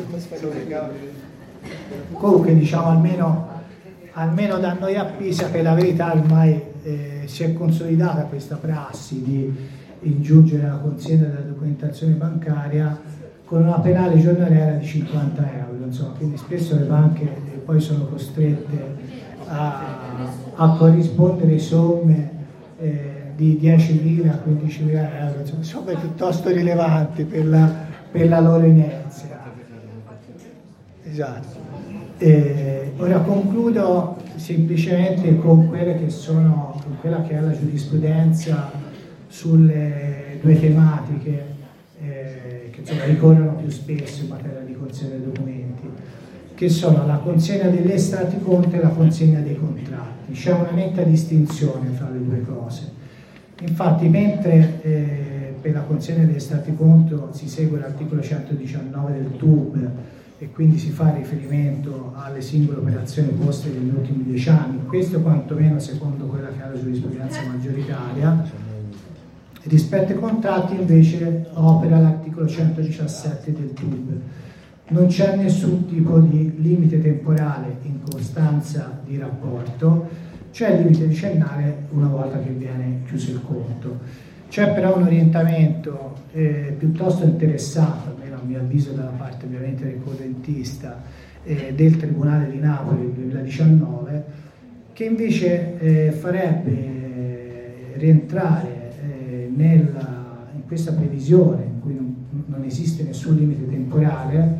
Comunque diciamo almeno, almeno da noi a Pisa, per la verità ormai eh, si è consolidata questa prassi di ingiungere la consegna della documentazione bancaria con una penale giornaliera di cinquanta euro, insomma, quindi spesso le banche eh, poi sono costrette a, a corrispondere somme eh, di diecimila a quindicimila euro, insomma, somme piuttosto rilevanti per la, per la loro inerzia. Esatto. Eh, ora concludo semplicemente con quelle che sono, con quella che è la giurisprudenza sulle due tematiche eh, che insomma, ricorrono più spesso in materia di consegna dei documenti, che sono la consegna degli estratti conto e la consegna dei contratti. C'è una netta distinzione fra le due cose. Infatti, mentre eh, per la consegna degli estratti conto si segue l'articolo centodiciannove del T U B e quindi si fa riferimento alle singole operazioni poste negli ultimi dieci anni, questo quantomeno secondo quella che è la giurisprudenza maggioritaria. Rispetto ai contratti invece opera l'articolo centodiciassette del T U B. Non c'è nessun tipo di limite temporale in costanza di rapporto, c'è il limite decennale una volta che viene chiuso il conto. C'è però un orientamento eh, piuttosto interessante, almeno a mio avviso dalla parte ovviamente del correntista, eh, del Tribunale di Napoli del duemiladiciannove, che invece eh, farebbe eh, rientrare eh, nella, in questa previsione in cui non, non esiste nessun limite temporale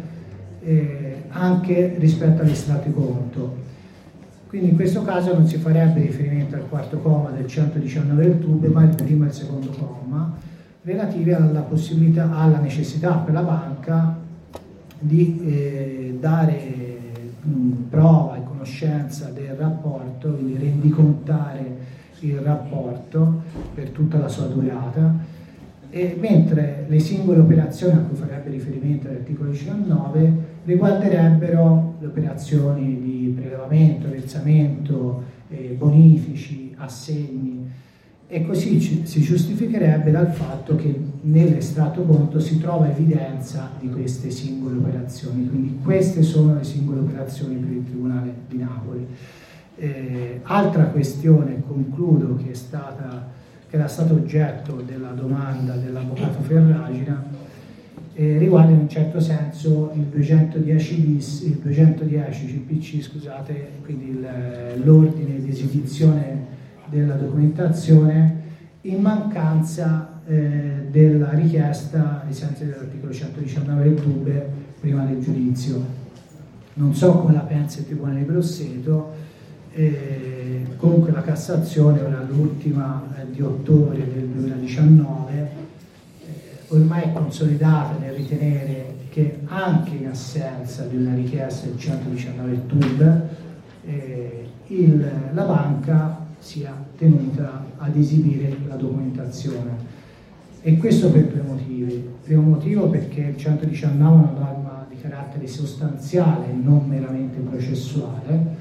eh, anche rispetto all'estratto conto. Quindi in questo caso non si farebbe riferimento al quarto comma del centodiciannove del T U B, ma il primo e il secondo comma, relativi alla possibilità, alla necessità per la banca di eh, dare mh, prova e conoscenza del rapporto, quindi rendicontare il rapporto per tutta la sua durata, e mentre le singole operazioni a cui farebbe riferimento l'articolo diciannove riguarderebbero le operazioni di prelevamento, versamento, eh, bonifici, assegni, e così ci, si giustificherebbe dal fatto che nell'estratto conto si trova evidenza di queste singole operazioni. Quindi queste sono le singole operazioni per il Tribunale di Napoli. Eh, altra questione, concludo, che è stata che era stato oggetto della domanda dell'avvocato Ferragina, eh, riguarda in un certo senso il duecentodieci bis, il duecentodieci C P C, scusate, quindi l'ordine di esibizione della documentazione in mancanza eh, della richiesta ai sensi dell'articolo centodiciannove del T U B prima del giudizio. Non so come la pensa il Tribunale di Grosseto. Eh, comunque la Cassazione, ora l'ultima eh, di ottobre del duemiladiciannove, eh, ormai è consolidata nel ritenere che anche in assenza di una richiesta del centodiciannove del T U B eh, il, la banca sia tenuta ad esibire la documentazione, e questo per due motivi. Primo motivo, perché il centodiciannove è una norma di carattere sostanziale, non meramente processuale,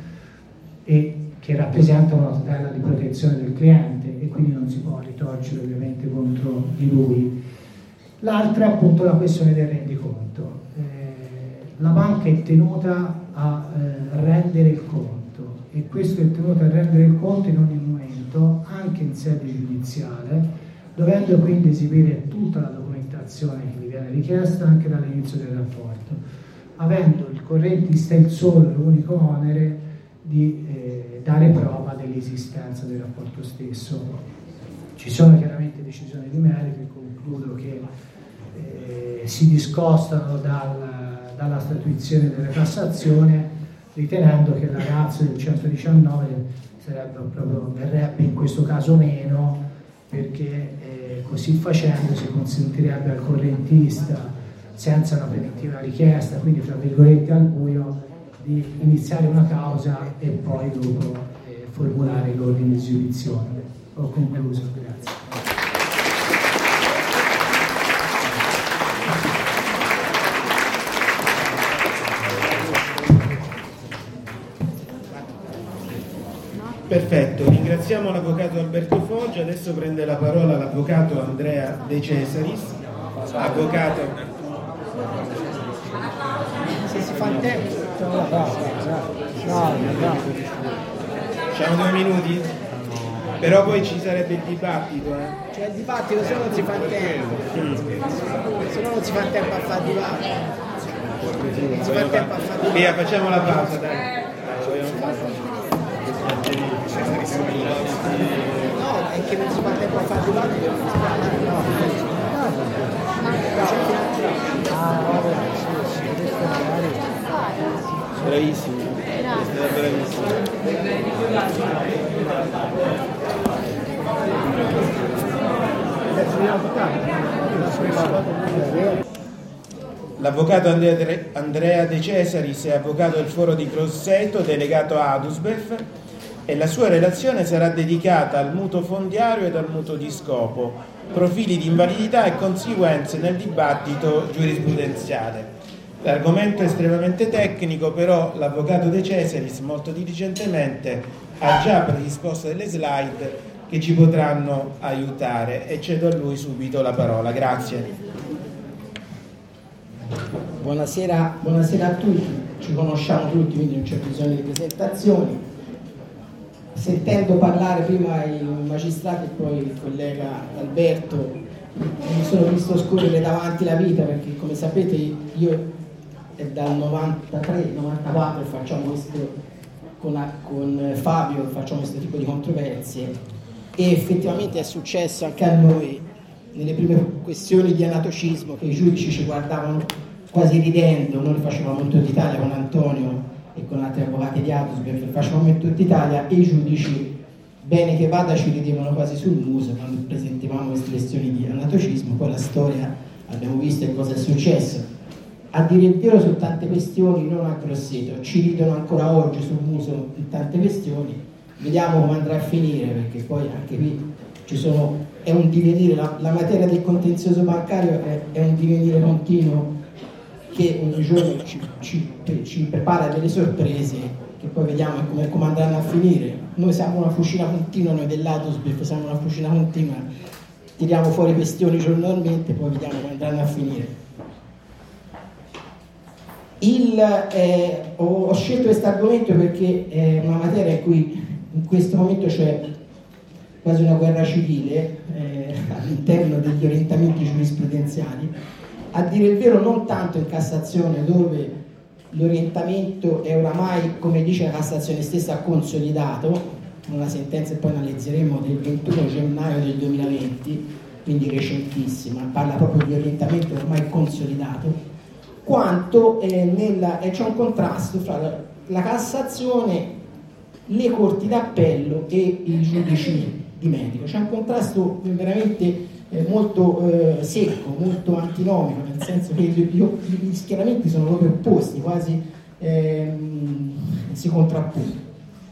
e che rappresenta una tutela di protezione del cliente, e quindi non si può ritorcere ovviamente contro di lui. L'altra è appunto la questione del rendiconto. Eh, la banca è tenuta a eh, rendere il conto, e questo è tenuto a rendere il conto in ogni momento, anche in sede giudiziale, dovendo quindi esibire tutta la documentazione che gli viene richiesta anche dall'inizio del rapporto, avendo il correntista il solo e l'unico onere di eh, dare prova dell'esistenza del rapporto stesso. Ci sono chiaramente decisioni di merito, e concludo che eh, si discostano dal, dalla statuizione della Cassazione, ritenendo che la ratio del centodiciannove sarebbe proprio, verrebbe in questo caso meno, perché eh, così facendo si consentirebbe al correntista, senza una preventiva richiesta, quindi fra virgolette al buio, di iniziare una causa e poi dopo eh, formulare l'ordine di esibizione. Ho concluso, grazie. Perfetto, ringraziamo l'avvocato Alberto Foggia. Adesso prende la parola l'avvocato Andrea De Cesaris, avvocato. Se si fa il tempo. Facciamo due minuti? Però poi ci sarebbe il dibattito, eh? C'è il dibattito, se no non si fa il tempo. Mm. Se no non si fa il tempo a fare dibattito. Non si fa il tempo a fare dibattito. Via, facciamo la pausa, dai. No, è che non si fa il tempo a fare dibattito. Bravissimo, bravissimo. L'avvocato Andrea De Cesaris è avvocato del Foro di Grosseto, delegato a Adusbef, e la sua relazione sarà dedicata al mutuo fondiario ed al mutuo di scopo, profili di invalidità e conseguenze nel dibattito giurisprudenziale. L'argomento è estremamente tecnico, però l'avvocato De Cesaris molto diligentemente ha già predisposto delle slide che ci potranno aiutare, e cedo a lui subito la parola. Grazie. Buonasera, buonasera a tutti, ci conosciamo tutti, quindi non c'è bisogno di presentazioni. sentendo parlare prima i magistrati e poi il collega Alberto, mi sono visto scorrere davanti la vita, perché come sapete io è dal novantatré novantaquattro facciamo questo con, con Fabio, facciamo questo tipo di controversie, e effettivamente è successo anche a noi nelle prime questioni di anatocismo che i giudici ci guardavano quasi ridendo. Noi le facevamo in tutta Italia con Antonio e con altri avvocati di Adusbef, le facevamo in tutta Italia, e i giudici, bene che vada, ci ridevano quasi sul muso quando presentavamo queste questioni di anatocismo. Poi la storia abbiamo visto e cosa è successo. A dire il vero, su tante questioni non a Grosseto ci ridono ancora oggi sul muso in tante questioni. Vediamo come andrà a finire, perché poi anche qui ci sono, è un divenire, la, la materia del contenzioso bancario è, è un divenire continuo che ogni giorno ci, ci, ci prepara delle sorprese che poi vediamo come, come andranno a finire. Noi siamo una fucina continua, noi dell'Adusbef siamo una fucina continua, tiriamo fuori questioni giornalmente, poi vediamo come andranno a finire. Il, eh, ho, ho scelto questo argomento perché è una materia in cui in questo momento c'è quasi una guerra civile eh, all'interno degli orientamenti giurisprudenziali. A dire il vero non tanto in Cassazione, dove l'orientamento è oramai, come dice la Cassazione stessa, consolidato, una sentenza che poi analizzeremo del ventuno gennaio del duemilaventi, quindi recentissima, parla proprio di orientamento ormai consolidato, quanto eh, nella, eh, c'è un contrasto fra la, la Cassazione, le corti d'appello e i giudici di merito. C'è un contrasto veramente eh, molto eh, secco, molto antinomico, nel senso che io, gli schieramenti sono proprio opposti, quasi ehm, si contrappongono.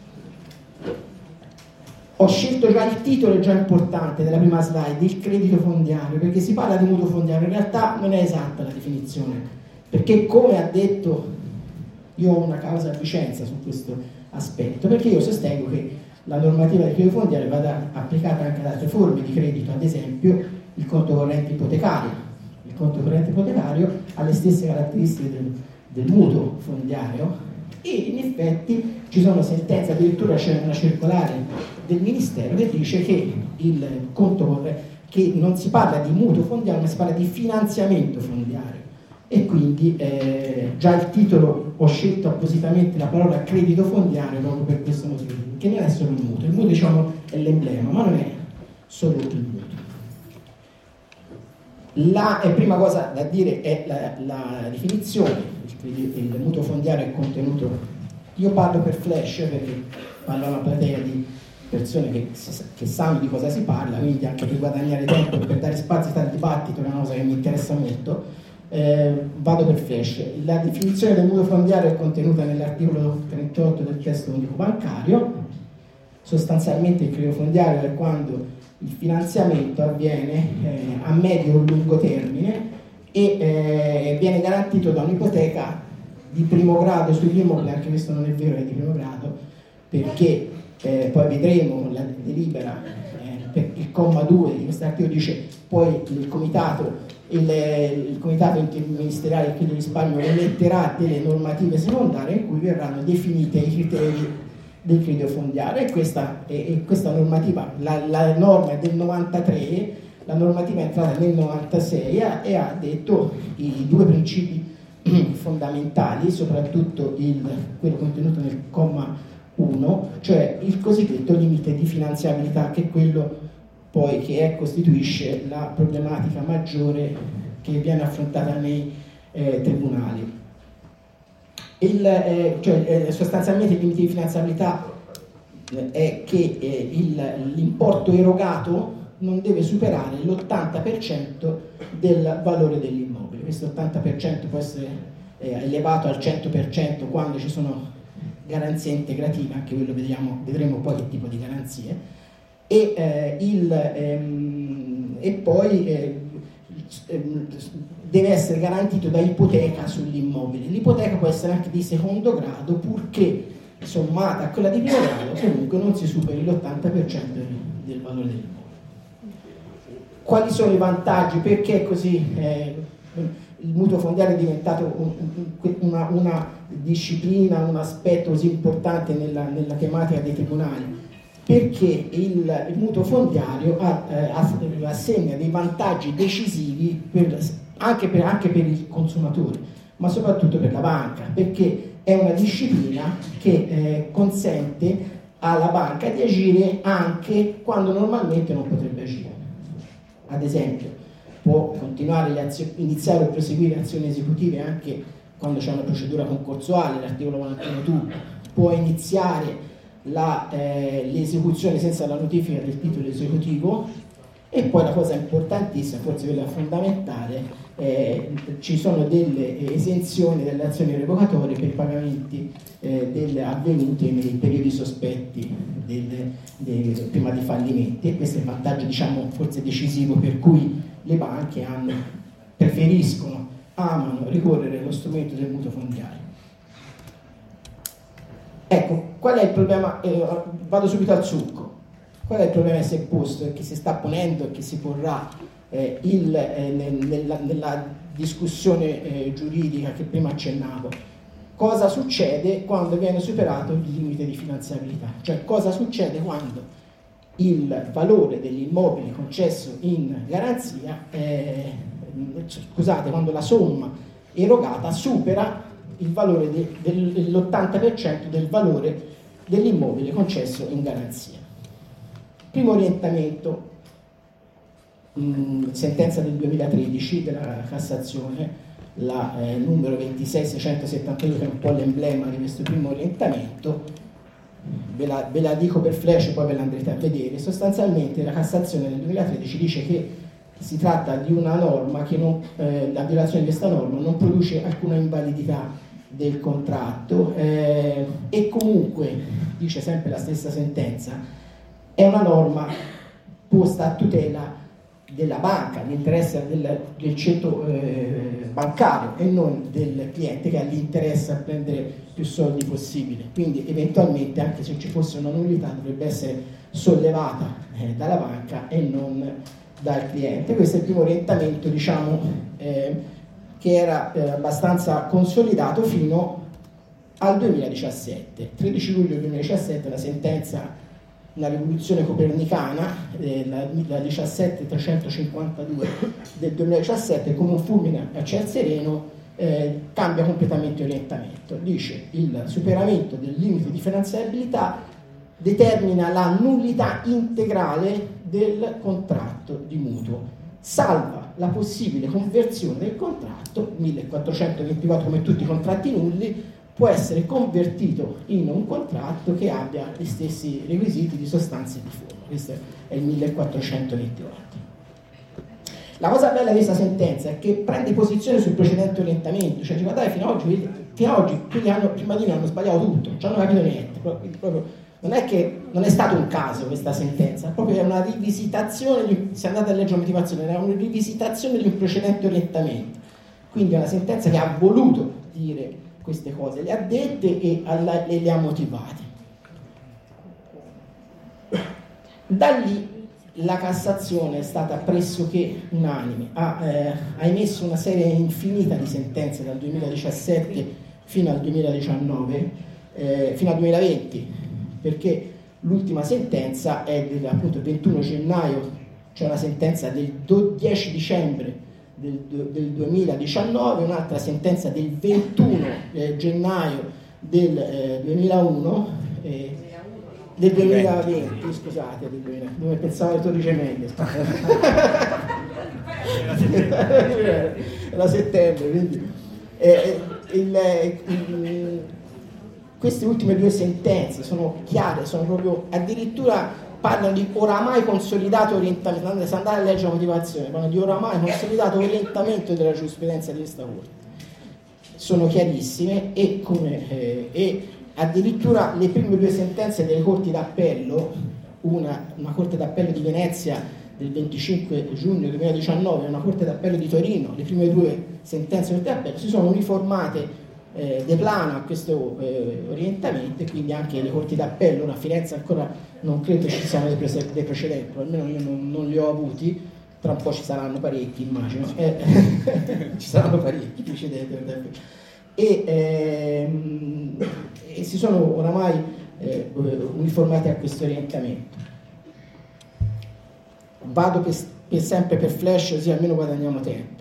Ho scelto già il titolo, è già importante, della prima slide, il credito fondiario, perché si parla di mutuo fondiario, in realtà non è esatta la definizione, perché come ha detto, io ho una causa a Vicenza su questo aspetto, perché io sostengo che la normativa del credito fondiario vada applicata anche ad altre forme di credito, ad esempio il conto corrente ipotecario. Il conto corrente ipotecario ha le stesse caratteristiche del, del mutuo fondiario, e in effetti ci sono sentenze, addirittura c'è una circolare del Ministero che dice che il conto corrente, che non si parla di mutuo fondiario ma si parla di finanziamento fondiario. E quindi eh, già il titolo, ho scelto appositamente la parola credito fondiario proprio per questo motivo, che non è solo il mutuo, il mutuo diciamo è l'emblema, ma non è solo il mutuo. La eh, prima cosa da dire è la, la definizione. Il, il mutuo fondiario è contenuto, io parlo per flash perché parlo a una platea di persone che, che sanno di cosa si parla, quindi anche per guadagnare tempo, per dare spazio al dibattito, è una cosa che mi interessa molto. Eh, vado per flash. La definizione del mutuo fondiario è contenuta nell'articolo trentotto del testo unico bancario. Sostanzialmente il credito fondiario è quando il finanziamento avviene eh, a medio o lungo termine e eh, viene garantito da un'ipoteca di primo grado sugli immobili. Anche questo non è vero, è di primo grado, perché eh, poi vedremo con la delibera, eh, il comma due di questo articolo dice poi il comitato Il, il comitato interministeriale del credito di risparmio emetterà delle normative secondarie in cui verranno definite i criteri del credito fondiario, e questa, e, e questa normativa, la, la norma è del novantatré, la normativa è entrata nel novantasei e ha detto i due principi fondamentali, soprattutto il, quello contenuto nel comma uno, cioè il cosiddetto limite di finanziabilità, che è quello poi che è, costituisce la problematica maggiore che viene affrontata nei eh, tribunali. Il, eh, cioè, eh, sostanzialmente il limite di finanziabilità eh, è che eh, il, l'importo erogato non deve superare l'ottanta per cento del valore dell'immobile. Questo ottanta per cento può essere eh, elevato al cento per cento quando ci sono garanzie integrative, anche quello vediamo, vedremo poi che tipo di garanzie. E, eh, il, ehm, e poi eh, deve essere garantito da ipoteca sull'immobile. L'ipoteca può essere anche di secondo grado, purché sommata a quella di primo grado comunque non si superi l'ottanta per cento del, del valore dell'immobile. Quali sono i vantaggi? Perché così eh, il mutuo fondiario è diventato un, una, una disciplina, un aspetto così importante nella, nella tematica dei tribunali? perché il, il mutuo fondiario ha, eh, assegna dei vantaggi decisivi per, anche, per, anche per il consumatore, ma soprattutto per la banca, perché è una disciplina che eh, consente alla banca di agire anche quando normalmente non potrebbe agire. Ad esempio, può continuare le azio- iniziare o proseguire azioni esecutive anche quando c'è una procedura concorsuale, l'articolo quarantuno due, può iniziare la, eh, l'esecuzione senza la notifica del titolo esecutivo, e poi la cosa importantissima, forse quella fondamentale, eh, ci sono delle esenzioni delle azioni revocatorie per i pagamenti eh, delle avvenute nei periodi sospetti del, del, prima di fallimenti, e questo è il vantaggio, diciamo, forse decisivo per cui le banche hanno, preferiscono, amano ricorrere allo strumento del mutuo fondiario. Ecco, qual è il problema? Eh, vado subito al succo. Qual è il problema che si è posto e che si sta ponendo e che si porrà eh, il, eh, nel, nella, nella discussione eh, giuridica che prima accennavo? Cosa succede quando viene superato il limite di finanziabilità? Cioè, cosa succede quando il valore dell'immobile concesso in garanzia, eh, scusate, quando la somma erogata supera il valore de, dell'ottanta per cento del valore dell'immobile concesso in garanzia. Primo orientamento, mh, sentenza del duemilatredici della Cassazione, la eh, numero ventisei seicentosettantadue, che è un po' l'emblema di questo primo orientamento. Ve la, ve la dico per flash, poi ve la andrete a vedere. Sostanzialmente la Cassazione del duemilatredici dice che si tratta di una norma che non, eh, la violazione di questa norma non produce alcuna invalidità del contratto, eh, e comunque, dice sempre la stessa sentenza, è una norma posta a tutela della banca, l'interesse del, del ceto eh, bancario, e non del cliente che ha l'interesse a prendere più soldi possibile. Quindi eventualmente, anche se ci fosse una nullità, dovrebbe essere sollevata eh, dalla banca e non dal cliente. Questo è il primo orientamento, diciamo, eh, che era eh, abbastanza consolidato fino al duemiladiciassette. tredici luglio duemiladiciassette la sentenza, una rivoluzione copernicana, eh, la, la diciassette trecentocinquantadue del duemiladiciassette, come un fulmine a ciel sereno, eh, cambia completamente orientamento. Dice: il superamento del limite di finanziabilità determina la nullità integrale del contratto di mutuo, salva la possibile conversione del contratto. millequattrocentoventiquattro, come tutti i contratti nulli, può essere convertito in un contratto che abbia gli stessi requisiti di sostanza e di forma. Questo è il millequattrocentoventiquattro. La cosa bella di questa sentenza è che prende posizione sul precedente orientamento, cioè guardate, fino ad oggi, fino ad oggi quelli hanno, prima di noi hanno sbagliato tutto, non hanno capito niente. Proprio, non è che non è stato un caso questa sentenza, proprio è una rivisitazione, di, se andate a leggere la motivazione, è una rivisitazione di un precedente orientamento. Quindi è una sentenza che ha voluto dire queste cose, le ha dette e, alla, e le ha motivate. Da lì la Cassazione è stata pressoché unanime, ha, eh, ha emesso una serie infinita di sentenze dal duemiladiciassette fino al duemiladiciannove, eh, fino al duemilaventi, perché l'ultima sentenza è del appunto ventuno gennaio, c'è una sentenza del dieci dicembre Del, del duemiladiciannove, un'altra sentenza del ventuno eh, gennaio del eh, duemilauno, eh, del duemilaventi, scusate, del duemila, dove pensavo alle Torri Gemelle, era settembre, quindi eh, il, il, queste ultime due sentenze sono chiare, sono proprio, addirittura parlano di oramai consolidato orientamento. Se andate a leggere la motivazione, parlano di oramai consolidato orientamento della giurisprudenza di questa Corte. Sono chiarissime, e, come, eh, e addirittura le prime due sentenze delle Corti d'Appello, una, una Corte d'Appello di Venezia del venticinque giugno duemiladiciannove e una Corte d'Appello di Torino, le prime due sentenze delle Corti d'Appello si sono uniformate eh, de plano a questo eh, orientamento, e quindi anche le Corti d'Appello. Una Firenze ancora non credo ci siano dei, pre- dei precedenti, almeno io non, non li ho avuti, tra un po' ci saranno parecchi, immagino, eh, ci saranno parecchi precedenti, e, ehm, e si sono oramai eh, uniformati a questo orientamento. Vado per, per sempre per flash, così almeno guadagniamo tempo.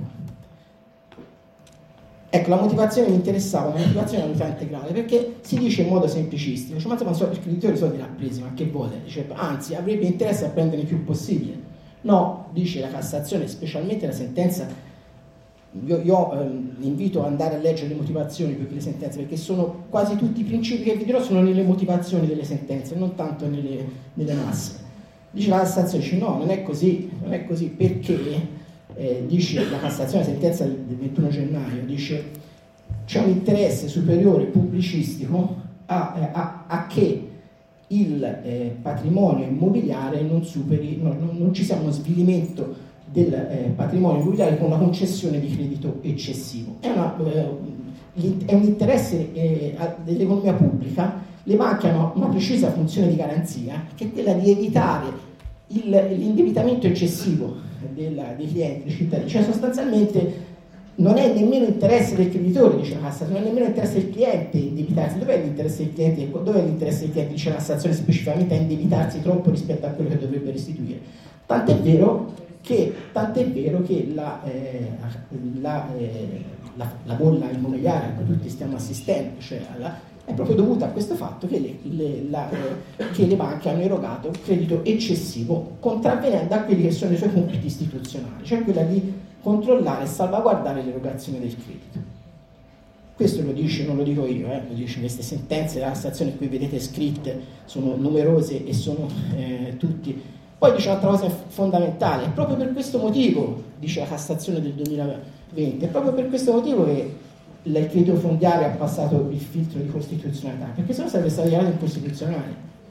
Ecco, la motivazione mi interessava, la motivazione dell'unità integrale, perché si dice in modo semplicistico, cioè, ma insomma, so, il creditore soldi l'ha presi, ma che vuole? Dice, anzi, avrebbe interesse a prenderne il più possibile. No, dice la Cassazione, specialmente la sentenza, io, io eh, invito ad andare a leggere le motivazioni più che le sentenze, perché sono quasi tutti i principi che vi dirò sono nelle motivazioni delle sentenze, non tanto nelle, nelle masse. Dice la Cassazione, dice no, non è così, non è così, perché... Eh, dice la Cassazione, la sentenza del ventuno gennaio, dice c'è un interesse superiore pubblicistico a, a, a che il eh, patrimonio immobiliare non superi, no, non, non ci sia uno svilimento del eh, patrimonio immobiliare con una concessione di credito eccessivo. È, una, eh, è un interesse eh, dell'economia pubblica. Le banche hanno una precisa funzione di garanzia, che è quella di evitare il, l'indebitamento eccessivo della, dei clienti, dei cittadini, cioè sostanzialmente non è nemmeno interesse del creditore, dice la Cassazione, non è nemmeno interesse del cliente indebitarsi. Dov'è l'interesse del cliente? Dov'è l'interesse del cliente, dice la Cassazione specificamente, a indebitarsi troppo rispetto a quello che dovrebbe restituire? Tant'è vero che, tant'è vero che la, eh, la, eh, la, la bolla immobiliare a cui tutti stiamo assistendo, cioè alla, è proprio dovuta a questo fatto che le, le, la, eh, che le banche hanno erogato un credito eccessivo, contravvenendo a quelli che sono i suoi compiti istituzionali, cioè quella di controllare e salvaguardare l'erogazione del credito. Questo lo dice, non lo dico io, eh, lo dice queste sentenze della Cassazione qui vedete scritte, sono numerose e sono eh, tutti. Poi dice un'altra cosa fondamentale, è proprio per questo motivo, dice la Cassazione del duemilaventi, è proprio per questo motivo che il credito fondiario ha passato il filtro di costituzionalità, perché se no sarebbe stato dichiarato incostituzionale.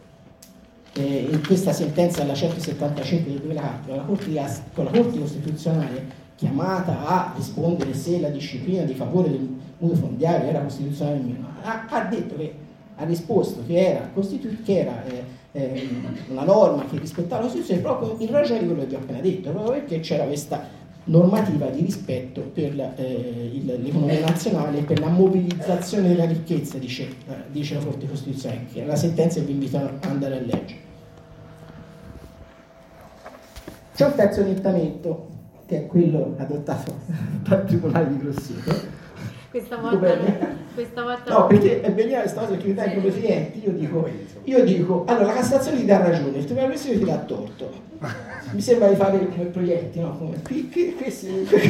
Eh, in questa sentenza della centosettantacinque del duemilaquattro, con la Corte, di, con la Corte Costituzionale chiamata a rispondere se la disciplina di favore del mutuo fondiario era costituzionale o meno, ha, ha detto che ha risposto che era, costitu- che era eh, eh, una norma che rispettava la Costituzione proprio in ragione di quello che vi ho appena detto, proprio perché c'era questa normativa di rispetto per la, eh, il, l'economia nazionale e per la mobilizzazione della ricchezza, dice, eh, dice la Corte Costituzionale, che è la sentenza che vi invito ad andare a leggere. C'è un terzo orientamento, che è quello adottato dal Tribunale di Grosseto. Questa volta, questa volta no, perché è veniva questa cosa che mi dai come clienti, io dico, io dico, allora la Cassazione ti dà ragione, il Tribunale di Grosseto ti dà torto. Mi sembra di fare come proietti, no? Come, qui, qui, questi,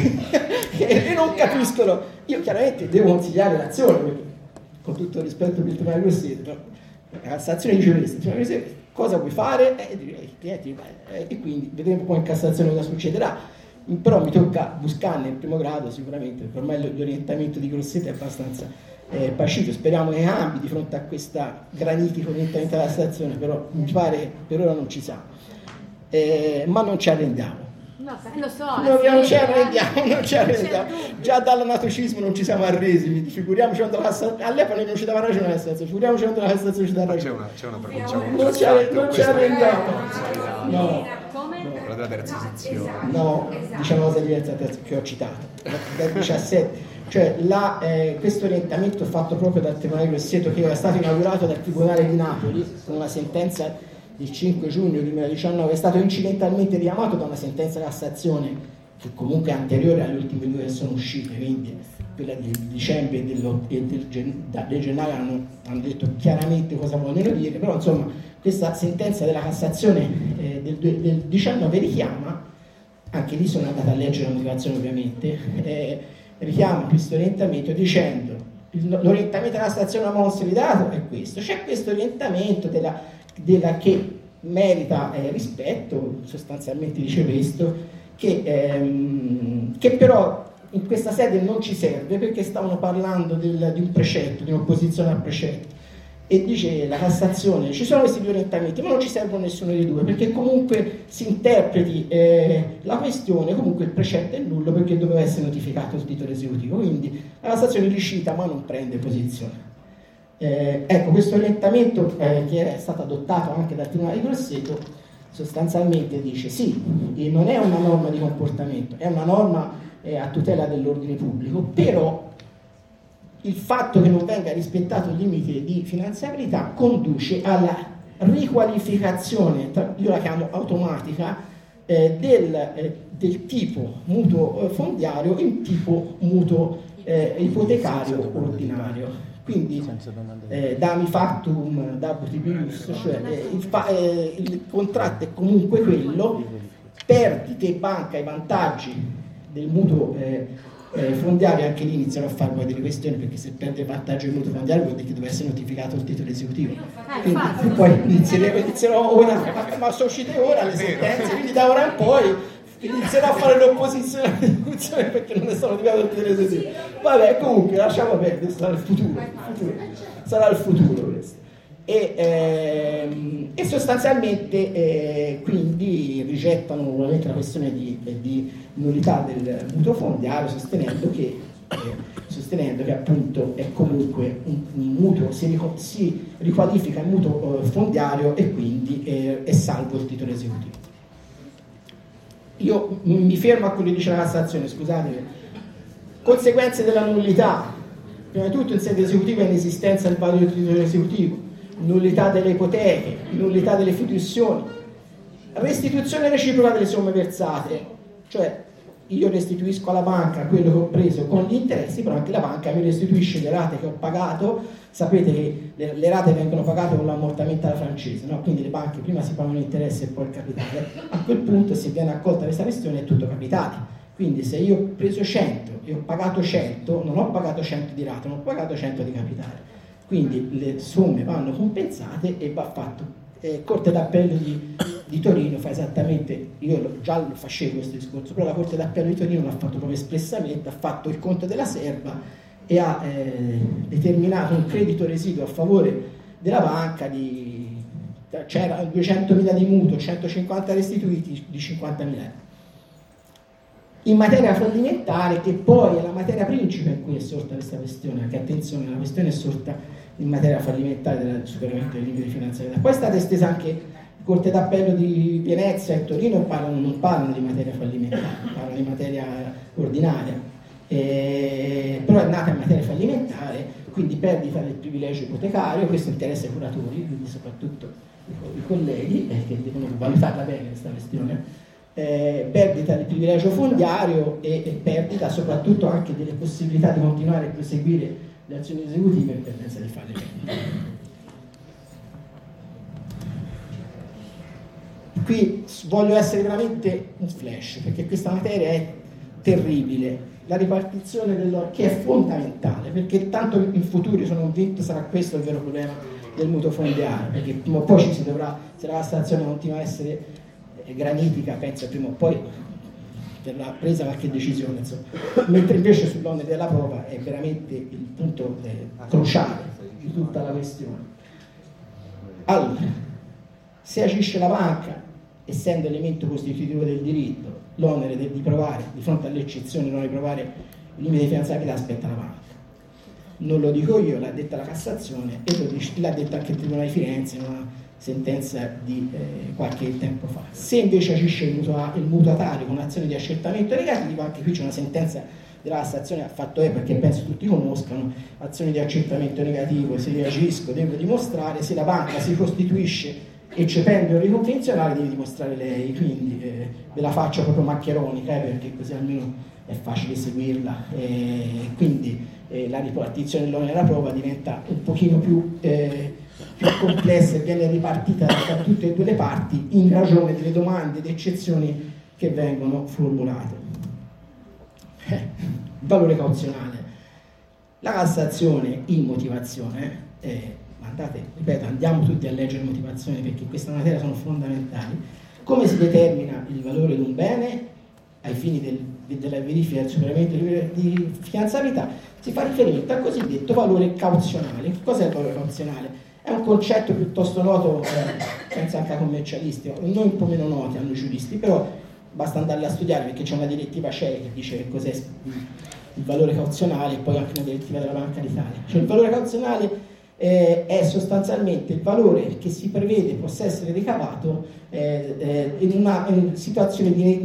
e non capiscono. Io chiaramente devo consigliare l'azione, perché con tutto il rispetto per il Tribunale di Grosseto, la Cassazione dice questo, il Tribunale di Grosseto cosa puoi fare? Eh, i clienti, eh, e quindi vedremo poi in Cassazione cosa succederà. Però mi tocca buscarne in primo grado sicuramente, perché ormai l'orientamento di Grosseto è abbastanza eh, pacifico. Speriamo che cambi di fronte a questa granitico orientamento della stazione, però mi pare per ora non ci siamo. Eh, ma non ci arrendiamo. No, lo so. No, sì, non ci arrendiamo, non ci arrendiamo. C'è Già dall'anatocismo non ci siamo arresi, figuriamoci quando la Cassazione, all'epoca non ci dava ragione la Cassazione, figuriamoci quando la Cassazione ci dà ragione. C'è una, c'è una pronuncia non ci, arre- non ci arrendiamo. No. Come? No. Quella della terza sezione. No, diciamo una cosa diversa che ho citato. Dal diciassette, cioè la, eh, questo orientamento fatto proprio dal Tribunale di Grosseto, che era stato inaugurato dal Tribunale di Napoli con una sentenza del cinque giugno duemiladiciannove, è stato incidentalmente richiamato da una sentenza di Cassazione che comunque è anteriore alle ultime due che sono uscite, quindi quella di dicembre e del, del, del gennaio hanno, hanno detto chiaramente cosa vogliono dire, però insomma questa sentenza della Cassazione eh, del, del diciannove richiama, anche lì sono andata a leggere la motivazione ovviamente, eh, richiama questo orientamento dicendo l'orientamento della Cassazione non consolidato è questo, c'è questo orientamento della della che merita eh, rispetto, sostanzialmente dice questo, che, ehm, che però in questa sede non ci serve perché stavano parlando del, di un precetto, di un'opposizione al precetto, e dice la Cassazione ci sono questi due orientamenti ma non ci servono nessuno dei due perché comunque si interpreti eh, la questione, comunque il precetto è nullo perché doveva essere notificato il titolo esecutivo, quindi la Cassazione li cita ma non prende posizione. Eh, ecco, questo orientamento eh, che è stato adottato anche dal Tribunale di Grosseto sostanzialmente dice sì, non è una norma di comportamento, è una norma eh, a tutela dell'ordine pubblico, però il fatto che non venga rispettato il limite di finanziabilità conduce alla riqualificazione, io la chiamo automatica, eh, del, eh, del tipo mutuo fondiario in tipo mutuo eh, ipotecario ordinario. Quindi eh, dami factum dabutibius, cioè eh, il, fa, eh, il contratto è comunque quello, perdite banca i vantaggi del mutuo eh, Eh, fondiario. Anche lì iniziano a fare poi delle questioni, perché se perde il vantaggio del mutuo fondiario vuol dire che deve essere notificato il titolo esecutivo, quindi poi inizieremo, inizierò ora, ma, ma sono uscite ora le sentenze, quindi da ora in poi inizierò a fare l'opposizione all'esecuzione perché non è stato notificato il titolo esecutivo. Vabbè, comunque lasciamo perdere, sarà il futuro, il futuro. sarà il futuro questo. E, ehm, e sostanzialmente eh, quindi rigettano ovviamente la questione di, di nullità del mutuo fondiario, sostenendo che, eh, sostenendo che appunto è comunque un, un mutuo, si, si riqualifica il mutuo eh, fondiario e quindi eh, è salvo il titolo esecutivo. Io mi fermo a quello che dice la Cassazione, scusate. Conseguenze della nullità: prima di tutto in sede esecutiva è inesistenza del valore del titolo esecutivo, nullità delle ipoteche, nullità delle fiduzioni, restituzione reciproca delle somme versate, cioè io restituisco alla banca quello che ho preso con gli interessi, però anche la banca mi restituisce le rate che ho pagato. Sapete che le, le rate vengono pagate con l'ammortamento alla francese, no? Quindi le banche prima si pagano l'interesse e poi il capitale. A quel punto, se viene accolta questa questione, è tutto capitale. Quindi se io ho preso cento e ho pagato cento, non ho pagato cento di rate, non ho pagato cento di capitale. Quindi le somme vanno compensate e va fatto. Eh, Corte d'Appello di, di Torino fa esattamente, io lo, già lo facevo questo discorso, però la Corte d'Appello di Torino l'ha fatto proprio espressamente, ha fatto il conto della serva e ha eh, determinato un credito residuo a favore della banca di, c'era duecentomila di mutuo, centocinquanta restituiti di cinquantamila euro. In materia fallimentare, che poi è la materia principe in cui è sorta questa questione, perché attenzione, la questione è sorta in materia fallimentare del superamento dei limiti di finanziarietà. Poi è stata estesa anche la Corte d'Appello di Venezia e Torino, parlano, non parlano di materia fallimentare, parlano di materia ordinaria, eh, però è nata in materia fallimentare, quindi perdita del privilegio ipotecario, questo interessa i curatori, quindi soprattutto i, i colleghi eh, che devono valutarla bene questa questione. Eh, perdita del privilegio fondiario e, e perdita soprattutto anche delle possibilità di continuare a proseguire le azioni esecutive in pendenza di fallimento. Qui voglio essere veramente un flash, perché questa materia è terribile. La ripartizione dell'oro, che è fondamentale, perché tanto in futuro sono convinto sarà questo il vero problema del mutuo fondiario, perché prima o poi ci si dovrà, se la Cassazione continua a essere granitica, penso prima o poi verrà presa qualche decisione, insomma. Mentre invece sull'onere della prova è veramente il punto eh, cruciale di tutta la questione. Allora, se agisce la banca, essendo elemento costitutivo del diritto, l'onere di provare, di fronte alle eccezioni, non di provare il limite di finanziabilità, spetta la banca. Non lo dico io, l'ha detta la Cassazione e lo dice, l'ha detto anche il Tribunale di Firenze in una sentenza di eh, qualche tempo fa. Se invece agisce il, mutua, il mutuatario con azione di accertamento negativo, anche qui c'è una sentenza della Cassazione ha fatto E, perché penso tutti conoscano, azioni di accertamento negativo, se reagisco devo dimostrare, se la banca si costituisce eccependo il riconvenzionale devi dimostrare lei, quindi eh, ve la faccio proprio maccheronica eh, perché così almeno è facile seguirla, e quindi eh, la ripartizione dell'onere della prova diventa un pochino più eh, più complessa e viene ripartita tra tutte e due le parti in ragione delle domande ed eccezioni che vengono formulate. Eh, valore cauzionale. La Cassazione in motivazione, eh, andate, ripeto, andiamo tutti a leggere le motivazioni perché in questa materia sono fondamentali. Come si determina il valore di un bene ai fini del, della verifica del superamento di finanziabilità? Si fa riferimento al cosiddetto valore cauzionale. Cos'è il valore cauzionale? È un concetto piuttosto noto, eh, penso anche a commercialisti, non un po' meno noti hanno i giuristi, però basta andarli a studiare perché c'è una direttiva C E I che dice che cos'è il valore cauzionale e poi anche una direttiva della Banca d'Italia. Cioè il valore cauzionale eh, è sostanzialmente il valore che si prevede possa essere ricavato eh, eh, in una in situazione di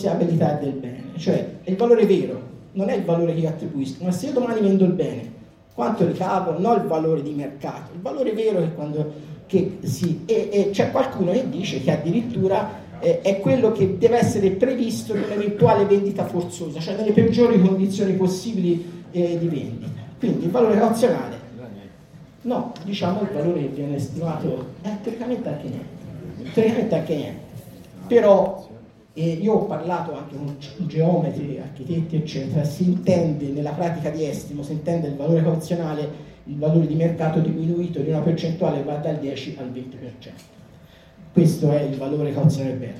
negoziabilità del bene, cioè è il valore vero, non è il valore che io attribuisco, ma se io domani vendo il bene quanto ricavo, non il valore di mercato. Il valore vero è quando che si, e, e c'è qualcuno che dice che addirittura eh, è quello che deve essere previsto in un'eventuale vendita forzosa, cioè nelle peggiori condizioni possibili eh, di vendita. Quindi il valore cauzionale, no, diciamo il valore che viene stimato, eh, teoricamente anche niente, teoricamente anche niente. Però eh, io ho parlato anche con geometri, architetti eccetera, si intende nella pratica di estimo, si intende il valore cauzionale, il valore di mercato diminuito di una percentuale che va dal dieci al venti per cento. Questo è il valore cauzionale bene.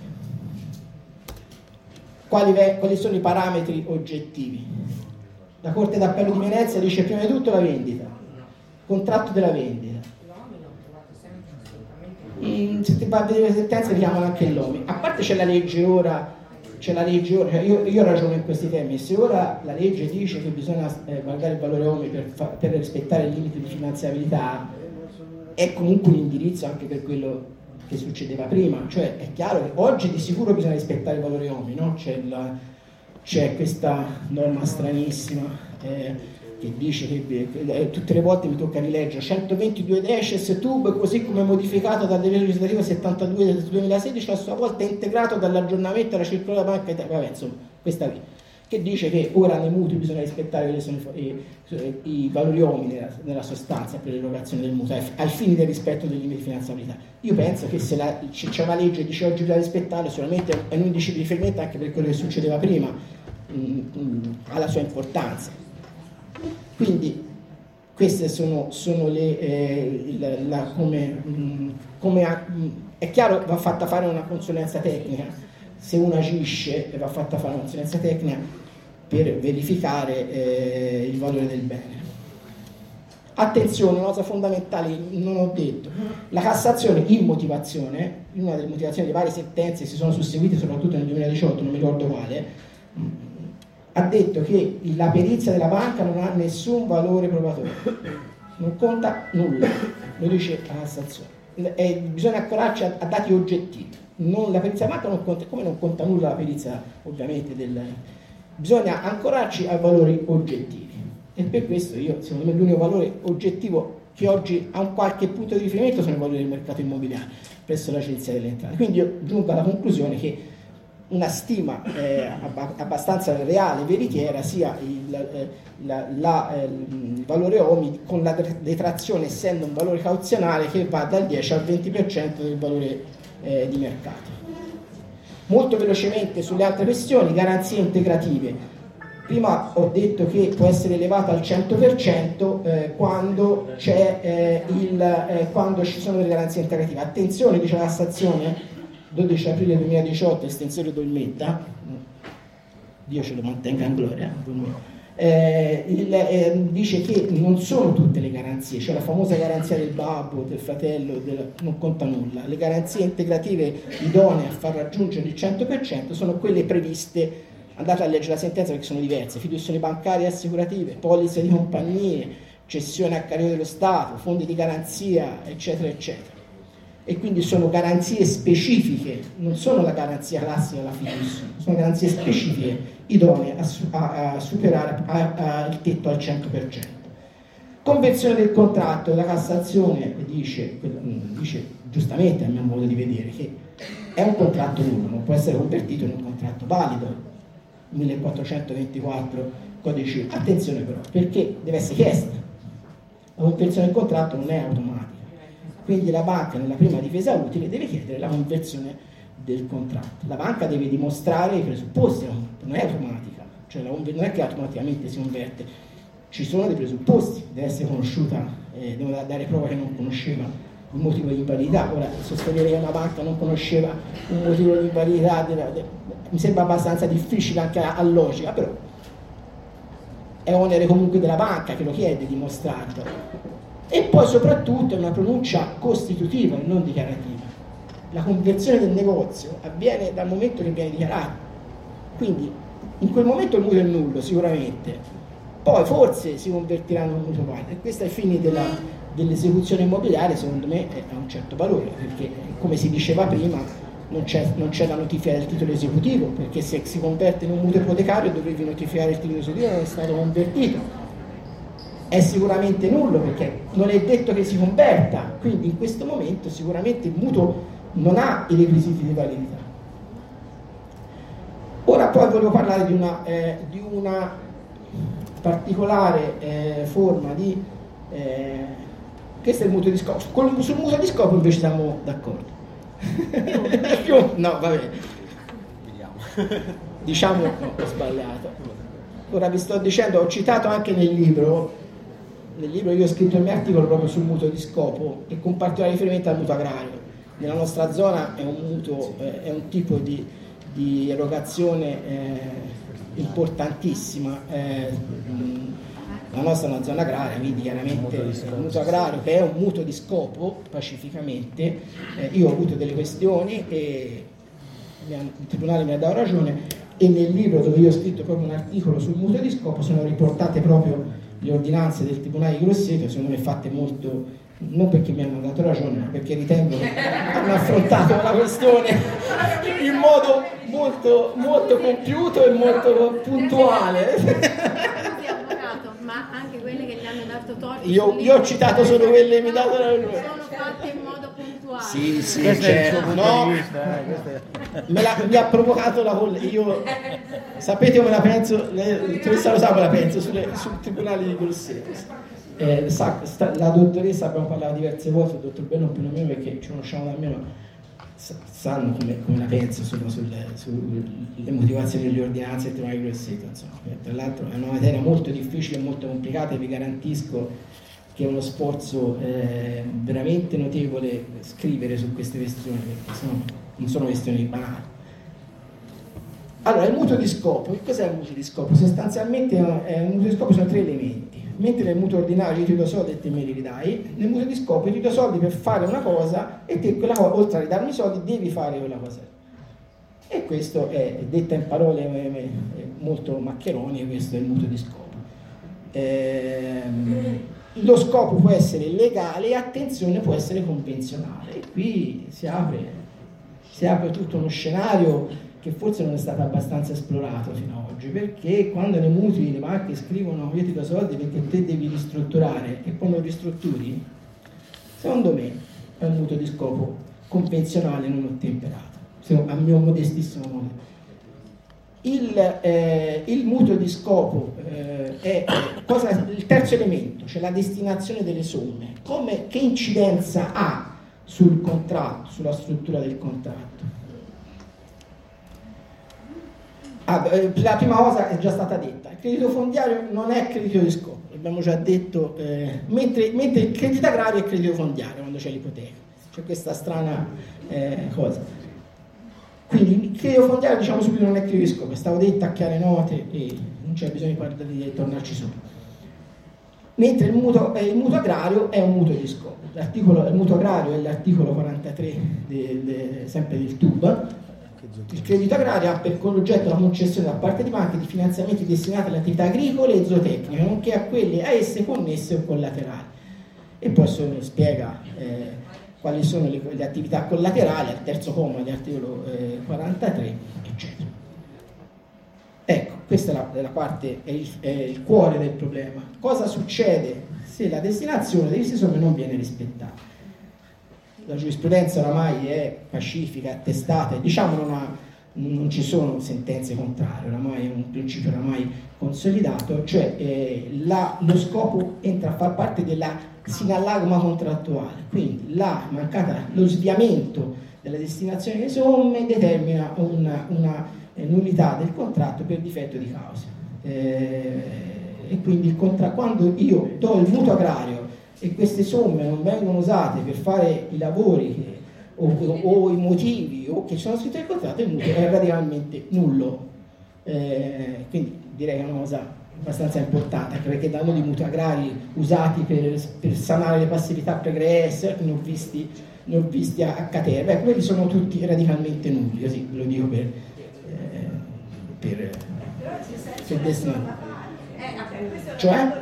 Quali, quali sono i parametri oggettivi? La Corte d'Appello di Venezia dice prima di tutto la vendita, contratto della vendita. Mm, se ti va a vedere le sentenze chiamano anche l'O M I. A parte c'è la legge ora, c'è la legge ora, cioè io, io ragiono in questi termini. Se ora la legge dice che bisogna eh, valutare il valore O M I per, fa, per rispettare il limite di finanziabilità, è comunque un indirizzo anche per quello che succedeva prima. Cioè è chiaro che oggi di sicuro bisogna rispettare il valore O M I, no? C'è, la, c'è questa norma stranissima eh, che dice che eh, tutte le volte mi tocca rileggere centoventidue decies tub, così come modificato dal decreto legislativo settantadue del duemilasedici, a sua volta integrato dall'aggiornamento della circolare Banca Italia, vabbè, insomma, questa qui, che dice che ora nei mutui bisogna rispettare quelli sono i, i, i valori O M I nella, nella sostanza per l'erogazione del mutuo, ai, ai fini del rispetto dei limiti di finanziabilità. Io penso che se la, c'è una legge che dice oggi bisogna rispettare, sicuramente è un indice di riferimento anche per quello che succedeva prima, mh, mh, ha la sua importanza. Quindi queste sono, sono le eh, la, la, come, mh, come ha, mh, è chiaro va fatta fare una consulenza tecnica, se uno agisce va fatta fare una consulenza tecnica per verificare eh, il valore del bene. Attenzione, una cosa fondamentale, non ho detto, la Cassazione in motivazione, in una delle motivazioni di varie sentenze che si sono susseguite soprattutto nel duemiladiciotto, non mi ricordo quale, ha detto che la perizia della banca non ha nessun valore probatorio, non conta nulla, lo dice la Cassazione. E bisogna accorarci a, a dati oggettivi, non, la perizia della banca non conta, come non conta nulla la perizia ovviamente del... Bisogna ancorarci a valori oggettivi e per questo io, secondo me, l'unico valore oggettivo che oggi ha un qualche punto di riferimento sono i valori del mercato immobiliare presso l'Agenzia delle Entrate. Quindi io giungo alla conclusione che una stima eh, abbastanza reale, veritiera, sia il, eh, la, la, eh, il valore O M I con la detrazione essendo un valore cauzionale che va dal dieci al venti per cento del valore eh, di mercato. Molto velocemente sulle altre questioni, garanzie integrative. Prima ho detto che può essere elevata al cento per cento eh, quando, c'è, eh, il, eh, quando ci sono delle garanzie integrative. Attenzione, dice la Cassazione, dodici aprile duemiladiciotto, estensione Dolmetta, Dio ce lo mantenga in gloria, eh, il, eh, dice che non sono tutte le garanzie, cioè la famosa garanzia del babbo, del fratello, del, non conta nulla. Le garanzie integrative idonee a far raggiungere il cento per cento sono quelle previste, andate a leggere la sentenza perché sono diverse, fiduzioni bancarie e assicurative, polizze di compagnie, cessione a carico dello Stato, fondi di garanzia, eccetera, eccetera. E quindi sono garanzie specifiche, non sono la garanzia classica della fiducia, sono garanzie specifiche idonee a, a, a superare a, a, il tetto al cento per cento. Convenzione del contratto, la Cassazione dice, dice giustamente a mio modo di vedere che è un contratto nullo, non può essere convertito in un contratto valido, millequattrocentoventiquattro codice. Attenzione però, perché deve essere chiesta, la conversione del contratto non è automatica. Quindi la banca nella prima difesa utile deve chiedere la conversione del contratto. La banca deve dimostrare i presupposti, non è automatica, cioè la, non è che automaticamente si converte, ci sono dei presupposti, deve essere conosciuta, eh, deve dare prova che non conosceva il motivo di invalidità. Ora, sostenere che una banca non conosceva un motivo di invalidità della, de, mi sembra abbastanza difficile anche a, a logica, però è onere comunque della banca che lo chiede dimostrarlo. E poi soprattutto è una pronuncia costitutiva e non dichiarativa. La conversione del negozio avviene dal momento che viene dichiarato, quindi in quel momento il mutuo è nullo sicuramente, poi forse si convertirà in un mutuo valido e questo ai fini della, dell'esecuzione immobiliare secondo me ha un certo valore, perché come si diceva prima non c'è, non c'è la notifica del titolo esecutivo, perché se si converte in un mutuo ipotecario dovevi notificare il titolo esecutivo, non è stato convertito. è sicuramente nullo perché non è detto che si converta, quindi in questo momento sicuramente il mutuo non ha i requisiti di validità. Ora poi volevo parlare di una, eh, di una particolare eh, forma di... Eh, questo è il mutuo di scopo. Con, sul mutuo di scopo invece siamo d'accordo. No, vabbè. Diciamo, no, ho sbagliato. Ora vi sto dicendo, ho citato anche nel libro, nel libro io ho scritto il mio articolo proprio sul mutuo di scopo e con particolare riferimento al mutuo agrario. Nella nostra zona è un mutuo, eh, è un tipo di, di erogazione eh, importantissima. Eh, la nostra è una zona agraria, quindi chiaramente il mutuo agrario che è un mutuo di scopo, pacificamente, eh, io ho avuto delle questioni e il Tribunale mi ha dato ragione e nel libro dove io ho scritto proprio un articolo sul mutuo di scopo sono riportate proprio le ordinanze del Tribunale di Grosseto, secondo me fatte molto, non perché mi hanno dato ragione, ma perché ritengo che hanno affrontato la questione in modo molto, molto compiuto e molto puntuale. Ma anche quelle che gli hanno dato torto io, io ho citato solo quelle che mi dato ragione. Sono fatte in modo puntuale. Sì, sì, certo. No, me la, mi ha provocato la io sapete come la penso, la dottoressa lo sa come la penso sulle, sul Tribunale di Grosseto. Eh, sa, sta, la dottoressa, abbiamo parlato diverse volte, il dottor Bello più o meno perché ci conosciamo da meno, sanno come, come la penso sulle, sulle, sulle motivazioni delle ordinanze del Tribunale di Grosseto. Insomma. Tra l'altro è una materia molto difficile e molto complicata e vi garantisco che è uno sforzo eh, veramente notevole scrivere su queste questioni, perché sono, non sono questioni banali. Allora, il mutuo di scopo, che cos'è il mutuo di scopo? Sostanzialmente è un mutuo di scopo sono tre elementi. Mentre nel mutuo ordinario io ti do soldi e te me li ridai, nel mutuo di scopo io ti do soldi per fare una cosa e te quella cosa, oltre a ridarmi i soldi, devi fare quella cosa. E questo è, detta in parole eh, molto maccheroni, questo è il mutuo di scopo. Ehm, lo scopo può essere legale e attenzione può essere convenzionale. E qui si apre, si apre tutto uno scenario che forse non è stato abbastanza esplorato fino ad oggi, perché quando nei mutui le banche scrivono io ti do soldi perché te devi ristrutturare e poi non ristrutturi, secondo me è un mutuo di scopo convenzionale non ottemperato, a mio modestissimo modo. Il, eh, il mutuo di scopo eh, è cosa, il terzo elemento, cioè la destinazione delle somme, come, che incidenza ha sul contratto, sulla struttura del contratto. Ah, la prima cosa è già stata detta, il credito fondiario non è credito di scopo, l'abbiamo già detto, eh, mentre, mentre il credito agrario è credito fondiario quando c'è l'ipoteca, c'è questa strana eh, cosa. Quindi il credito fondiario, diciamo subito, non è credito di scopo, è stato detto a chiare note e non c'è bisogno di, di tornarci su. Mentre il mutuo, eh, il mutuo agrario è un mutuo di scopo. L'articolo, il mutuo agrario è l'articolo quarantatré de, de, sempre del T U B. Il credito agrario ha per oggetto la concessione da parte di banche di finanziamenti destinati alle attività agricole e zootecniche, nonché a quelle a esse connesse o collaterali. E poi sono, spiega eh, quali sono le, le attività collaterali al terzo comma dell'articolo eh, quarantatré, eccetera. Ecco, questa è la, è la parte, è il, è il cuore del problema. Cosa succede se la destinazione di queste somme non viene rispettata? La giurisprudenza oramai è pacifica, attestata, diciamo non, ha, non ci sono sentenze contrarie, oramai è un principio oramai consolidato, cioè eh, la, lo scopo entra a far parte della sinallagma contrattuale, quindi la mancata, lo sviamento della destinazione delle somme determina una, una eh, nullità del contratto per difetto di causa. Eh, e quindi il contra, quando io do il mutuo agrario e queste somme non vengono usate per fare i lavori che, o, o, o i motivi o che sono scritti nel contratto, il mutuo è radicalmente nullo. Eh, quindi direi che è una cosa abbastanza importante, anche perché danno di mutui agrari usati per, per sanare le passività pregresse, ne ho visti, ne ho visti a, a caterva, quelli sono tutti radicalmente nulli, così ve lo dico per, eh, per, per destinare. Cioè?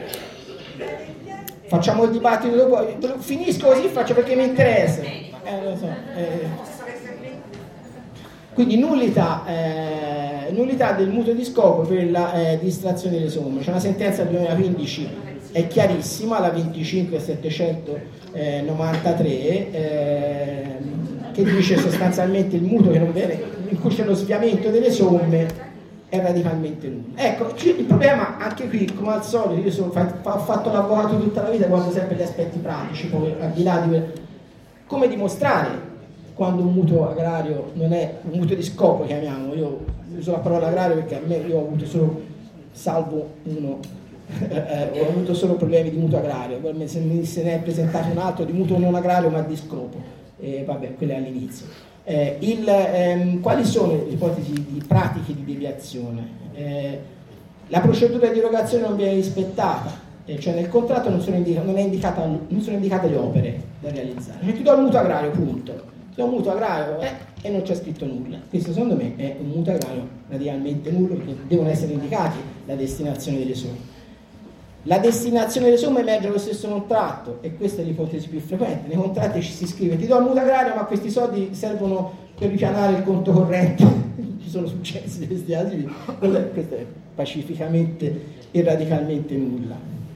Facciamo il dibattito dopo, finisco così, faccio perché mi interessa. Eh, lo so. Eh. Quindi nullità, eh, nullità del mutuo di scopo per la eh, distrazione delle somme. C'è una sentenza del duemilaquindici, è chiarissima, la venticinque settecentonovantatré, eh, che dice sostanzialmente il mutuo che non viene, in cui c'è lo sviamento delle somme, è radicalmente nullo. Ecco, il problema anche qui, come al solito, io sono, ho fatto l'avvocato tutta la vita, guardo sempre gli aspetti pratici, poi al di là di come dimostrare quando un mutuo agrario non è un mutuo di scopo, chiamiamo, io uso la parola agrario perché a me io ho avuto solo, salvo uno, eh, ho avuto solo problemi di mutuo agrario, se ne è presentato un altro di mutuo non agrario ma di scopo, e vabbè, quello è all'inizio. Eh, il, ehm, quali sono le ipotesi di pratiche di deviazione? Eh, la procedura di erogazione non viene rispettata, eh, cioè nel contratto non sono, indica, non, è indicata, non sono indicate le opere da realizzare, cioè ti do il mutuo agrario, punto, ti do un mutuo agrario eh, e non c'è scritto nulla. Questo secondo me è un mutuo agrario radicalmente nullo, perché devono essere indicati la destinazione delle somme. La destinazione delle somme emerge allo stesso contratto, e questa è l'ipotesi più frequente. Nei contratti ci si scrive: ti do il mutuo agrario, ma questi soldi servono per ripianare il conto corrente. Ci sono successi di questi altri. Questo è pacificamente e radicalmente nulla.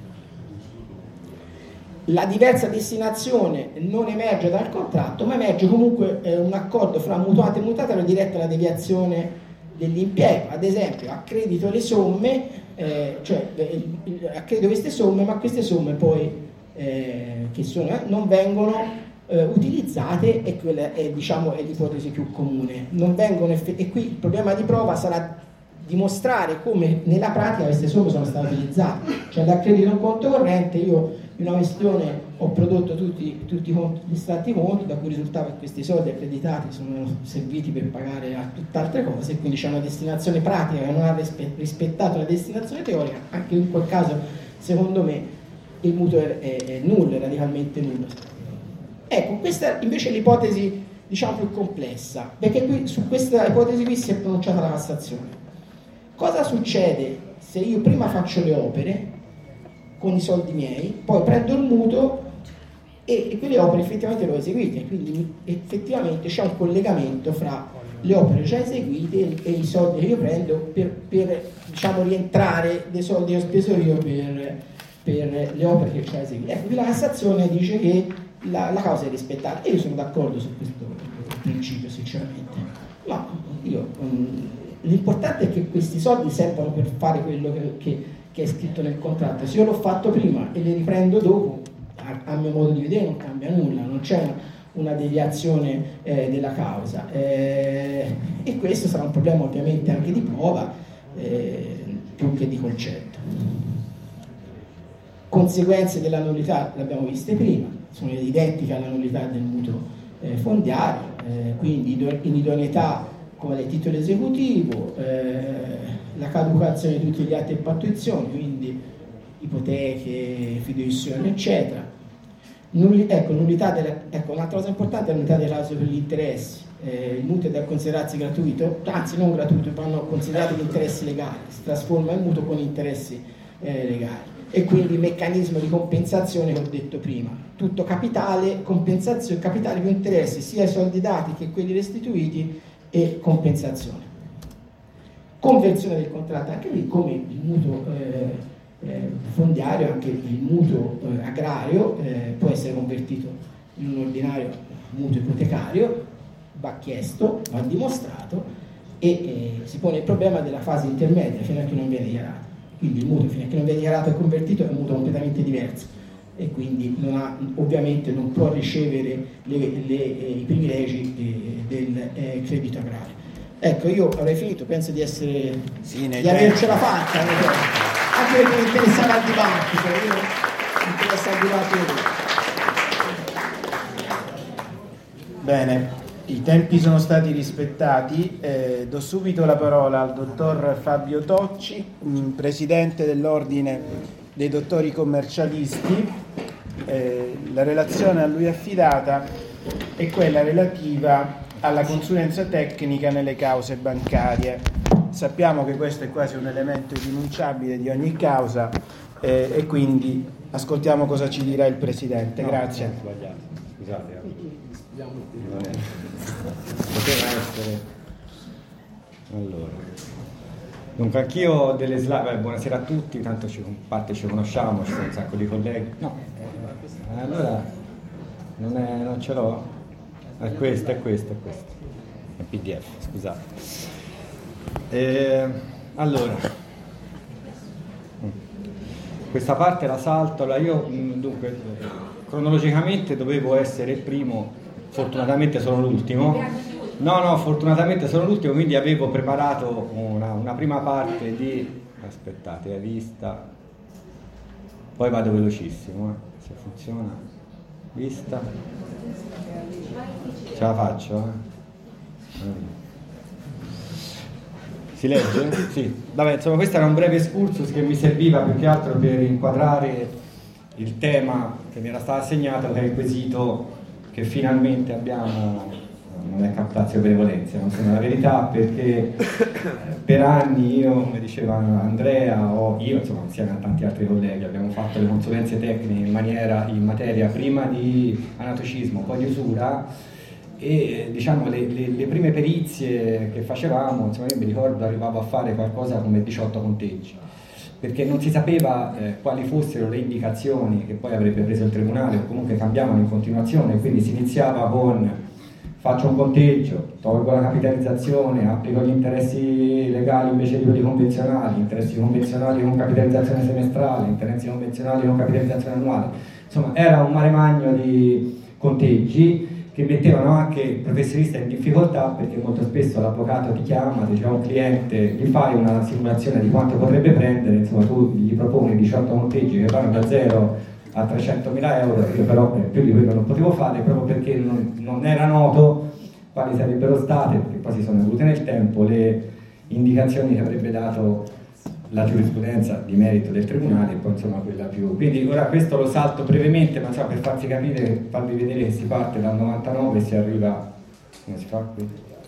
La diversa destinazione non emerge dal contratto, ma emerge comunque eh, un accordo fra mutuante e mutuatario diretto alla deviazione dell'impiego. Ad esempio, accredito le somme, eh, cioè eh, accredito queste somme, ma queste somme poi eh, che sono, eh, non vengono eh, utilizzate, e quella è, diciamo, è l'ipotesi più comune. Non vengono effe- e qui il problema di prova sarà dimostrare come nella pratica queste somme sono state utilizzate. Cioè, l'accredito a un conto corrente, io in una questione ho prodotto tutti, tutti gli estratti conti, da cui risultava che questi soldi accreditati sono serviti per pagare a tutt'altre cose, e quindi c'è una destinazione pratica che non ha rispettato la destinazione teorica. Anche in quel caso, secondo me, il mutuo è, è, è nullo, è radicalmente nullo. Ecco, questa invece è l'ipotesi, diciamo, più complessa, perché qui su questa ipotesi qui si è pronunciata la Cassazione. Cosa succede se io prima faccio le opere con i soldi miei, poi prendo il mutuo e, e quelle opere effettivamente le ho eseguite, quindi effettivamente c'è un collegamento fra le opere già eseguite e, e i soldi che io prendo per, per diciamo, rientrare dei soldi che ho speso io per, per le opere che ho già eseguite. Ecco, qui la Cassazione dice che la, la causa è rispettata, e io sono d'accordo su questo principio, sinceramente. Ma io, um, l'importante è che questi soldi servano per fare quello che, che che è scritto nel contratto. Se io l'ho fatto prima e le riprendo dopo, a, a mio modo di vedere non cambia nulla, non c'è una, una deviazione eh, della causa, eh, e questo sarà un problema ovviamente anche di prova, eh, più che di concetto. Conseguenze della nullità le abbiamo viste prima, sono identiche alla nullità del mutuo eh, fondiario, eh, quindi inidoneità come il titolo esecutivo, eh, la caducazione di tutti gli atti e pattuizioni, quindi ipoteche, fideiussioni, eccetera. Nulli, ecco, nullità delle, ecco, un'altra cosa importante è la nullità delle clausole per gli interessi. Eh, il mutuo deve considerarsi gratuito, anzi non gratuito, vanno considerati gli interessi legali, si trasforma il mutuo con interessi eh, legali. E quindi il meccanismo di compensazione che ho detto prima, tutto capitale, compensazione, capitale più interessi, sia i soldi dati che quelli restituiti, e compensazione. Conversione del contratto, anche lì come il mutuo eh, eh, fondiario, anche il mutuo eh, agrario eh, può essere convertito in un ordinario mutuo ipotecario, va chiesto, va dimostrato, e eh, si pone il problema della fase intermedia fino a che non viene dichiarato. Quindi il mutuo fino a che non viene dichiarato e convertito è un mutuo completamente diverso, e quindi non ha, ovviamente non può ricevere le, le, i privilegi eh, del eh, credito agrario. Ecco, io avrei finito, penso di essere sì, di avercela fatta, anche perché mi interessava il dibattito, io mi interessa il dibattito. Bene, i tempi sono stati rispettati, eh, do subito la parola al dottor Fabio Tocci, presidente dell'Ordine dei dottori commercialisti. Eh, la relazione a lui affidata è quella relativa alla consulenza tecnica nelle cause bancarie. Sappiamo che questo è quasi un elemento irrinunciabile di ogni causa, eh, e quindi ascoltiamo cosa ci dirà il Presidente. Grazie. No, scusate, poteva essere Allora, dunque anch'io ho delle slide. Beh, buonasera a tutti, tanto ci, in parte ci conosciamo, ci sono un sacco di colleghi. No, eh, allora non, è, non ce l'ho. È questo, è questo, è questo. È P D F, scusate. Eh, allora, questa parte la salto. Allora io, dunque, cronologicamente dovevo essere il primo, fortunatamente sono l'ultimo. No, no, fortunatamente sono l'ultimo, quindi avevo preparato una, una prima parte di... Aspettate, è vista... Poi vado velocissimo, eh, se funziona. Vista... Ce la faccio, eh? Si legge? Sì. Vabbè, insomma, questo era un breve excursus che mi serviva più che altro per inquadrare il tema che mi era stato assegnato, che è il quesito che finalmente abbiamo... non è captazio benevolenza, non sono la verità, perché per anni io, come diceva Andrea, o io, insomma, insieme a tanti altri colleghi, abbiamo fatto le consulenze tecniche in, maniera, in materia prima di anatocismo, poi di usura, e diciamo le, le, le prime perizie che facevamo, insomma, io mi ricordo arrivavo a fare qualcosa come diciotto conteggi, perché non si sapeva eh, quali fossero le indicazioni che poi avrebbe preso il tribunale, o comunque cambiavano in continuazione, quindi si iniziava con faccio un conteggio, tolgo la capitalizzazione, applico gli interessi legali invece di quelli convenzionali, interessi convenzionali con capitalizzazione semestrale, interessi convenzionali con capitalizzazione annuale. Insomma, era un mare magno di conteggi che mettevano anche il professionista in difficoltà, perché molto spesso l'avvocato ti chiama, ti dice a un cliente, gli fai una simulazione di quanto potrebbe prendere, insomma tu gli proponi diciotto conteggi che vanno da zero a trecentomila euro, io però eh, più di quello non potevo fare proprio perché non, non era noto quali sarebbero state, perché poi si sono evolute nel tempo, le indicazioni che avrebbe dato la giurisprudenza di merito del tribunale e poi insomma quella più... Quindi ora questo lo salto brevemente, ma insomma, per farsi capire, farvi vedere che si parte dal novantanove e si arriva... come si fa qui?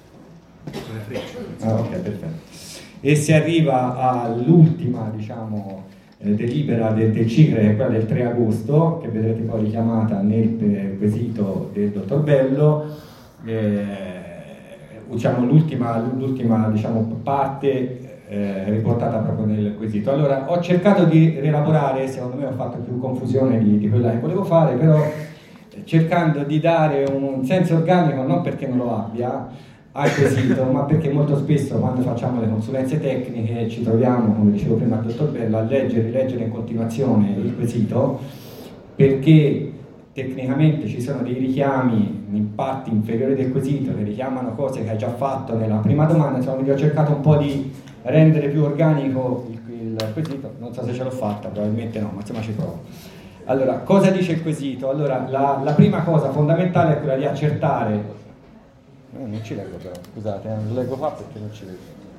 Ah, ok, perfetto. E si arriva all'ultima, diciamo... delibera del, del C I C R E, che è quella del tre agosto, che vedrete poi richiamata nel quesito del dottor Bello, eh, diciamo, l'ultima, l'ultima diciamo, parte eh, riportata proprio nel quesito. Allora, ho cercato di rielaborare, secondo me ho fatto più confusione di, di quella che volevo fare, però cercando di dare un senso organico, non perché non lo abbia, al quesito, ma perché molto spesso quando facciamo le consulenze tecniche ci troviamo, come dicevo prima al dottor Bello, a leggere e rileggere in continuazione il quesito, perché tecnicamente ci sono dei richiami in parti inferiori del quesito che richiamano cose che hai già fatto nella prima domanda. Insomma, quindi ho cercato un po' di rendere più organico il, il quesito, non so se ce l'ho fatta, probabilmente no, ma insomma ci provo. Allora, cosa dice il quesito? Allora, la, la prima cosa fondamentale è quella di accertare. Eh, non ci leggo però, scusate, eh, non leggo qua perché non ci leggo.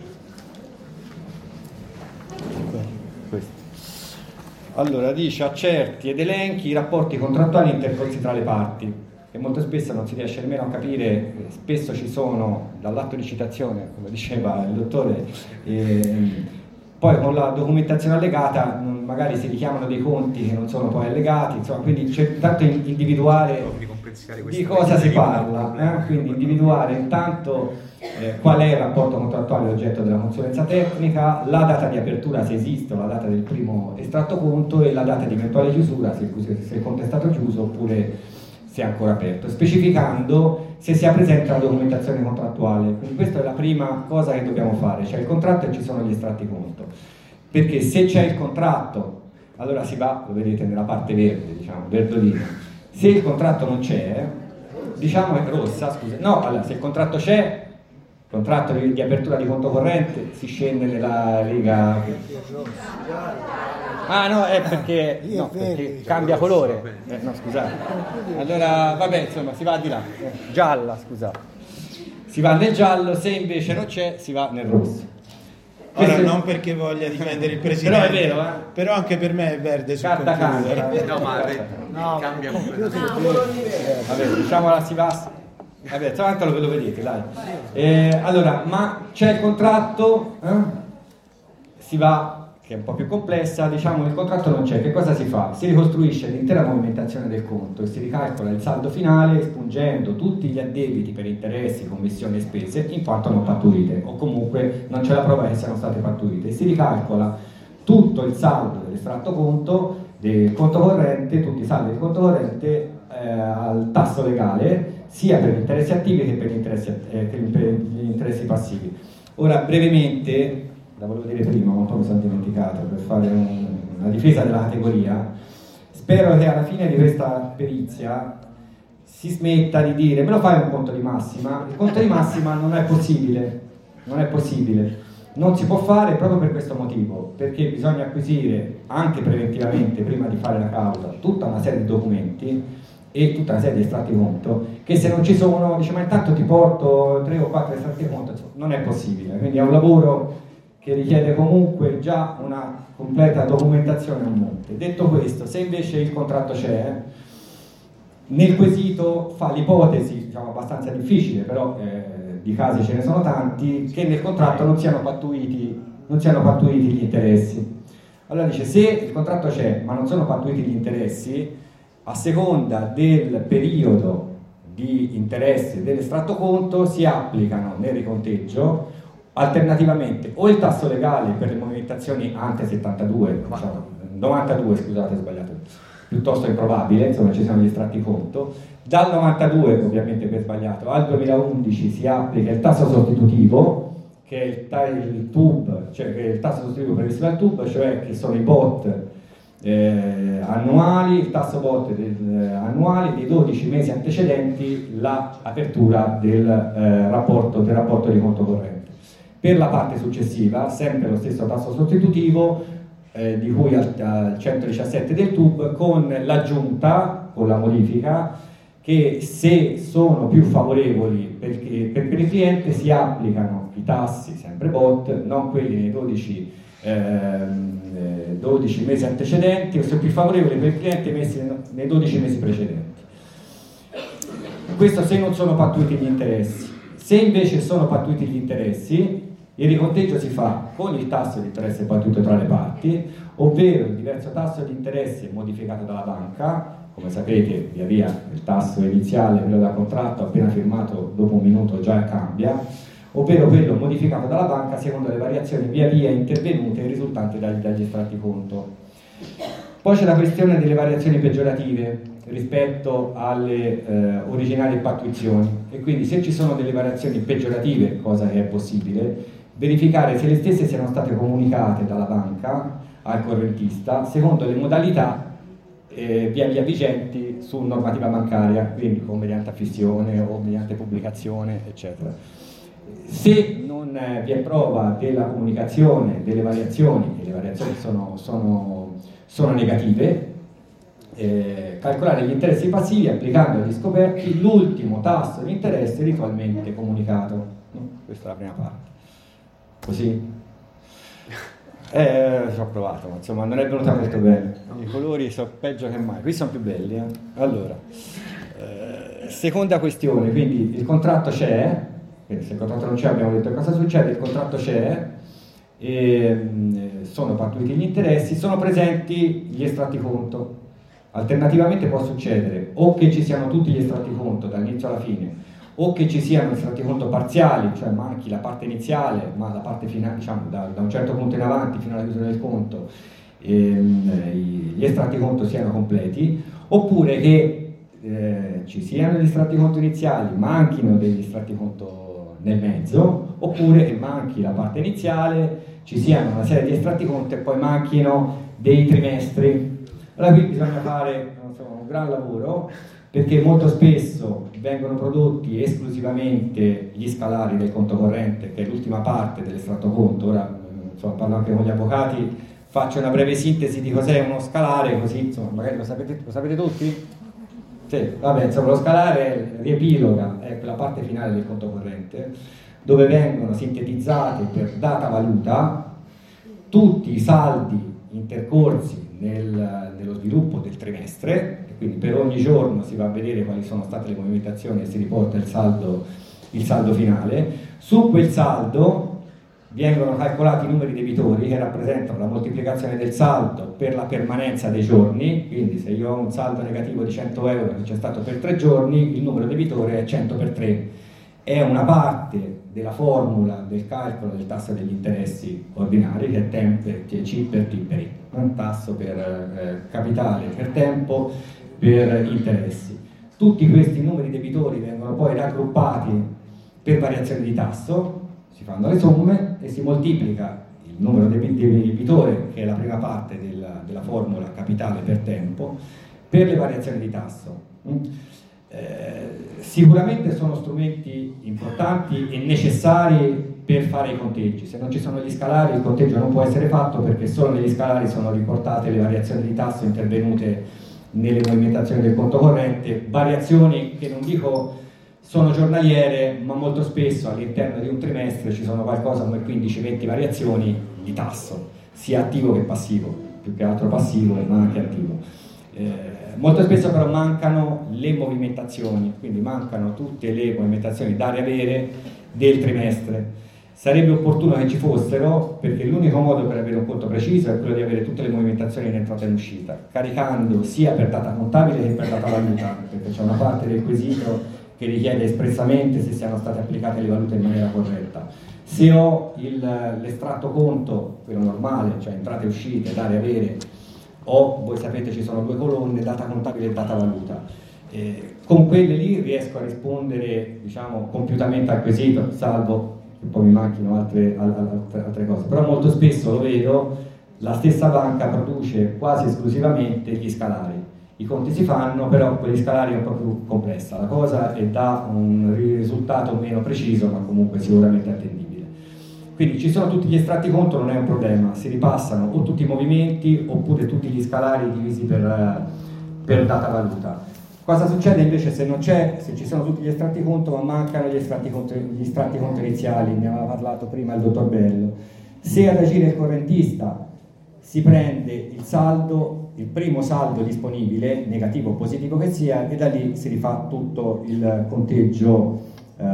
Questo. Allora, dice accerti ed elenchi i rapporti contrattuali intercorsi tra le parti, che molto spesso non si riesce nemmeno a capire, spesso ci sono dall'atto di citazione, come diceva il dottore, eh, poi con la documentazione allegata magari si richiamano dei conti che non sono poi allegati, insomma, quindi c'è tanto individuare di cosa si parla, eh? Quindi individuare intanto eh, qual è il rapporto contrattuale oggetto della consulenza tecnica, la data di apertura se esiste, o la data del primo estratto conto, e la data di eventuale chiusura se, se il conto è stato chiuso oppure se è ancora aperto, specificando se sia presente la documentazione contrattuale. Quindi questa è la prima cosa che dobbiamo fare, c'è il contratto e ci sono gli estratti conto, perché se c'è il contratto allora si va, lo vedete nella parte verde, diciamo, verdolina. Se il contratto non c'è, diciamo è rossa, scusa, no, allora se il contratto c'è, contratto di, di apertura di conto corrente, si scende nella riga. Ah no, è perché, no, perché cambia colore. Eh, no, scusate. Allora, vabbè, insomma, si va di là. Eh, gialla, scusate. Si va nel giallo, se invece non c'è, si va nel rosso. Ora non perché voglia difendere il presidente, però è vero, eh? Però anche per me è verde sul carta computer. No, ma no, cambia no, vabbè, diciamo la si va. Vabbè, tanto lo, lo vedete, dai. Eh, allora, ma c'è il contratto, eh? Si va che è un po' più complessa, diciamo il contratto non c'è, che cosa si fa? Si ricostruisce l'intera movimentazione del conto e si ricalcola il saldo finale espungendo tutti gli addebiti per interessi, commissioni e spese in quanto non pattuite, o comunque non c'è la prova che siano state pattuite, e si ricalcola tutto il saldo dell'estratto conto, del conto corrente, tutti i saldi del conto corrente eh, al tasso legale, sia per gli interessi attivi che per gli interessi, eh, che per gli interessi passivi. Ora brevemente, la volevo dire prima, ma un po' mi sono dimenticato, per fare un, una difesa della categoria, spero che alla fine di questa perizia si smetta di dire me lo fai un conto di massima. Il conto di massima non è possibile, non è possibile, non si può fare proprio per questo motivo, perché bisogna acquisire anche preventivamente, prima di fare la causa, tutta una serie di documenti e tutta una serie di estratti conto, che se non ci sono, dice ma intanto ti porto tre o quattro estratti conto, non è possibile, quindi è un lavoro che richiede comunque già una completa documentazione a monte. Detto questo, se invece il contratto c'è, nel quesito fa l'ipotesi, diciamo abbastanza difficile, però eh, di casi ce ne sono tanti, che nel contratto non siano pattuiti, non siano pattuiti gli interessi. Allora dice, se il contratto c'è ma non sono pattuiti gli interessi, a seconda del periodo di interessi dell'estratto conto si applicano nel riconteggio alternativamente o il tasso legale per le movimentazioni ante settantadue, diciamo, novantadue, scusate, ho sbagliato, piuttosto improbabile, insomma ci sono gli estratti conto, dal novantadue, ovviamente per sbagliato, al duemilaundici si applica il tasso sostitutivo, che è il, il T U B, cioè che è il tasso sostitutivo previsto dal T U B, cioè che sono i B O T eh, annuali, il tasso B O T del, eh, annuali dei dodici mesi antecedenti l'apertura del, eh, rapporto, del rapporto di conto corrente. Per la parte successiva, sempre lo stesso tasso sostitutivo, eh, di cui al, al centodiciassette del T U B, con l'aggiunta, con la modifica, che se sono più favorevoli perché, per, per il cliente si applicano i tassi, sempre B O T, non quelli nei dodici, ehm, dodici mesi antecedenti, o se più favorevoli per il cliente messi nei dodici mesi precedenti. Questo se non sono pattuiti gli interessi. Se invece sono pattuiti gli interessi, il riconteggio si fa con il tasso di interesse pattuito tra le parti, ovvero il diverso tasso di interesse modificato dalla banca. Come sapete, via via il tasso iniziale, quello da contratto appena firmato dopo un minuto già cambia, ovvero quello modificato dalla banca secondo le variazioni via via intervenute e risultanti dagli, dagli estratti conto. Poi c'è la questione delle variazioni peggiorative rispetto alle eh, originali pattuizioni, e quindi se ci sono delle variazioni peggiorative, cosa che è possibile, verificare se le stesse siano state comunicate dalla banca al correntista secondo le modalità eh, via via vigenti su normativa bancaria, quindi o mediante affissione o mediante pubblicazione, eccetera. Se non eh, vi è prova della comunicazione delle variazioni, e le variazioni sono, sono, sono negative, eh, calcolare gli interessi passivi applicando agli scoperti l'ultimo tasso di interesse ritualmente comunicato. No? Questa è la prima parte. Così? Eh, ci ho provato, ma insomma non è venuta molto bene. I colori sono peggio che mai. Qui sono più belli. Eh? Allora, eh, seconda questione, quindi il contratto c'è. Se il contratto non c'è abbiamo detto cosa succede, il contratto c'è, e, sono pattuiti gli interessi, sono presenti gli estratti conto. Alternativamente può succedere o che ci siano tutti gli estratti conto dall'inizio alla fine, o che ci siano estratti conto parziali, cioè manchi la parte iniziale ma la parte finale, diciamo da, da un certo punto in avanti fino alla chiusura del conto, ehm, gli estratti conto siano completi, oppure che eh, ci siano gli estratti conto iniziali, manchino degli estratti conto nel mezzo, oppure che manchi la parte iniziale, ci siano una serie di estratti conto e poi manchino dei trimestri. Allora qui bisogna fare insomma, un gran lavoro, perché molto spesso vengono prodotti esclusivamente gli scalari del conto corrente, che è l'ultima parte dell'estratto conto. Ora insomma, parlo anche con gli avvocati, faccio una breve sintesi di cos'è uno scalare, così insomma, magari lo sapete, lo sapete tutti? Sì, vabbè, insomma, lo scalare riepiloga, è quella parte finale del conto corrente, dove vengono sintetizzati per data valuta tutti i saldi intercorsi nel, nello sviluppo del trimestre, e quindi per ogni giorno si va a vedere quali sono state le movimentazioni e si riporta il saldo, il saldo finale. Su quel saldo vengono calcolati i numeri debitori che rappresentano la moltiplicazione del saldo per la permanenza dei giorni, quindi se io ho un saldo negativo di cento euro che c'è stato per tre giorni, il numero debitore è cento per tre. È una parte della formula del calcolo del tasso degli interessi ordinari, che è tempo, C per T per I, un tasso per eh, capitale per tempo per interessi. Tutti questi numeri debitori vengono poi raggruppati per variazioni di tasso, si fanno le somme e si moltiplica il numero di debitore, che è la prima parte della, della formula capitale per tempo, per le variazioni di tasso. Eh, sicuramente sono strumenti importanti e necessari per fare i conteggi. Se non ci sono gli scalari il conteggio non può essere fatto, perché solo negli scalari sono riportate le variazioni di tasso intervenute nelle movimentazioni del conto corrente, variazioni che non dico sono giornaliere, ma molto spesso all'interno di un trimestre ci sono qualcosa come quindici venti variazioni di tasso, sia attivo che passivo, più che altro passivo ma anche attivo. Eh, molto spesso però mancano le movimentazioni, quindi mancano tutte le movimentazioni dare e avere del trimestre. Sarebbe opportuno che ci fossero, perché l'unico modo per avere un conto preciso è quello di avere tutte le movimentazioni in entrata e in uscita, caricando sia per data contabile che per data valuta, perché c'è una parte del quesito che richiede espressamente se siano state applicate le valute in maniera corretta. Se ho il, l'estratto conto, quello normale, cioè entrate e uscite, dare e avere, o voi sapete ci sono due colonne, data contabile e data valuta. Eh, con quelle lì riesco a rispondere, diciamo, compiutamente al quesito, salvo che poi mi manchino altre, altre, altre cose. Però molto spesso lo vedo, la stessa banca produce quasi esclusivamente gli scalari. I conti si fanno, però quegli scalari è un po' più complessa la cosa e dà un risultato meno preciso, ma comunque sicuramente attendibile. Quindi ci sono tutti gli estratti conto, non è un problema, si ripassano o tutti i movimenti oppure tutti gli scalari divisi per, per data valuta. Cosa succede invece se non c'è, se ci sono tutti gli estratti conto ma mancano gli estratti conto, gli estratti conto iniziali? Ne aveva parlato prima il dottor Bello. Se ad agire il correntista si prende il saldo, il primo saldo disponibile, negativo o positivo che sia, e da lì si rifà tutto il conteggio eh,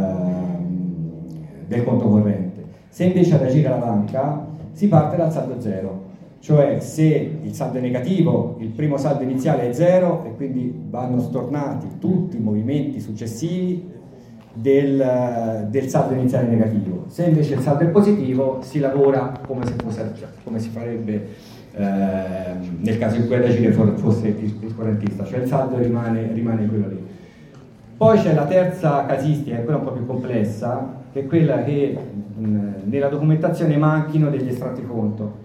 del conto corrente. Se invece ad agire la banca si parte dal saldo zero, cioè se il saldo è negativo, il primo saldo iniziale è zero e quindi vanno stornati tutti i movimenti successivi del, del saldo iniziale negativo. Se invece il saldo è positivo si lavora come, se fosse, come si farebbe eh, nel caso in cui ad agire fosse il, il correntista, cioè il saldo rimane, rimane quello lì. Poi c'è la terza casistica, che è quella un po' più complessa, che è quella che mh, nella documentazione manchino degli estratti conto.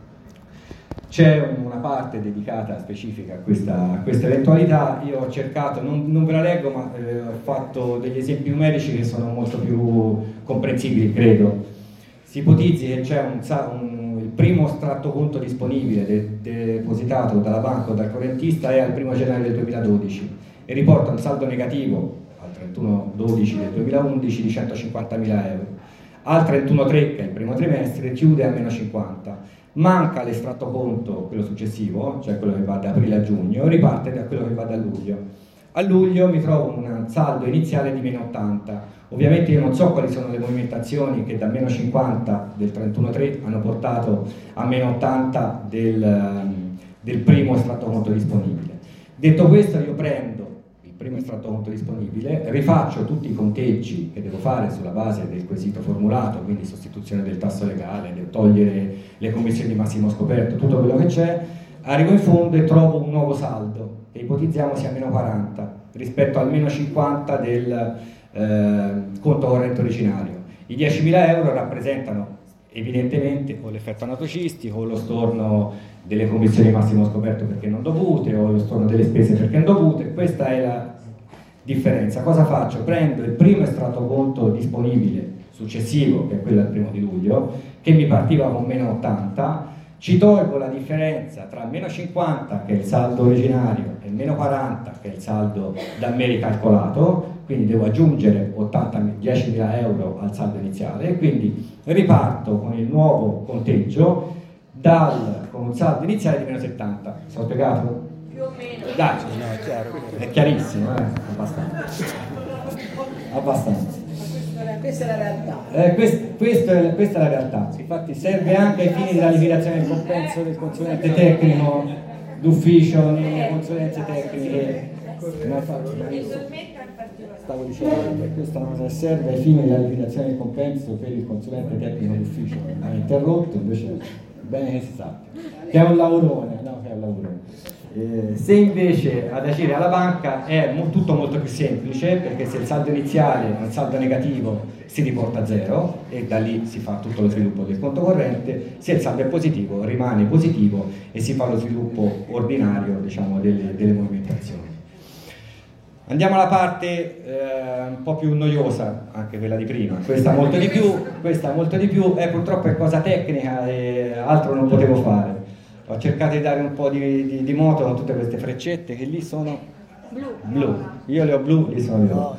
C'è una parte dedicata specifica a questa, a questa eventualità. Io ho cercato, non, non ve la leggo, ma eh, ho fatto degli esempi numerici che sono molto più comprensibili, credo. Si ipotizzi che c'è un, un, il primo estratto conto disponibile de, depositato dalla banca o dal correntista è al primo gennaio del duemiladodici e riporta un saldo negativo al trentuno dodici del duemilaundici di centocinquantamila euro. Al trentuno tre, che è il primo trimestre, chiude a meno cinquanta. Manca l'estratto conto, quello successivo, cioè quello che va da aprile a giugno, riparte da quello che va da luglio. A luglio mi trovo un saldo iniziale di meno ottanta. Ovviamente io non so quali sono le movimentazioni che da meno cinquanta del trentuno tre hanno portato a meno ottanta del, del primo estratto conto disponibile. Detto questo, io prendo il primo estratto conto disponibile, rifaccio tutti i conteggi che devo fare sulla base del quesito formulato, quindi sostituzione del tasso legale, togliere le commissioni di massimo scoperto, tutto quello che c'è, arrivo in fondo e trovo un nuovo saldo che ipotizziamo sia meno quaranta rispetto al meno cinquanta del eh, conto corrente originario. I diecimila euro rappresentano evidentemente o l'effetto anatocistico o lo storno delle commissioni di massimo scoperto perché non dovute o lo storno delle spese perché non dovute. Questa è la differenza. Cosa faccio? Prendo il primo estratto conto disponibile successivo, che è quello del primo di luglio, che mi partiva con meno ottanta, ci tolgo la differenza tra meno cinquanta, che è il saldo originario, e meno quaranta, che è il saldo da me ricalcolato, quindi devo aggiungere ottanta, diecimila euro al saldo iniziale, e quindi riparto con il nuovo conteggio dal, con un saldo iniziale di meno settanta. Mi sono spiegato? Più o meno. Dai, è chiarissimo, eh? Abbastanza. Abbastanza. Questa è la realtà. Eh, questo, questo è, questa è la realtà, infatti serve anche ai fini della liquidazione del compenso del consulente tecnico d'ufficio, nelle consulenze tecniche. Ma fa- stavo dicendo che questa è una cosa che serve ai fini della liquidazione del compenso per il consulente tecnico d'ufficio. Ha interrotto, invece è bene che si sappia che è un lavorone, no, che è un lavorone. Eh, se invece ad agire alla banca è mo- tutto molto più semplice, perché se il saldo iniziale è un saldo negativo si riporta a zero e da lì si fa tutto lo sviluppo del conto corrente, se il saldo è positivo rimane positivo e si fa lo sviluppo ordinario, diciamo, delle, delle movimentazioni. Andiamo alla parte eh, un po' più noiosa, anche quella di prima, questa molto di più, questa molto di più, eh, purtroppo è cosa tecnica e altro non potevo fare. Ho cercato di dare un po' di, di, di moto con tutte queste freccette che lì sono blu. blu. Io le ho blu, lì sono viola.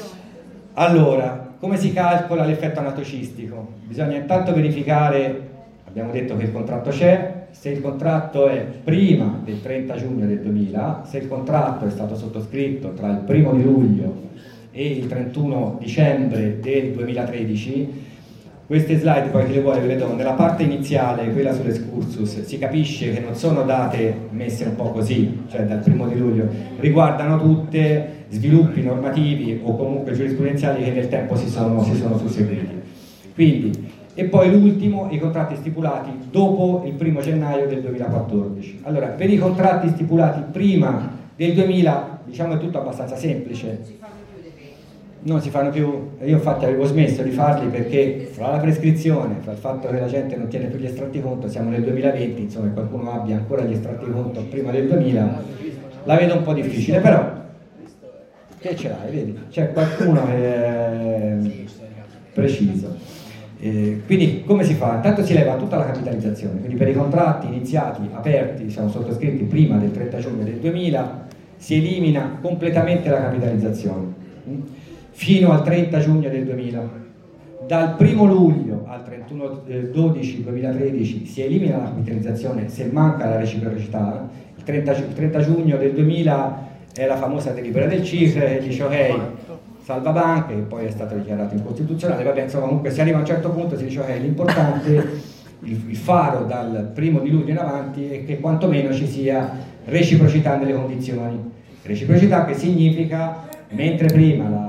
Allora, come si calcola l'effetto anatocistico? Bisogna intanto verificare, abbiamo detto che il contratto c'è, se il contratto è prima del trenta giugno del duemila, se il contratto è stato sottoscritto tra il primo di luglio e il trentuno dicembre del duemilatredici. Queste slide poi che le vuole ve le do, nella parte iniziale, quella sull'excursus, si capisce che non sono date messe un po' così, cioè dal primo di luglio, riguardano tutte sviluppi normativi o comunque giurisprudenziali che nel tempo si sono, si sono susseguiti. Quindi, e poi l'ultimo, i contratti stipulati dopo il primo gennaio del duemilaquattordici. Allora, per i contratti stipulati prima del duemila, diciamo è tutto abbastanza semplice. Non si fanno più, io infatti avevo smesso di farli perché fra la prescrizione, fra il fatto che la gente non tiene più gli estratti conto, siamo nel duemilaventi, insomma, che qualcuno abbia ancora gli estratti conto prima del duemila, la vedo un po' difficile, però che ce l'hai, vedi? C'è qualcuno che è preciso. Eh, quindi come si fa? Intanto si leva tutta la capitalizzazione, quindi per i contratti iniziati, aperti, siamo sottoscritti prima del trenta giugno del duemila, si elimina completamente la capitalizzazione fino al trenta giugno del duemila. Dal primo luglio al trentuno dodici duemilatredici si elimina la capitalizzazione se manca la reciprocità. Il trenta, il trenta giugno del duemila è la famosa delibera del C I S E che dice ok, salva banche, che poi è stato dichiarato incostituzionale. Vabbè, insomma, comunque si arriva a un certo punto, si dice ok, l'importante, il, il faro dal primo di luglio in avanti è che quantomeno ci sia reciprocità nelle condizioni. Reciprocità che significa, mentre prima la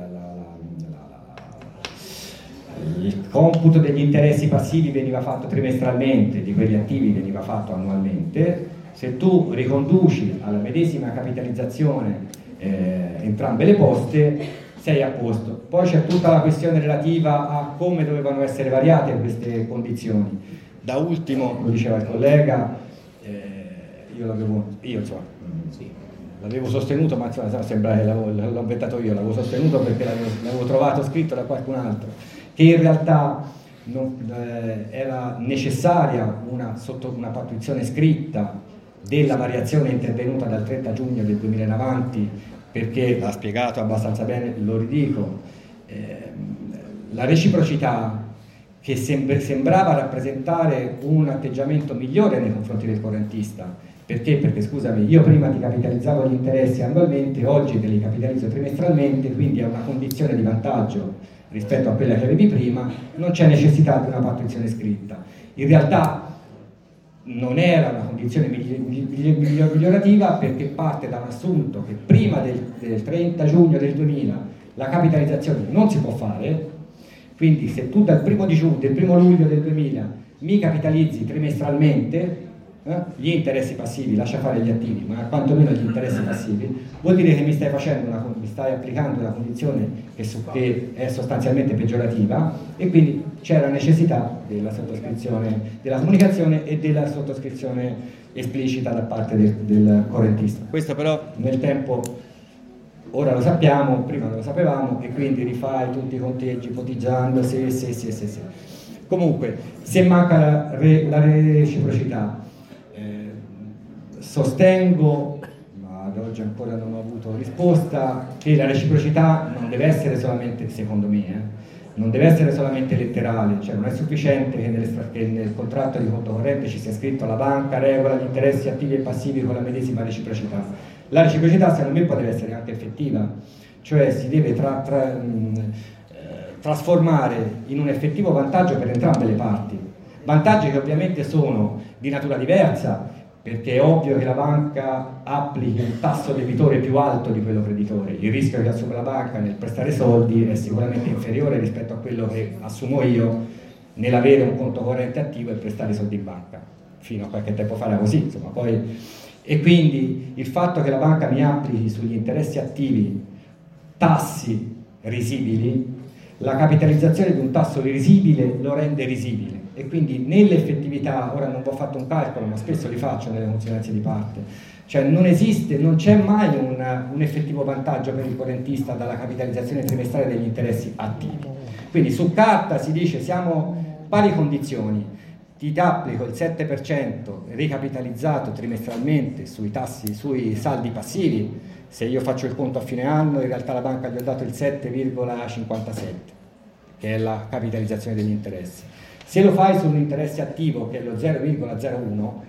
il computo degli interessi passivi veniva fatto trimestralmente, di quelli attivi veniva fatto annualmente, se tu riconduci alla medesima capitalizzazione eh, entrambe le poste sei a posto. Poi c'è tutta la questione relativa a come dovevano essere variate queste condizioni. Da ultimo, lo diceva il collega, eh, io l'avevo, io insomma, sì, l'avevo sostenuto, ma insomma, sembra che l'avevo, l'ho inventato io, l'avevo sostenuto perché l'avevo, l'avevo trovato scritto da qualcun altro, che in realtà non, eh, era necessaria una, sotto, una pattuizione scritta della variazione intervenuta dal trenta giugno del duemila in avanti, perché l'ha spiegato abbastanza bene, lo ridico, eh, la reciprocità che sem- sembrava rappresentare un atteggiamento migliore nei confronti del correntista. Perché? Perché scusami, io prima ti capitalizzavo gli interessi annualmente, oggi te li capitalizzo trimestralmente, quindi è una condizione di vantaggio rispetto a quella che avevi prima, non c'è necessità di una pattuizione scritta. In realtà non era una condizione migliorativa perché parte da un assunto che prima del, del trenta giugno del duemila la capitalizzazione non si può fare, quindi se tu dal primo, di giugno, del primo luglio del duemila mi capitalizzi trimestralmente eh, gli interessi passivi, lascia fare gli attivi, ma quantomeno gli interessi passivi, vuol dire che mi stai facendo una, mi stai applicando una condizione che, su, che è sostanzialmente peggiorativa e quindi c'era necessità della sottoscrizione, della comunicazione e della sottoscrizione esplicita da parte del, del correntista. Questo però nel tempo ora lo sappiamo, prima non lo sapevamo e quindi rifai tutti i conteggi ipotizzando se, se, se, se, se. Comunque, se manca la, re, la reciprocità, sostengo, ma ad oggi ancora non ho avuto risposta, che la reciprocità non deve essere solamente, secondo me, eh, non deve essere solamente letterale, cioè non è sufficiente che, nelle, che nel contratto di conto corrente ci sia scritto la banca regola gli interessi attivi e passivi con la medesima reciprocità. La reciprocità secondo me poi deve essere anche effettiva, cioè si deve tra, tra, mh, trasformare in un effettivo vantaggio per entrambe le parti. Vantaggi che ovviamente sono di natura diversa, perché è ovvio che la banca applichi un tasso debitore più alto di quello creditore. Il rischio che assume la banca nel prestare soldi è sicuramente inferiore rispetto a quello che assumo io nell'avere un conto corrente attivo e prestare soldi in banca. Fino a qualche tempo fa era così, insomma, poi... E quindi il fatto che la banca mi applichi sugli interessi attivi tassi risibili, la capitalizzazione di un tasso risibile lo rende risibile, e quindi nell'effettività, ora non vi ho fatto un calcolo ma spesso li faccio nelle consulenze di parte, cioè non esiste, non c'è mai un, un effettivo vantaggio per il correntista dalla capitalizzazione trimestrale degli interessi attivi. Quindi su carta si dice siamo pari condizioni, ti applico il sette per cento ricapitalizzato trimestralmente sui tassi, sui saldi passivi. Se io faccio il conto a fine anno, in realtà la banca gli ho dato il sette virgola cinquantasette, che è la capitalizzazione degli interessi. Se lo fai su un interesse attivo, che è lo zero virgola zero uno,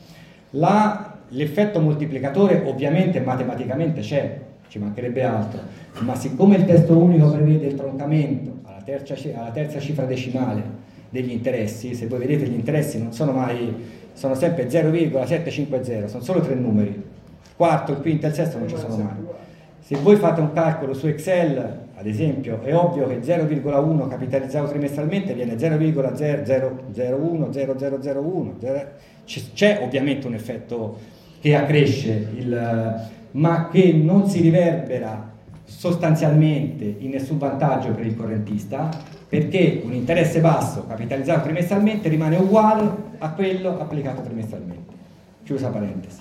l'effetto moltiplicatore ovviamente matematicamente c'è, ci mancherebbe altro, ma siccome il testo unico prevede il troncamento alla terza, alla terza cifra decimale degli interessi, se voi vedete gli interessi non sono mai, sono sempre zero virgola settecentocinquanta, sono solo tre numeri, quarto, il quinto e il sesto non ci sono mai. Se voi fate un calcolo su Excel, ad esempio, è ovvio che zero virgola uno capitalizzato trimestralmente viene zero virgola zero zero zero uno zero zero zero uno. C'è ovviamente un effetto che accresce, il, ma che non si riverbera sostanzialmente in nessun vantaggio per il correntista, perché un interesse basso capitalizzato trimestralmente rimane uguale a quello applicato trimestralmente. Chiusa parentesi.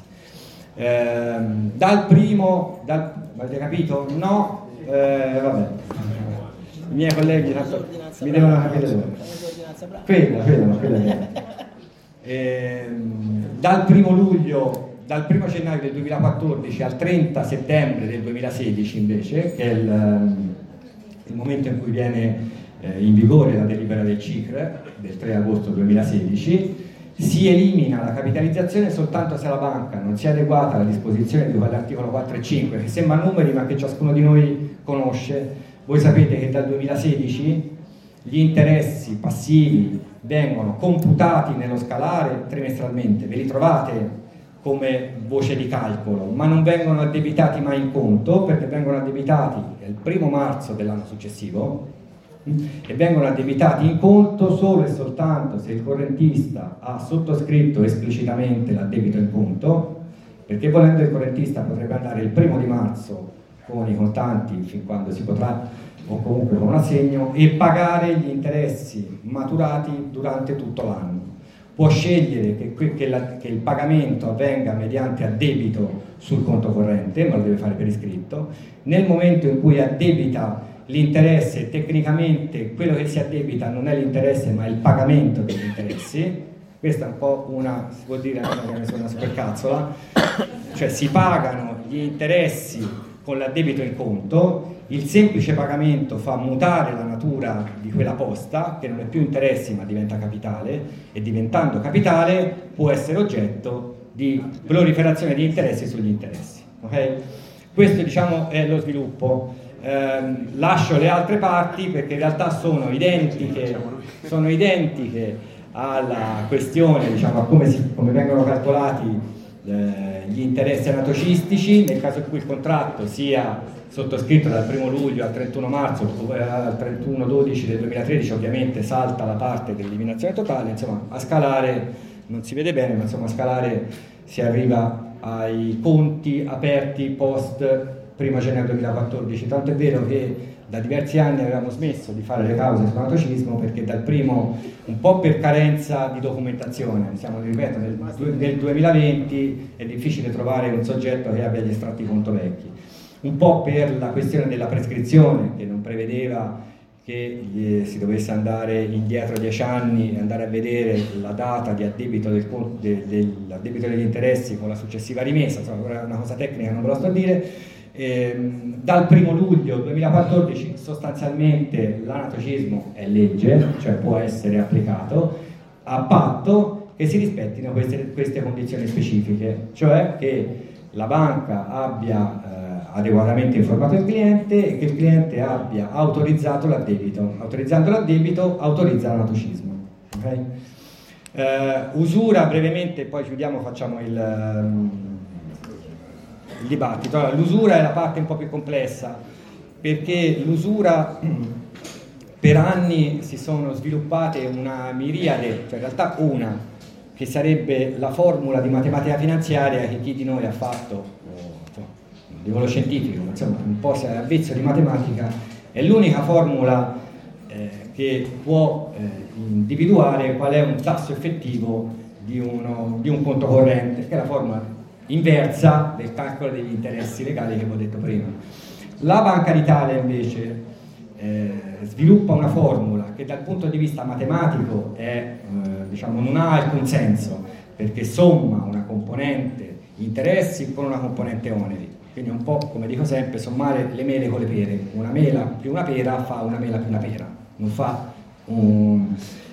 Ehm, dal primo, dal, avete capito? No, eh, vabbè, i miei colleghi tanto, mi devono capire dove. Quella, quella, quella. Ehm, dal primo luglio, dal primo gennaio del duemilaquattordici al trenta settembre del duemilasedici invece, che è il, il momento in cui viene eh, in vigore la delibera del C I C R del tre agosto duemilasedici, si elimina la capitalizzazione soltanto se la banca non si è adeguata alla disposizione di quell'articolo quattro e cinque, che sembrano numeri ma che ciascuno di noi conosce. Voi sapete che dal duemilasedici gli interessi passivi vengono computati nello scalare trimestralmente, ve li trovate come voce di calcolo, ma non vengono addebitati mai in conto, perché vengono addebitati il primo marzo dell'anno successivo e vengono addebitati in conto solo e soltanto se il correntista ha sottoscritto esplicitamente l'addebito in conto, perché volendo il correntista potrebbe andare il primo di marzo con i contanti fin quando si potrà, o comunque con un assegno, e pagare gli interessi maturati durante tutto l'anno. Può scegliere che, che, la, che il pagamento avvenga mediante addebito sul conto corrente, ma lo deve fare per iscritto. Nel momento in cui addebita l'interesse, tecnicamente quello che si addebita non è l'interesse ma è il pagamento degli interessi. Questa è un po' una, si può dire anche una supercazzola, cioè si pagano gli interessi con l'addebito in conto, il semplice pagamento fa mutare la natura di quella posta, che non è più interessi ma diventa capitale, e diventando capitale può essere oggetto di proliferazione di interessi sugli interessi. Okay? Questo, diciamo, è lo sviluppo. Eh, lascio le altre parti perché in realtà sono identiche, sono identiche alla questione, diciamo, a come, si, come vengono calcolati eh, gli interessi anatocistici nel caso in cui il contratto sia sottoscritto dal primo luglio al trentuno marzo, al trentuno dodici del duemilatredici. Ovviamente salta la parte dell'eliminazione totale, insomma a scalare non si vede bene, ma insomma a scalare si arriva ai conti aperti post primo gennaio duemilaquattordici, tanto è vero che da diversi anni avevamo smesso di fare le cause sull'anatocismo perché dal primo, un po' per carenza di documentazione, siamo, ripeto, nel, nel duemilaventi è difficile trovare un soggetto che abbia gli estratti conto vecchi, un po' per la questione della prescrizione che non prevedeva che si dovesse andare indietro dieci anni e andare a vedere la data di addebito, del, de, dell'addebito degli interessi con la successiva rimessa, insomma è una cosa tecnica, non ve lo sto a dire. Ehm, dal primo luglio duemilaquattordici sostanzialmente l'anatocismo è legge, cioè può essere applicato a patto che si rispettino queste, queste condizioni specifiche, cioè che la banca abbia eh, adeguatamente informato il cliente e che il cliente abbia autorizzato l'addebito. Autorizzando l'addebito autorizza l'anatocismo. Okay? Eh, usura brevemente, poi chiudiamo, facciamo il, um, il dibattito. Allora, l'usura è la parte un po' più complessa, perché l'usura per anni si sono sviluppate una miriade, cioè in realtà una, che sarebbe la formula di matematica finanziaria che chi di noi ha fatto oh, a livello scientifico, insomma un po' se è avvezzo di matematica, è l'unica formula eh, che può eh, individuare qual è un tasso effettivo di, uno, di un conto corrente, che è la formula inversa del calcolo degli interessi legali che avevo detto prima. La Banca d'Italia invece eh, sviluppa una formula che dal punto di vista matematico è, eh, diciamo, non ha alcun senso, perché somma una componente interessi con una componente oneri, quindi un po' come dico sempre, sommare le mele con le pere. Una mela più una pera fa una mela più una pera, non fa, un,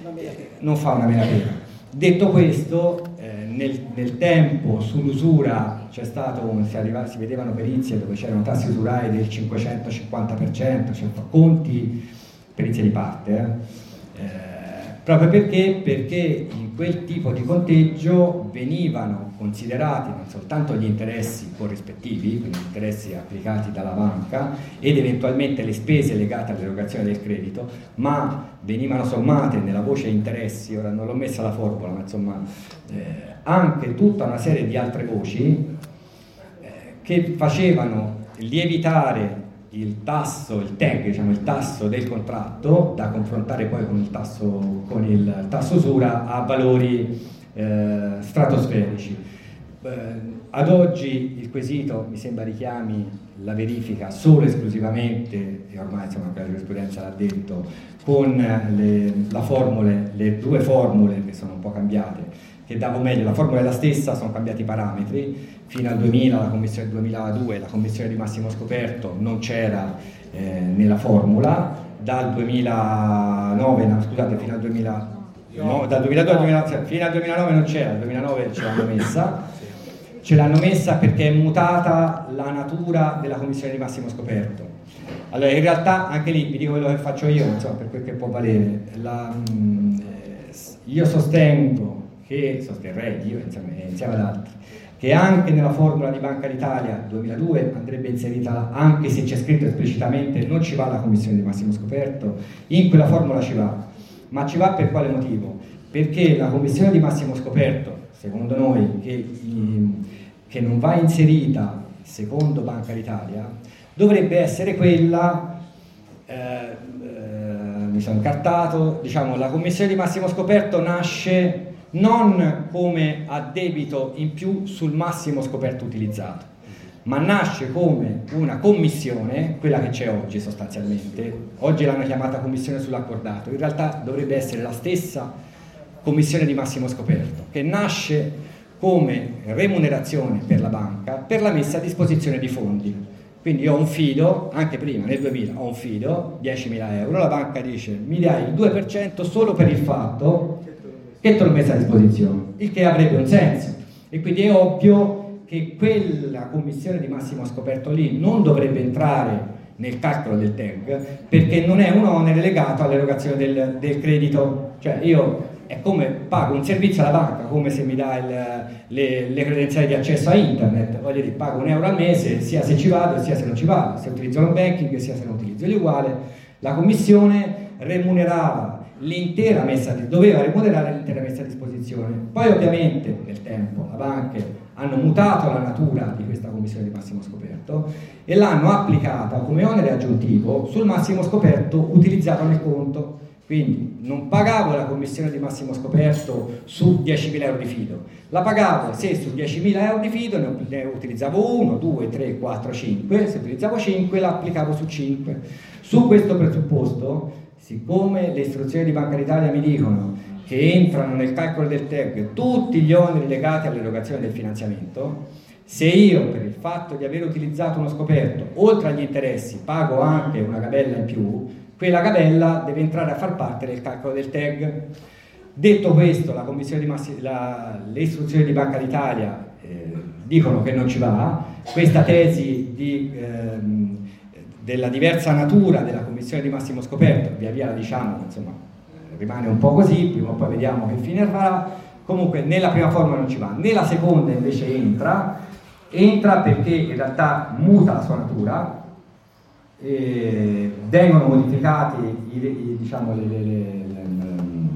non fa una mela pera. Detto questo, eh, nel, nel tempo sull'usura c'è stato un, si, arriva, si vedevano perizie dove c'erano tassi usurai del cinquecentocinquanta per cento, cioè conti, perizie di parte, eh? Eh, proprio perché, perché in quel tipo di conteggio venivano considerati non soltanto gli interessi corrispettivi, quindi gli interessi applicati dalla banca ed eventualmente le spese legate all'erogazione del credito, ma venivano sommate nella voce interessi, ora non l'ho messa la formula, ma insomma eh, anche tutta una serie di altre voci eh, che facevano lievitare il tasso, il tag, diciamo il tasso del contratto, da confrontare poi con il tasso, con il tasso usura, a valori eh, stratosferici. Eh, ad oggi il quesito mi sembra richiami la verifica solo e esclusivamente, e ormai insomma la giurisprudenza l'ha detto, con le, la formule, le due formule che sono un po' cambiate, che davo meglio, la formula è la stessa, sono cambiati i parametri. Fino al duemila, la commissione duemiladue, la commissione di massimo scoperto non c'era eh, nella formula, dal duemilanove, no, scusate, fino al duemila, no, dal duemiladue al duemila, cioè, fino al duemilanove non c'era, nel duemilanove ce l'hanno messa, ce l'hanno messa perché è mutata la natura della commissione di massimo scoperto. Allora, in realtà anche lì vi dico quello che faccio io, insomma, per quel che può valere. La, mh, io sostengo che, sosterrei io insieme, insieme ad altri, che anche nella formula di Banca d'Italia duemiladue andrebbe inserita, anche se c'è scritto esplicitamente non ci va la commissione di massimo scoperto, in quella formula ci va. Ma ci va per quale motivo? Perché la commissione di massimo scoperto, secondo noi, che, che non va inserita secondo Banca d'Italia, dovrebbe essere quella, eh, eh, mi sono incartato, diciamo, la commissione di massimo scoperto nasce non come addebito in più sul massimo scoperto utilizzato, ma nasce come una commissione, quella che c'è oggi sostanzialmente. Oggi l'hanno chiamata commissione sull'accordato, in realtà dovrebbe essere la stessa commissione di massimo scoperto, che nasce come remunerazione per la banca per la messa a disposizione di fondi. Quindi io ho un fido, anche prima nel duemila ho un fido, diecimila euro, la banca dice mi dai il due per cento solo per il fatto che te l'ho messa a disposizione, il che avrebbe un senso, e quindi è ovvio che quella commissione di massimo scoperto lì non dovrebbe entrare nel calcolo del tag, perché non è un onere legato all'erogazione del, del credito. Cioè io è come pago un servizio alla banca, come se mi dà il, le, le credenziali di accesso a internet, voglio dire, pago un euro al mese sia se ci vado sia se non ci vado, se utilizzo l'home banking sia se non utilizzo, è uguale. La commissione remunerava l'intera messa, doveva remunerare l'intera messa a disposizione. Poi ovviamente nel tempo le banche hanno mutato la natura di questa commissione di massimo scoperto e l'hanno applicata come onere aggiuntivo sul massimo scoperto utilizzato nel conto. Quindi non pagavo la commissione di massimo scoperto su diecimila euro di fido, la pagavo se su diecimila euro di fido ne utilizzavo uno, due, tre, quattro, cinque, se utilizzavo cinque la applicavo su cinque. Su questo presupposto, siccome le istruzioni di Banca d'Italia mi dicono che entrano nel calcolo del tag tutti gli oneri legati all'erogazione del finanziamento, se io per il fatto di aver utilizzato uno scoperto, oltre agli interessi, pago anche una gabella in più, quella gabella deve entrare a far parte del calcolo del tag. Detto questo, la commissione di massi- la, le istruzioni di Banca d'Italia eh, dicono che non ci va. Questa tesi di, ehm, della diversa natura della commissione di massimo scoperto, via via la diciamo, insomma, rimane un po' così, prima o poi vediamo che fine farà. Comunque nella prima forma non ci va, nella seconda invece entra, entra perché in realtà muta la sua natura, e vengono modificati i, i, diciamo, le, le, le, le,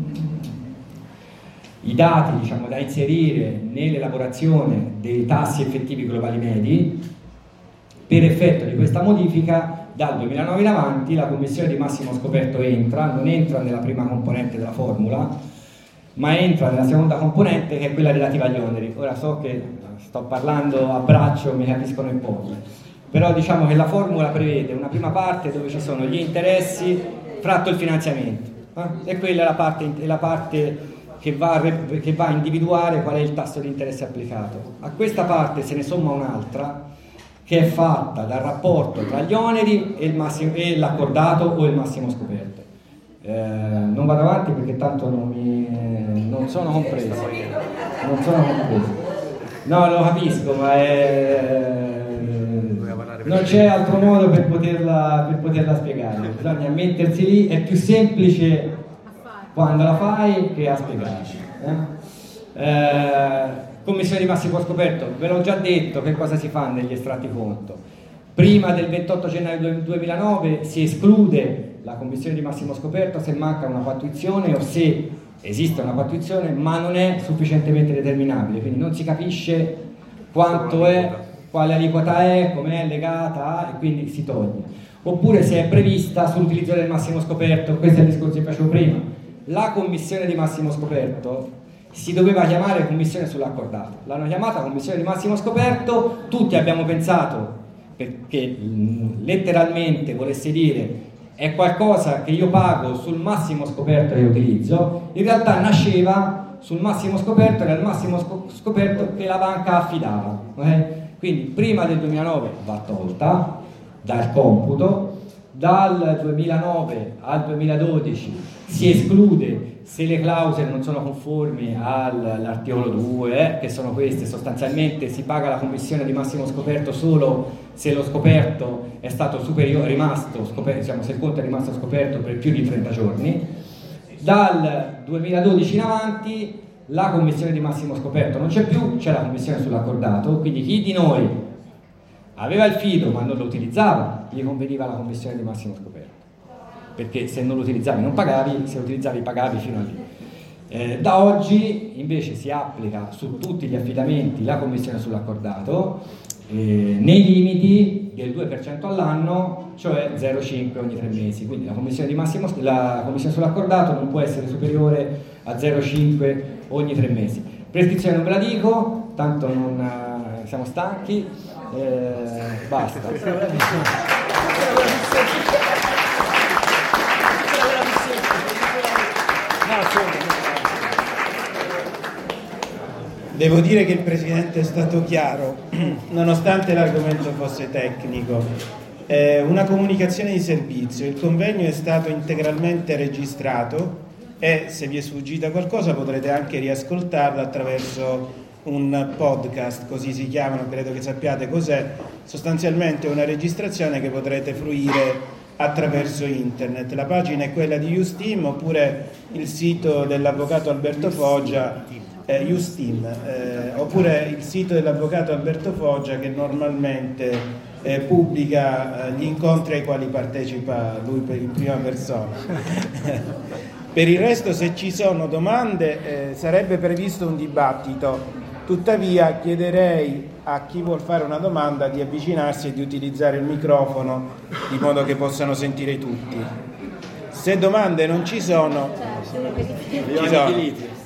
i dati, diciamo, da inserire nell'elaborazione dei tassi effettivi globali medi. Per effetto di questa modifica dal duemilanove in avanti la commissione di massimo scoperto entra, non entra nella prima componente della formula, ma entra nella seconda componente, che è quella relativa agli oneri. Ora so che sto parlando a braccio, mi capiscono in pochi, però diciamo che la formula prevede una prima parte dove ci sono gli interessi fratto il finanziamento, eh? E quella è la parte, è la parte che, va a, che va a individuare qual è il tasso di interesse applicato. A questa parte se ne somma un'altra che è fatta dal rapporto tra gli oneri e, il massimo, e l'accordato o il massimo scoperto. Eh, non vado avanti perché tanto non, mi, non sono compreso, non sono compreso. No, lo capisco, ma è, non c'è altro modo per poterla, per poterla spiegare. Bisogna mettersi lì, è più semplice quando la fai che a spiegare. Eh? Eh, commissione di massimo scoperto, ve l'ho già detto che cosa si fa negli estratti conto. Prima del ventotto gennaio duemilanove si esclude la commissione di massimo scoperto se manca una pattuizione o se esiste una pattuizione ma non è sufficientemente determinabile, quindi non si capisce quanto è, quale aliquota è, come è legata a, e quindi si toglie. Oppure se è prevista sull'utilizzo del massimo scoperto, questo è il discorso che facevo prima, la commissione di massimo scoperto si doveva chiamare commissione sull'accordato, l'hanno chiamata commissione di massimo scoperto, tutti abbiamo pensato perché mh, letteralmente volesse dire è qualcosa che io pago sul massimo scoperto che utilizzo, in realtà nasceva sul massimo scoperto, era il massimo scoperto che la banca affidava, okay? Quindi prima del duemilanove va tolta dal computo, dal duemilanove al duemiladodici si esclude se le clausole non sono conformi all'articolo due, eh, che sono queste, sostanzialmente si paga la commissione di massimo scoperto solo se lo scoperto è stato superiore, rimasto scoperto, diciamo, se il conto è rimasto scoperto per più di trenta giorni. Dal duemiladodici in avanti la commissione di massimo scoperto non c'è più, c'è la commissione sull'accordato, quindi chi di noi aveva il fido ma non lo utilizzava, gli conveniva la commissione di massimo scoperto, perché se non lo utilizzavi non pagavi, se lo utilizzavi pagavi fino a lì. Eh, da oggi invece si applica su tutti gli affidamenti la commissione sull'accordato, eh, nei limiti del due per cento all'anno, cioè zero virgola cinque ogni tre mesi, quindi la commissione, di massimo, la commissione sull'accordato non può essere superiore a zero virgola cinque ogni tre mesi. Prescrizione non ve la dico, tanto non uh, siamo stanchi, eh, basta. Devo dire che il Presidente è stato chiaro, nonostante l'argomento fosse tecnico. Eh, una comunicazione di servizio, il convegno è stato integralmente registrato e se vi è sfuggita qualcosa potrete anche riascoltarlo attraverso un podcast, così si chiamano, credo che sappiate cos'è, sostanzialmente una registrazione che potrete fruire attraverso internet. La pagina è quella di Usteam oppure il sito dell'avvocato Alberto Foggia, eh, Usteam, eh, oppure il sito dell'avvocato Alberto Foggia che normalmente eh, pubblica eh, gli incontri ai quali partecipa lui per, in prima persona. Per il resto, se ci sono domande, eh, sarebbe previsto un dibattito. Tuttavia chiederei a chi vuol fare una domanda di avvicinarsi e di utilizzare il microfono di modo che possano sentire tutti. Se domande non ci sono, ci sono.